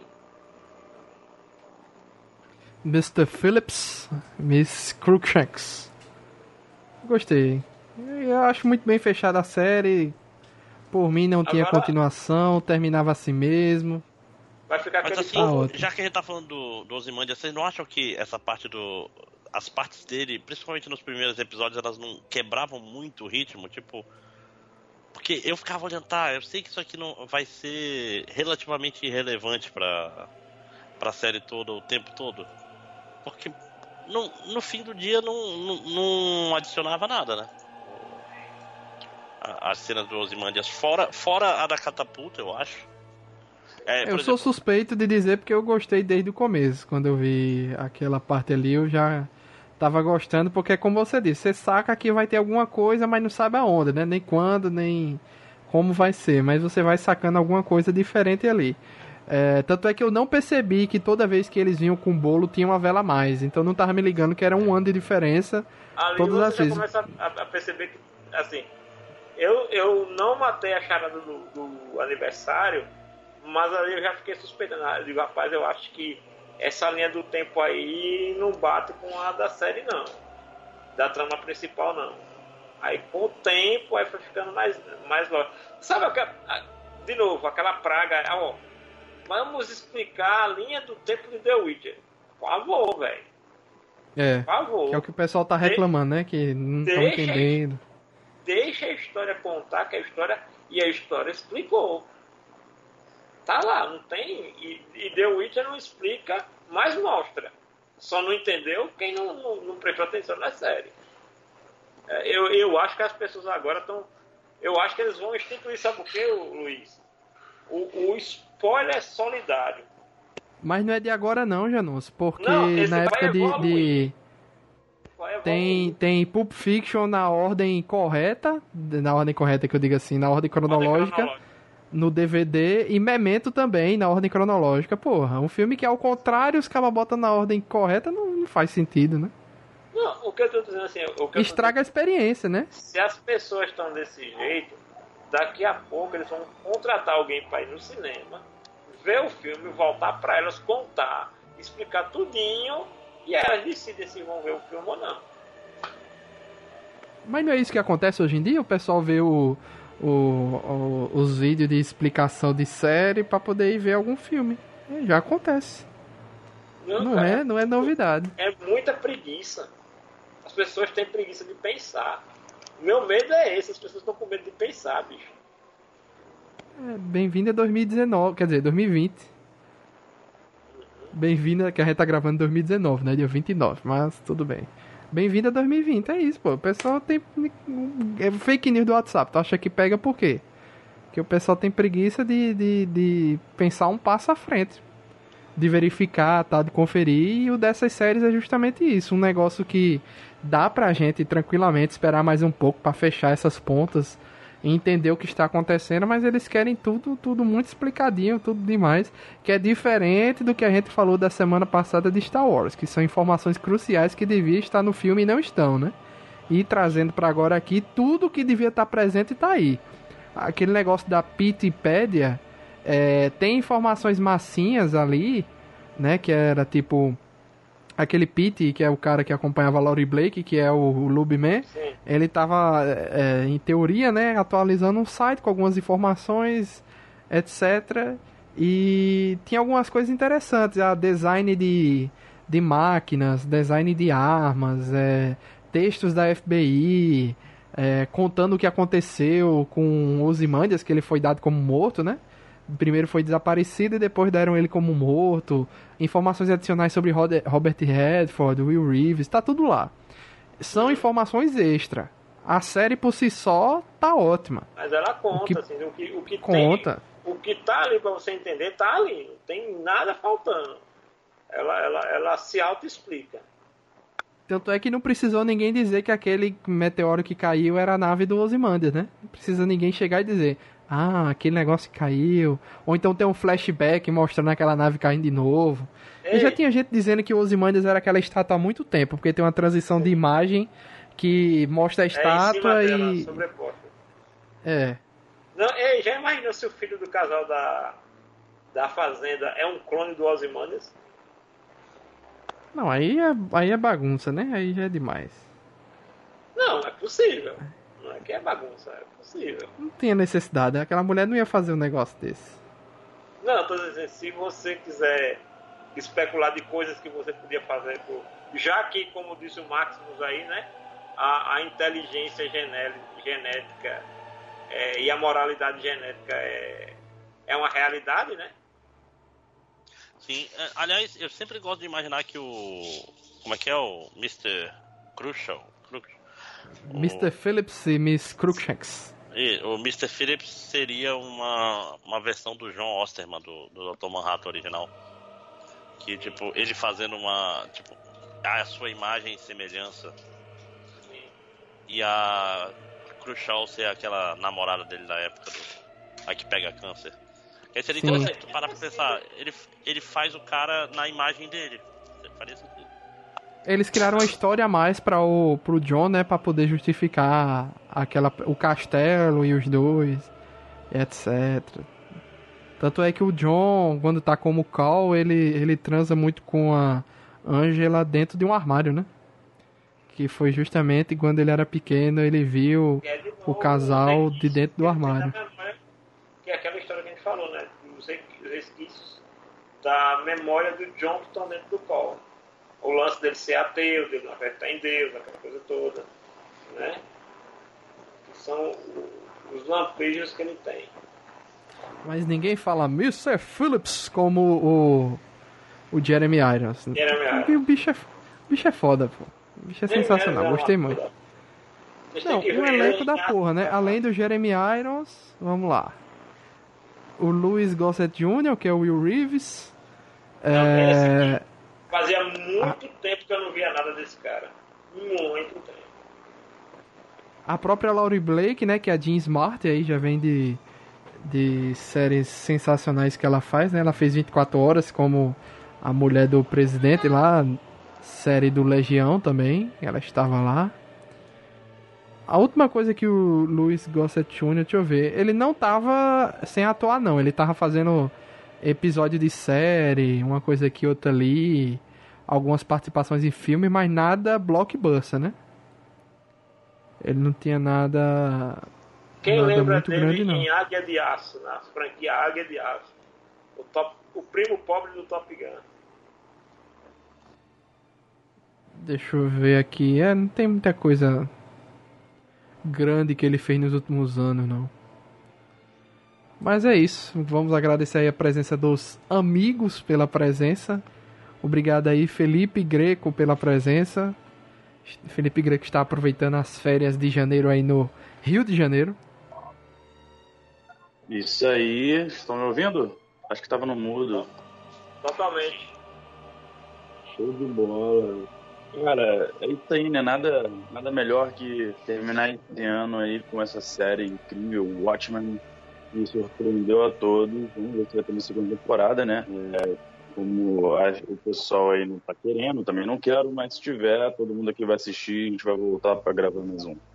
Mr. Phillips, Miss Cruikshanks. Gostei. Eu acho muito bem fechada a série. Por mim não tinha continuação, terminava assim mesmo. Vai ficar Mas aquele assim, já que a gente tá falando do Ozymandias, vocês não acham que essa parte as partes dele, principalmente nos primeiros episódios, elas não quebravam muito o ritmo? Tipo, porque eu ficava olhando, eu sei que isso aqui não vai ser relativamente irrelevante pra série toda, o tempo todo. Porque no fim do dia não adicionava nada, né? As cenas do Ozymandias, fora a da catapulta, eu acho. Eu sou suspeito de dizer porque eu gostei desde o começo. Quando eu vi aquela parte ali, eu já tava gostando, porque como você disse, você saca que vai ter alguma coisa, mas não sabe aonde, né? Nem quando, nem como vai ser, mas você vai sacando alguma coisa diferente ali. Tanto é que eu não percebi que toda vez que eles vinham com bolo tinha uma vela a mais, então não tava me ligando que era um ano de diferença Ali todas as você já vezes. começa a perceber que, assim, eu não matei a charada do aniversário, mas ali eu já fiquei suspeitando. Eu digo, rapaz, eu acho que essa linha do tempo aí não bate com a da série, não. Da trama principal, não. Aí com o tempo, aí foi ficando mais lógico. Sabe, de novo, aquela praga, vamos explicar a linha do tempo de The Witcher. Por favor, velho. Por favor. Que é o que o pessoal tá reclamando, né? Que não estão entendendo. Deixa a história contar, que a história explicou. Tá lá, não tem. E The Witcher não explica, mas mostra. Só não entendeu quem não prestou atenção na série. Eu acho que as pessoas agora estão. Eu acho que eles vão instituir, sabe o que, Luiz? O spoiler solidário. Mas não é de agora não, Janus, porque Não, na época tem Pulp Fiction na ordem correta que eu digo assim, na ordem cronológica, no DVD, e Memento também na ordem cronológica. Porra, um filme que ao contrário os caras botam na ordem correta não faz sentido, né? Não, o que eu tô dizendo assim... Estraga a experiência, né? Se as pessoas estão desse jeito, daqui a pouco eles vão contratar alguém para ir no cinema, ver o filme, voltar para elas, contar, explicar tudinho, e elas decidem se vão ver o filme ou não. Mas não é isso que acontece hoje em dia? O pessoal vê os vídeos de explicação de série para poder ir ver algum filme. Já acontece. Não é novidade. É muita preguiça. As pessoas têm preguiça de pensar. Meu medo é esse, as pessoas estão com medo de pensar, bicho. Bem-vindo a 2019, quer dizer, 2020. Bem-vindo, que a gente tá gravando em 2019, né? Dia 29, mas tudo bem. Bem-vindo a 2020, é isso, pô. O pessoal tem... É fake news do WhatsApp, tu acha que pega por quê? Porque o pessoal tem preguiça de pensar um passo à frente. De verificar, tá? De conferir. E o dessas séries é justamente isso. Um negócio que dá pra gente tranquilamente esperar mais um pouco pra fechar essas pontas e entender o que está acontecendo, mas eles querem tudo muito explicadinho, tudo demais, que é diferente do que a gente falou da semana passada de Star Wars, que são informações cruciais que devia estar no filme e não estão, né? E trazendo pra agora aqui, tudo que devia estar presente tá aí. Aquele negócio da Pitipédia, tem informações massinhas ali, né, que era tipo aquele Pete, que é o cara que acompanhava a Laurie Blake, que é o Lubman. Ele tava em teoria, né, atualizando um site com algumas informações, etc, e tinha algumas coisas interessantes, design de máquinas, design de armas, textos da FBI, contando o que aconteceu com Ozymandias, que ele foi dado como morto, né? Primeiro foi desaparecido e depois deram ele como morto. Informações adicionais sobre Robert Redford, Will Reeves, tá tudo lá. São informações extra. A série por si só tá ótima. Mas ela conta, o que conta. O que tá ali pra você entender, tá ali. Não tem nada faltando. Ela se auto-explica. Tanto é que não precisou ninguém dizer que aquele meteoro que caiu era a nave do Ozymandias, né? Não precisa ninguém chegar e dizer... aquele negócio caiu. Ou então tem um flashback mostrando aquela nave caindo de novo. E já tinha gente dizendo que o Ozymandias era aquela estátua há muito tempo, porque tem uma transição de imagem que mostra a estátua e... Não, já imaginou se o filho do casal da Fazenda é um clone do Ozymandias? Não, aí é bagunça, né? Aí já é demais. Não, é possível. Não é que é bagunça, é possível. Não tinha necessidade, aquela mulher não ia fazer um negócio desse. Não, eu tô dizendo, se você quiser especular de coisas que você podia fazer, já que, como disse o Maximus aí, né, a inteligência genética e a moralidade genética é uma realidade, né? Sim, aliás, eu sempre gosto de imaginar que como é que é o Mr. Crucial? Mr. Phillips e Miss Cruikshanks. O Mr. Phillips seria uma versão do John Osterman, do Dr. Manhattan original. Que, tipo, ele fazendo a sua imagem e semelhança. E Crucial ser aquela namorada dele da época a que pega câncer. Que aí seria Sim. interessante tu parar pra pensar, ele faz o cara na imagem dele. Faria sentido. Eles criaram uma história a mais pro John, né? Pra poder justificar o castelo e os dois, etc. Tanto é que o John, quando tá como Cal, ele transa muito com a Angela dentro de um armário, né? Que foi justamente quando ele era pequeno, ele viu o casal de dentro do armário. Que é aquela história que a gente falou, né? Os resquícios da memória do John que estão dentro do Cal. O lance dele ser ateu, dele não acreditar em Deus, aquela coisa toda, né? Que são os lampejos que ele tem. Mas ninguém fala Mr. Phillips como o Jeremy Irons. Jeremy O bicho é foda, pô. O bicho é sensacional, gostei muito. Não, o elenco da porra, né? Além do Jeremy Irons, vamos lá. O Louis Gossett Jr., que é o Will Reeves. Fazia muito tempo que eu não via nada desse cara. Muito tempo. A própria Laurie Blake, né? Que é a Jean Smart, aí já vem de séries sensacionais que ela faz, né? Ela fez 24 Horas como a mulher do presidente lá, série do Legião também, ela estava lá. A última coisa que o Louis Gossett Jr., deixa eu ver, ele não tava sem atuar não, ele tava fazendo episódio de série, uma coisa aqui, outra ali, algumas participações em filme, mas nada blockbuster, né? Ele não tinha nada... Quem nada lembra muito dele grande, não. em Águia de Aço, na franquia Águia de Aço? O primo pobre do Top Gun. Deixa eu ver aqui, não tem muita coisa grande que ele fez nos últimos anos, não. Mas é isso, vamos agradecer aí a presença dos amigos pela presença. Obrigado aí, Felipe Greco, pela presença. Felipe Greco está aproveitando as férias de janeiro aí no Rio de Janeiro. Isso aí, estão me ouvindo? Acho que estava no mudo. Totalmente. Show de bola. Cara, é isso aí, né? Nada melhor que terminar esse ano aí com essa série incrível, Watchmen, que surpreendeu a todos. Vamos ver se vai ter uma segunda temporada, né? Como o pessoal aí não tá querendo, também não quero, mas se tiver, todo mundo aqui vai assistir, a gente vai voltar para gravar mais um.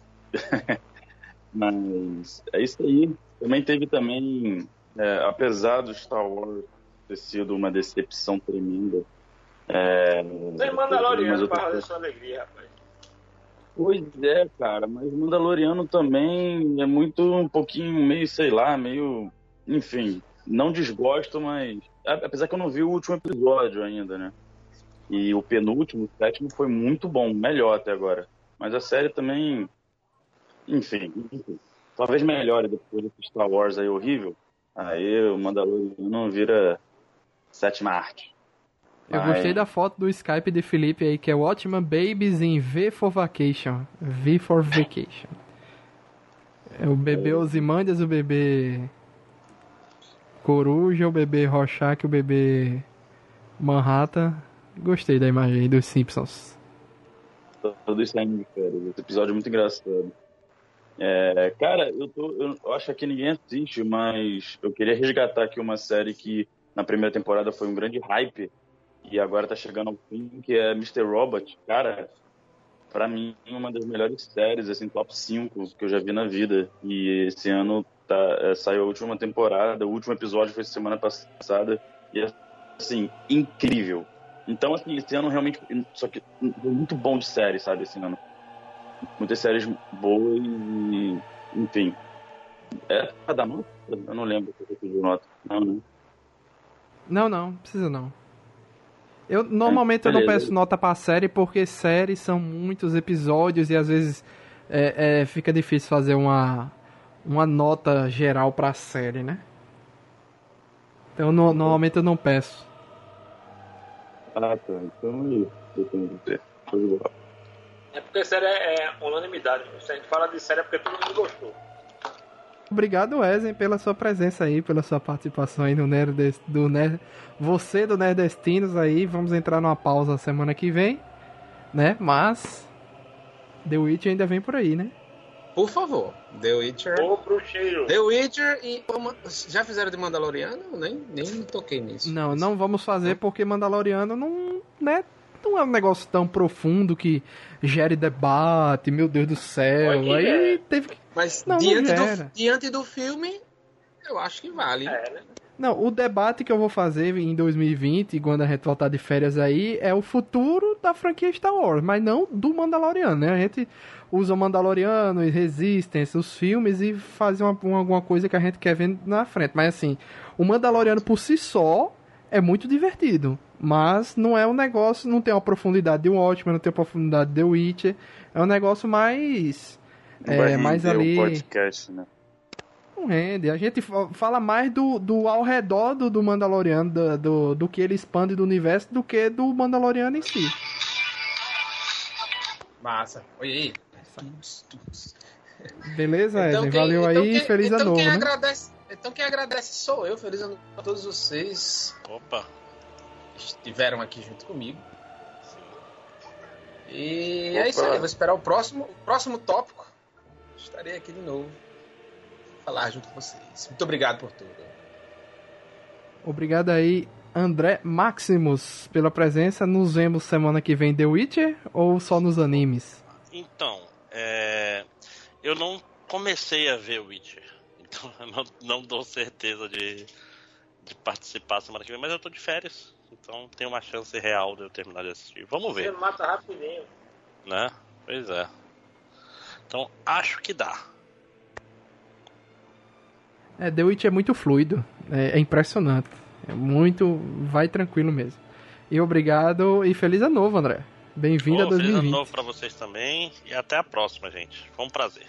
Mas é isso aí. Também teve apesar do Star Wars ter sido uma decepção tremenda, Tem Mandaloriano para fazer sua alegria, rapaz. Pois é, cara, mas Mandaloriano também é um pouquinho meio, sei lá, meio, enfim, não desgosto, mas apesar que eu não vi o último episódio ainda, né? E o penúltimo, o sétimo, foi muito bom, melhor até agora. Mas a série também, enfim, talvez melhore depois desse Star Wars aí horrível. Aí o Mandaloriano vira sétima arte. Eu gostei da foto do Skype de Felipe aí, que é Watchman Babies em V for Vacation. V for Vacation. É o bebê Ozymandias, o bebê Coruja, o bebê Rorschach, o bebê Manhattan. Gostei da imagem aí dos Simpsons. Todo isso aí de férias. Esse episódio é muito engraçado. Cara, eu acho que ninguém assiste, mas eu queria resgatar aqui uma série que na primeira temporada foi um grande hype e agora tá chegando ao fim, que é Mr. Robot. Cara, pra mim, uma das melhores séries, assim, top 5 que eu já vi na vida. E esse ano saiu a última temporada, o último episódio foi semana passada, e assim, incrível. Então, assim, esse ano realmente, só que foi muito bom de série, sabe, esse ano. Muitas séries boas e, enfim. Pra dar nota? Eu não lembro se eu pedi nota. Não, precisa não. Normalmente eu não peço nota pra série, porque séries são muitos episódios e às vezes fica difícil fazer uma nota geral pra série, né? Então normalmente eu não peço. Ah, tá. Então é isso. Eu tenho que ter. Show de bola. É porque série é unanimidade. Se a gente fala de série é porque todo mundo gostou. Obrigado, Wesley, pela sua presença aí, pela sua participação aí no Você do Nerdestinos aí. Vamos entrar numa pausa semana que vem, né? Mas The Witch ainda vem por aí, né? Por favor, The Witcher. Ô, bruxeiro. The Witcher e... Já fizeram de Mandaloriano? Nem toquei nisso. Não vamos fazer porque Mandaloriano não, né, não é um negócio tão profundo que gere debate, meu Deus do céu. Pode Aí é. teve que... Mas Não gera. diante do filme, eu acho que vale. É, né? Não, o debate que eu vou fazer em 2020, quando a gente voltar de férias aí, é o futuro da franquia Star Wars, mas não do Mandaloriano, né? A gente usa o Mandaloriano e Resistance, os filmes, e faz alguma coisa que a gente quer ver na frente. Mas assim, o Mandaloriano por si só é muito divertido, mas não é um negócio, não tem uma profundidade de Watchmen, não tem uma profundidade de The Witcher, é um negócio mais... mais ali... o podcast, né? Não rende. A gente fala mais do ao redor do Mandaloriano, do que ele expande do universo, do que do Mandaloriano em si. Massa. Olha aí. Beleza, Eden? Valeu aí, feliz ano novo, né? Então quem agradece sou eu. Feliz ano novo a todos vocês. Opa. Estiveram aqui junto comigo. E é isso aí. Vou esperar o próximo tópico. Estarei aqui de novo. Falar junto com vocês. Muito obrigado por tudo. Obrigado aí, André Maximus, pela presença. Nos vemos semana que vem The Witcher ou só nos animes? Então, eu não comecei a ver Witcher, então eu não dou certeza de participar semana que vem, mas eu tô de férias, então tem uma chance real de eu terminar de assistir. Vamos ver. Você mata rapidinho. Né? Pois é. Então, acho que dá. The Witcher é muito fluido, é impressionante. É muito... vai tranquilo mesmo. E obrigado e feliz ano novo, André. Bem-vindo a 2020. Feliz ano novo pra vocês também e até a próxima, gente. Foi um prazer.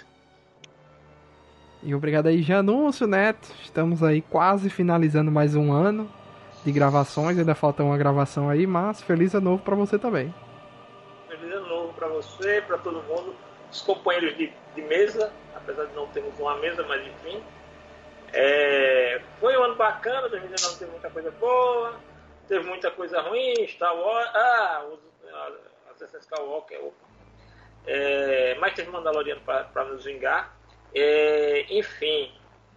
E obrigado aí, Janúncio Neto. Estamos aí quase finalizando mais um ano de gravações. Ainda falta uma gravação aí, mas feliz ano novo pra você também. Feliz ano novo pra você, pra todo mundo. Os companheiros de mesa, apesar de não termos uma mesa, mas enfim. Foi um ano bacana, 2019 teve muita coisa boa, teve muita coisa ruim, Star Wars, Assassin's Skywalker, mas teve Mandaloriano para nos vingar, enfim,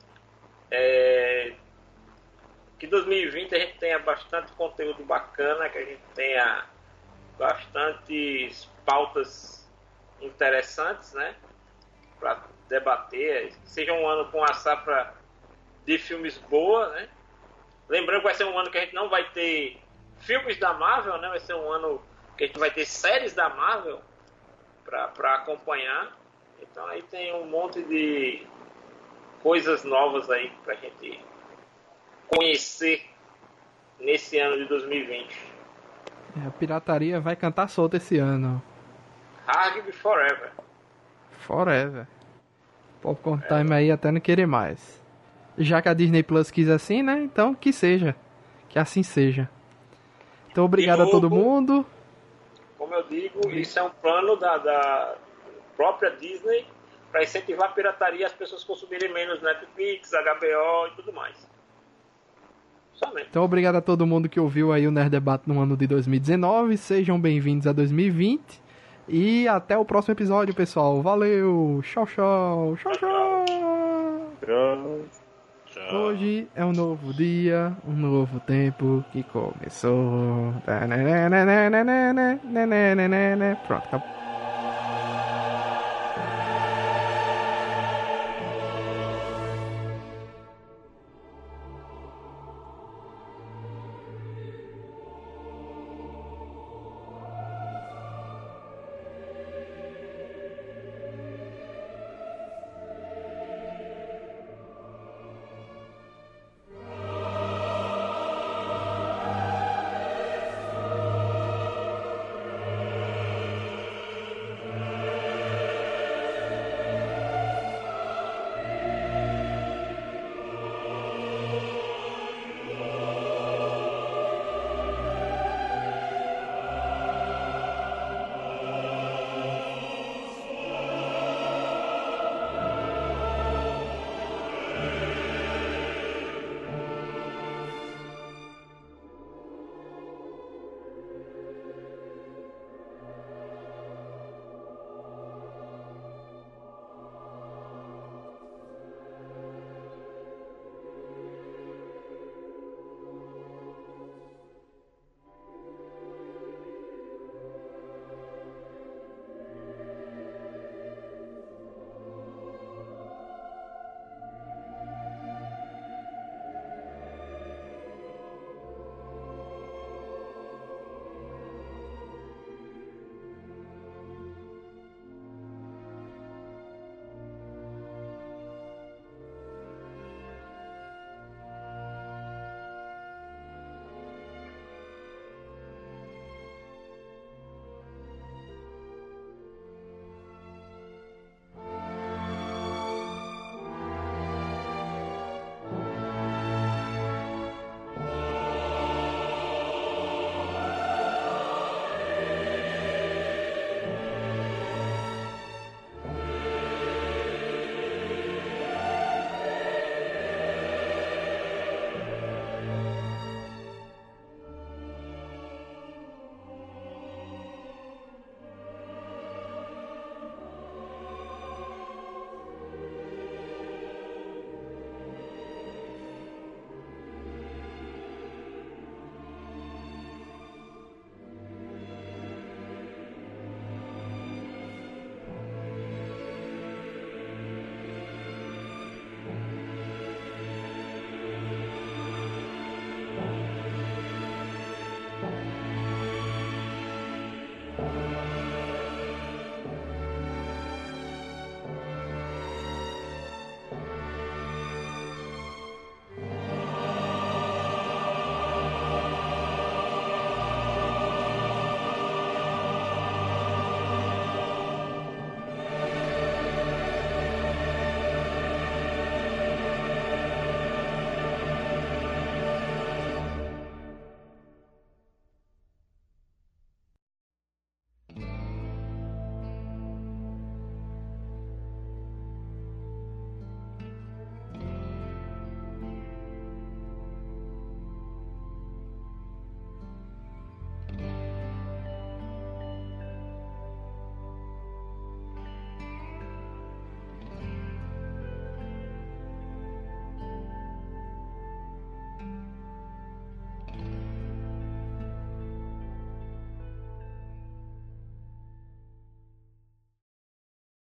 que 2020 a gente tenha bastante conteúdo bacana, que a gente tenha bastantes pautas interessantes, né, para debater, que seja um ano com a safra de filmes boa, né? Lembrando que vai ser um ano que a gente não vai ter filmes da Marvel, né? Vai ser um ano que a gente vai ter séries da Marvel para acompanhar. Então aí tem um monte de coisas novas aí pra gente conhecer nesse ano de 2020. A pirataria vai cantar solta esse ano. Hard Forever. Forever. Popcorn Time aí até não querer mais. Já que a Disney Plus quis assim, né? Então que seja. Que assim seja. Então obrigado a todo mundo. Como eu digo, isso é um plano da própria Disney para incentivar a pirataria e as pessoas consumirem menos Netflix, HBO e tudo mais. Somente. Então obrigado a todo mundo que ouviu aí o Nerd Debate no ano de 2019. Sejam bem-vindos a 2020. E até o próximo episódio, pessoal. Valeu! Tchau, tchau! Tchau, tchau! Tchau. Hoje é um novo dia, um novo tempo que começou. Pronto, acabou.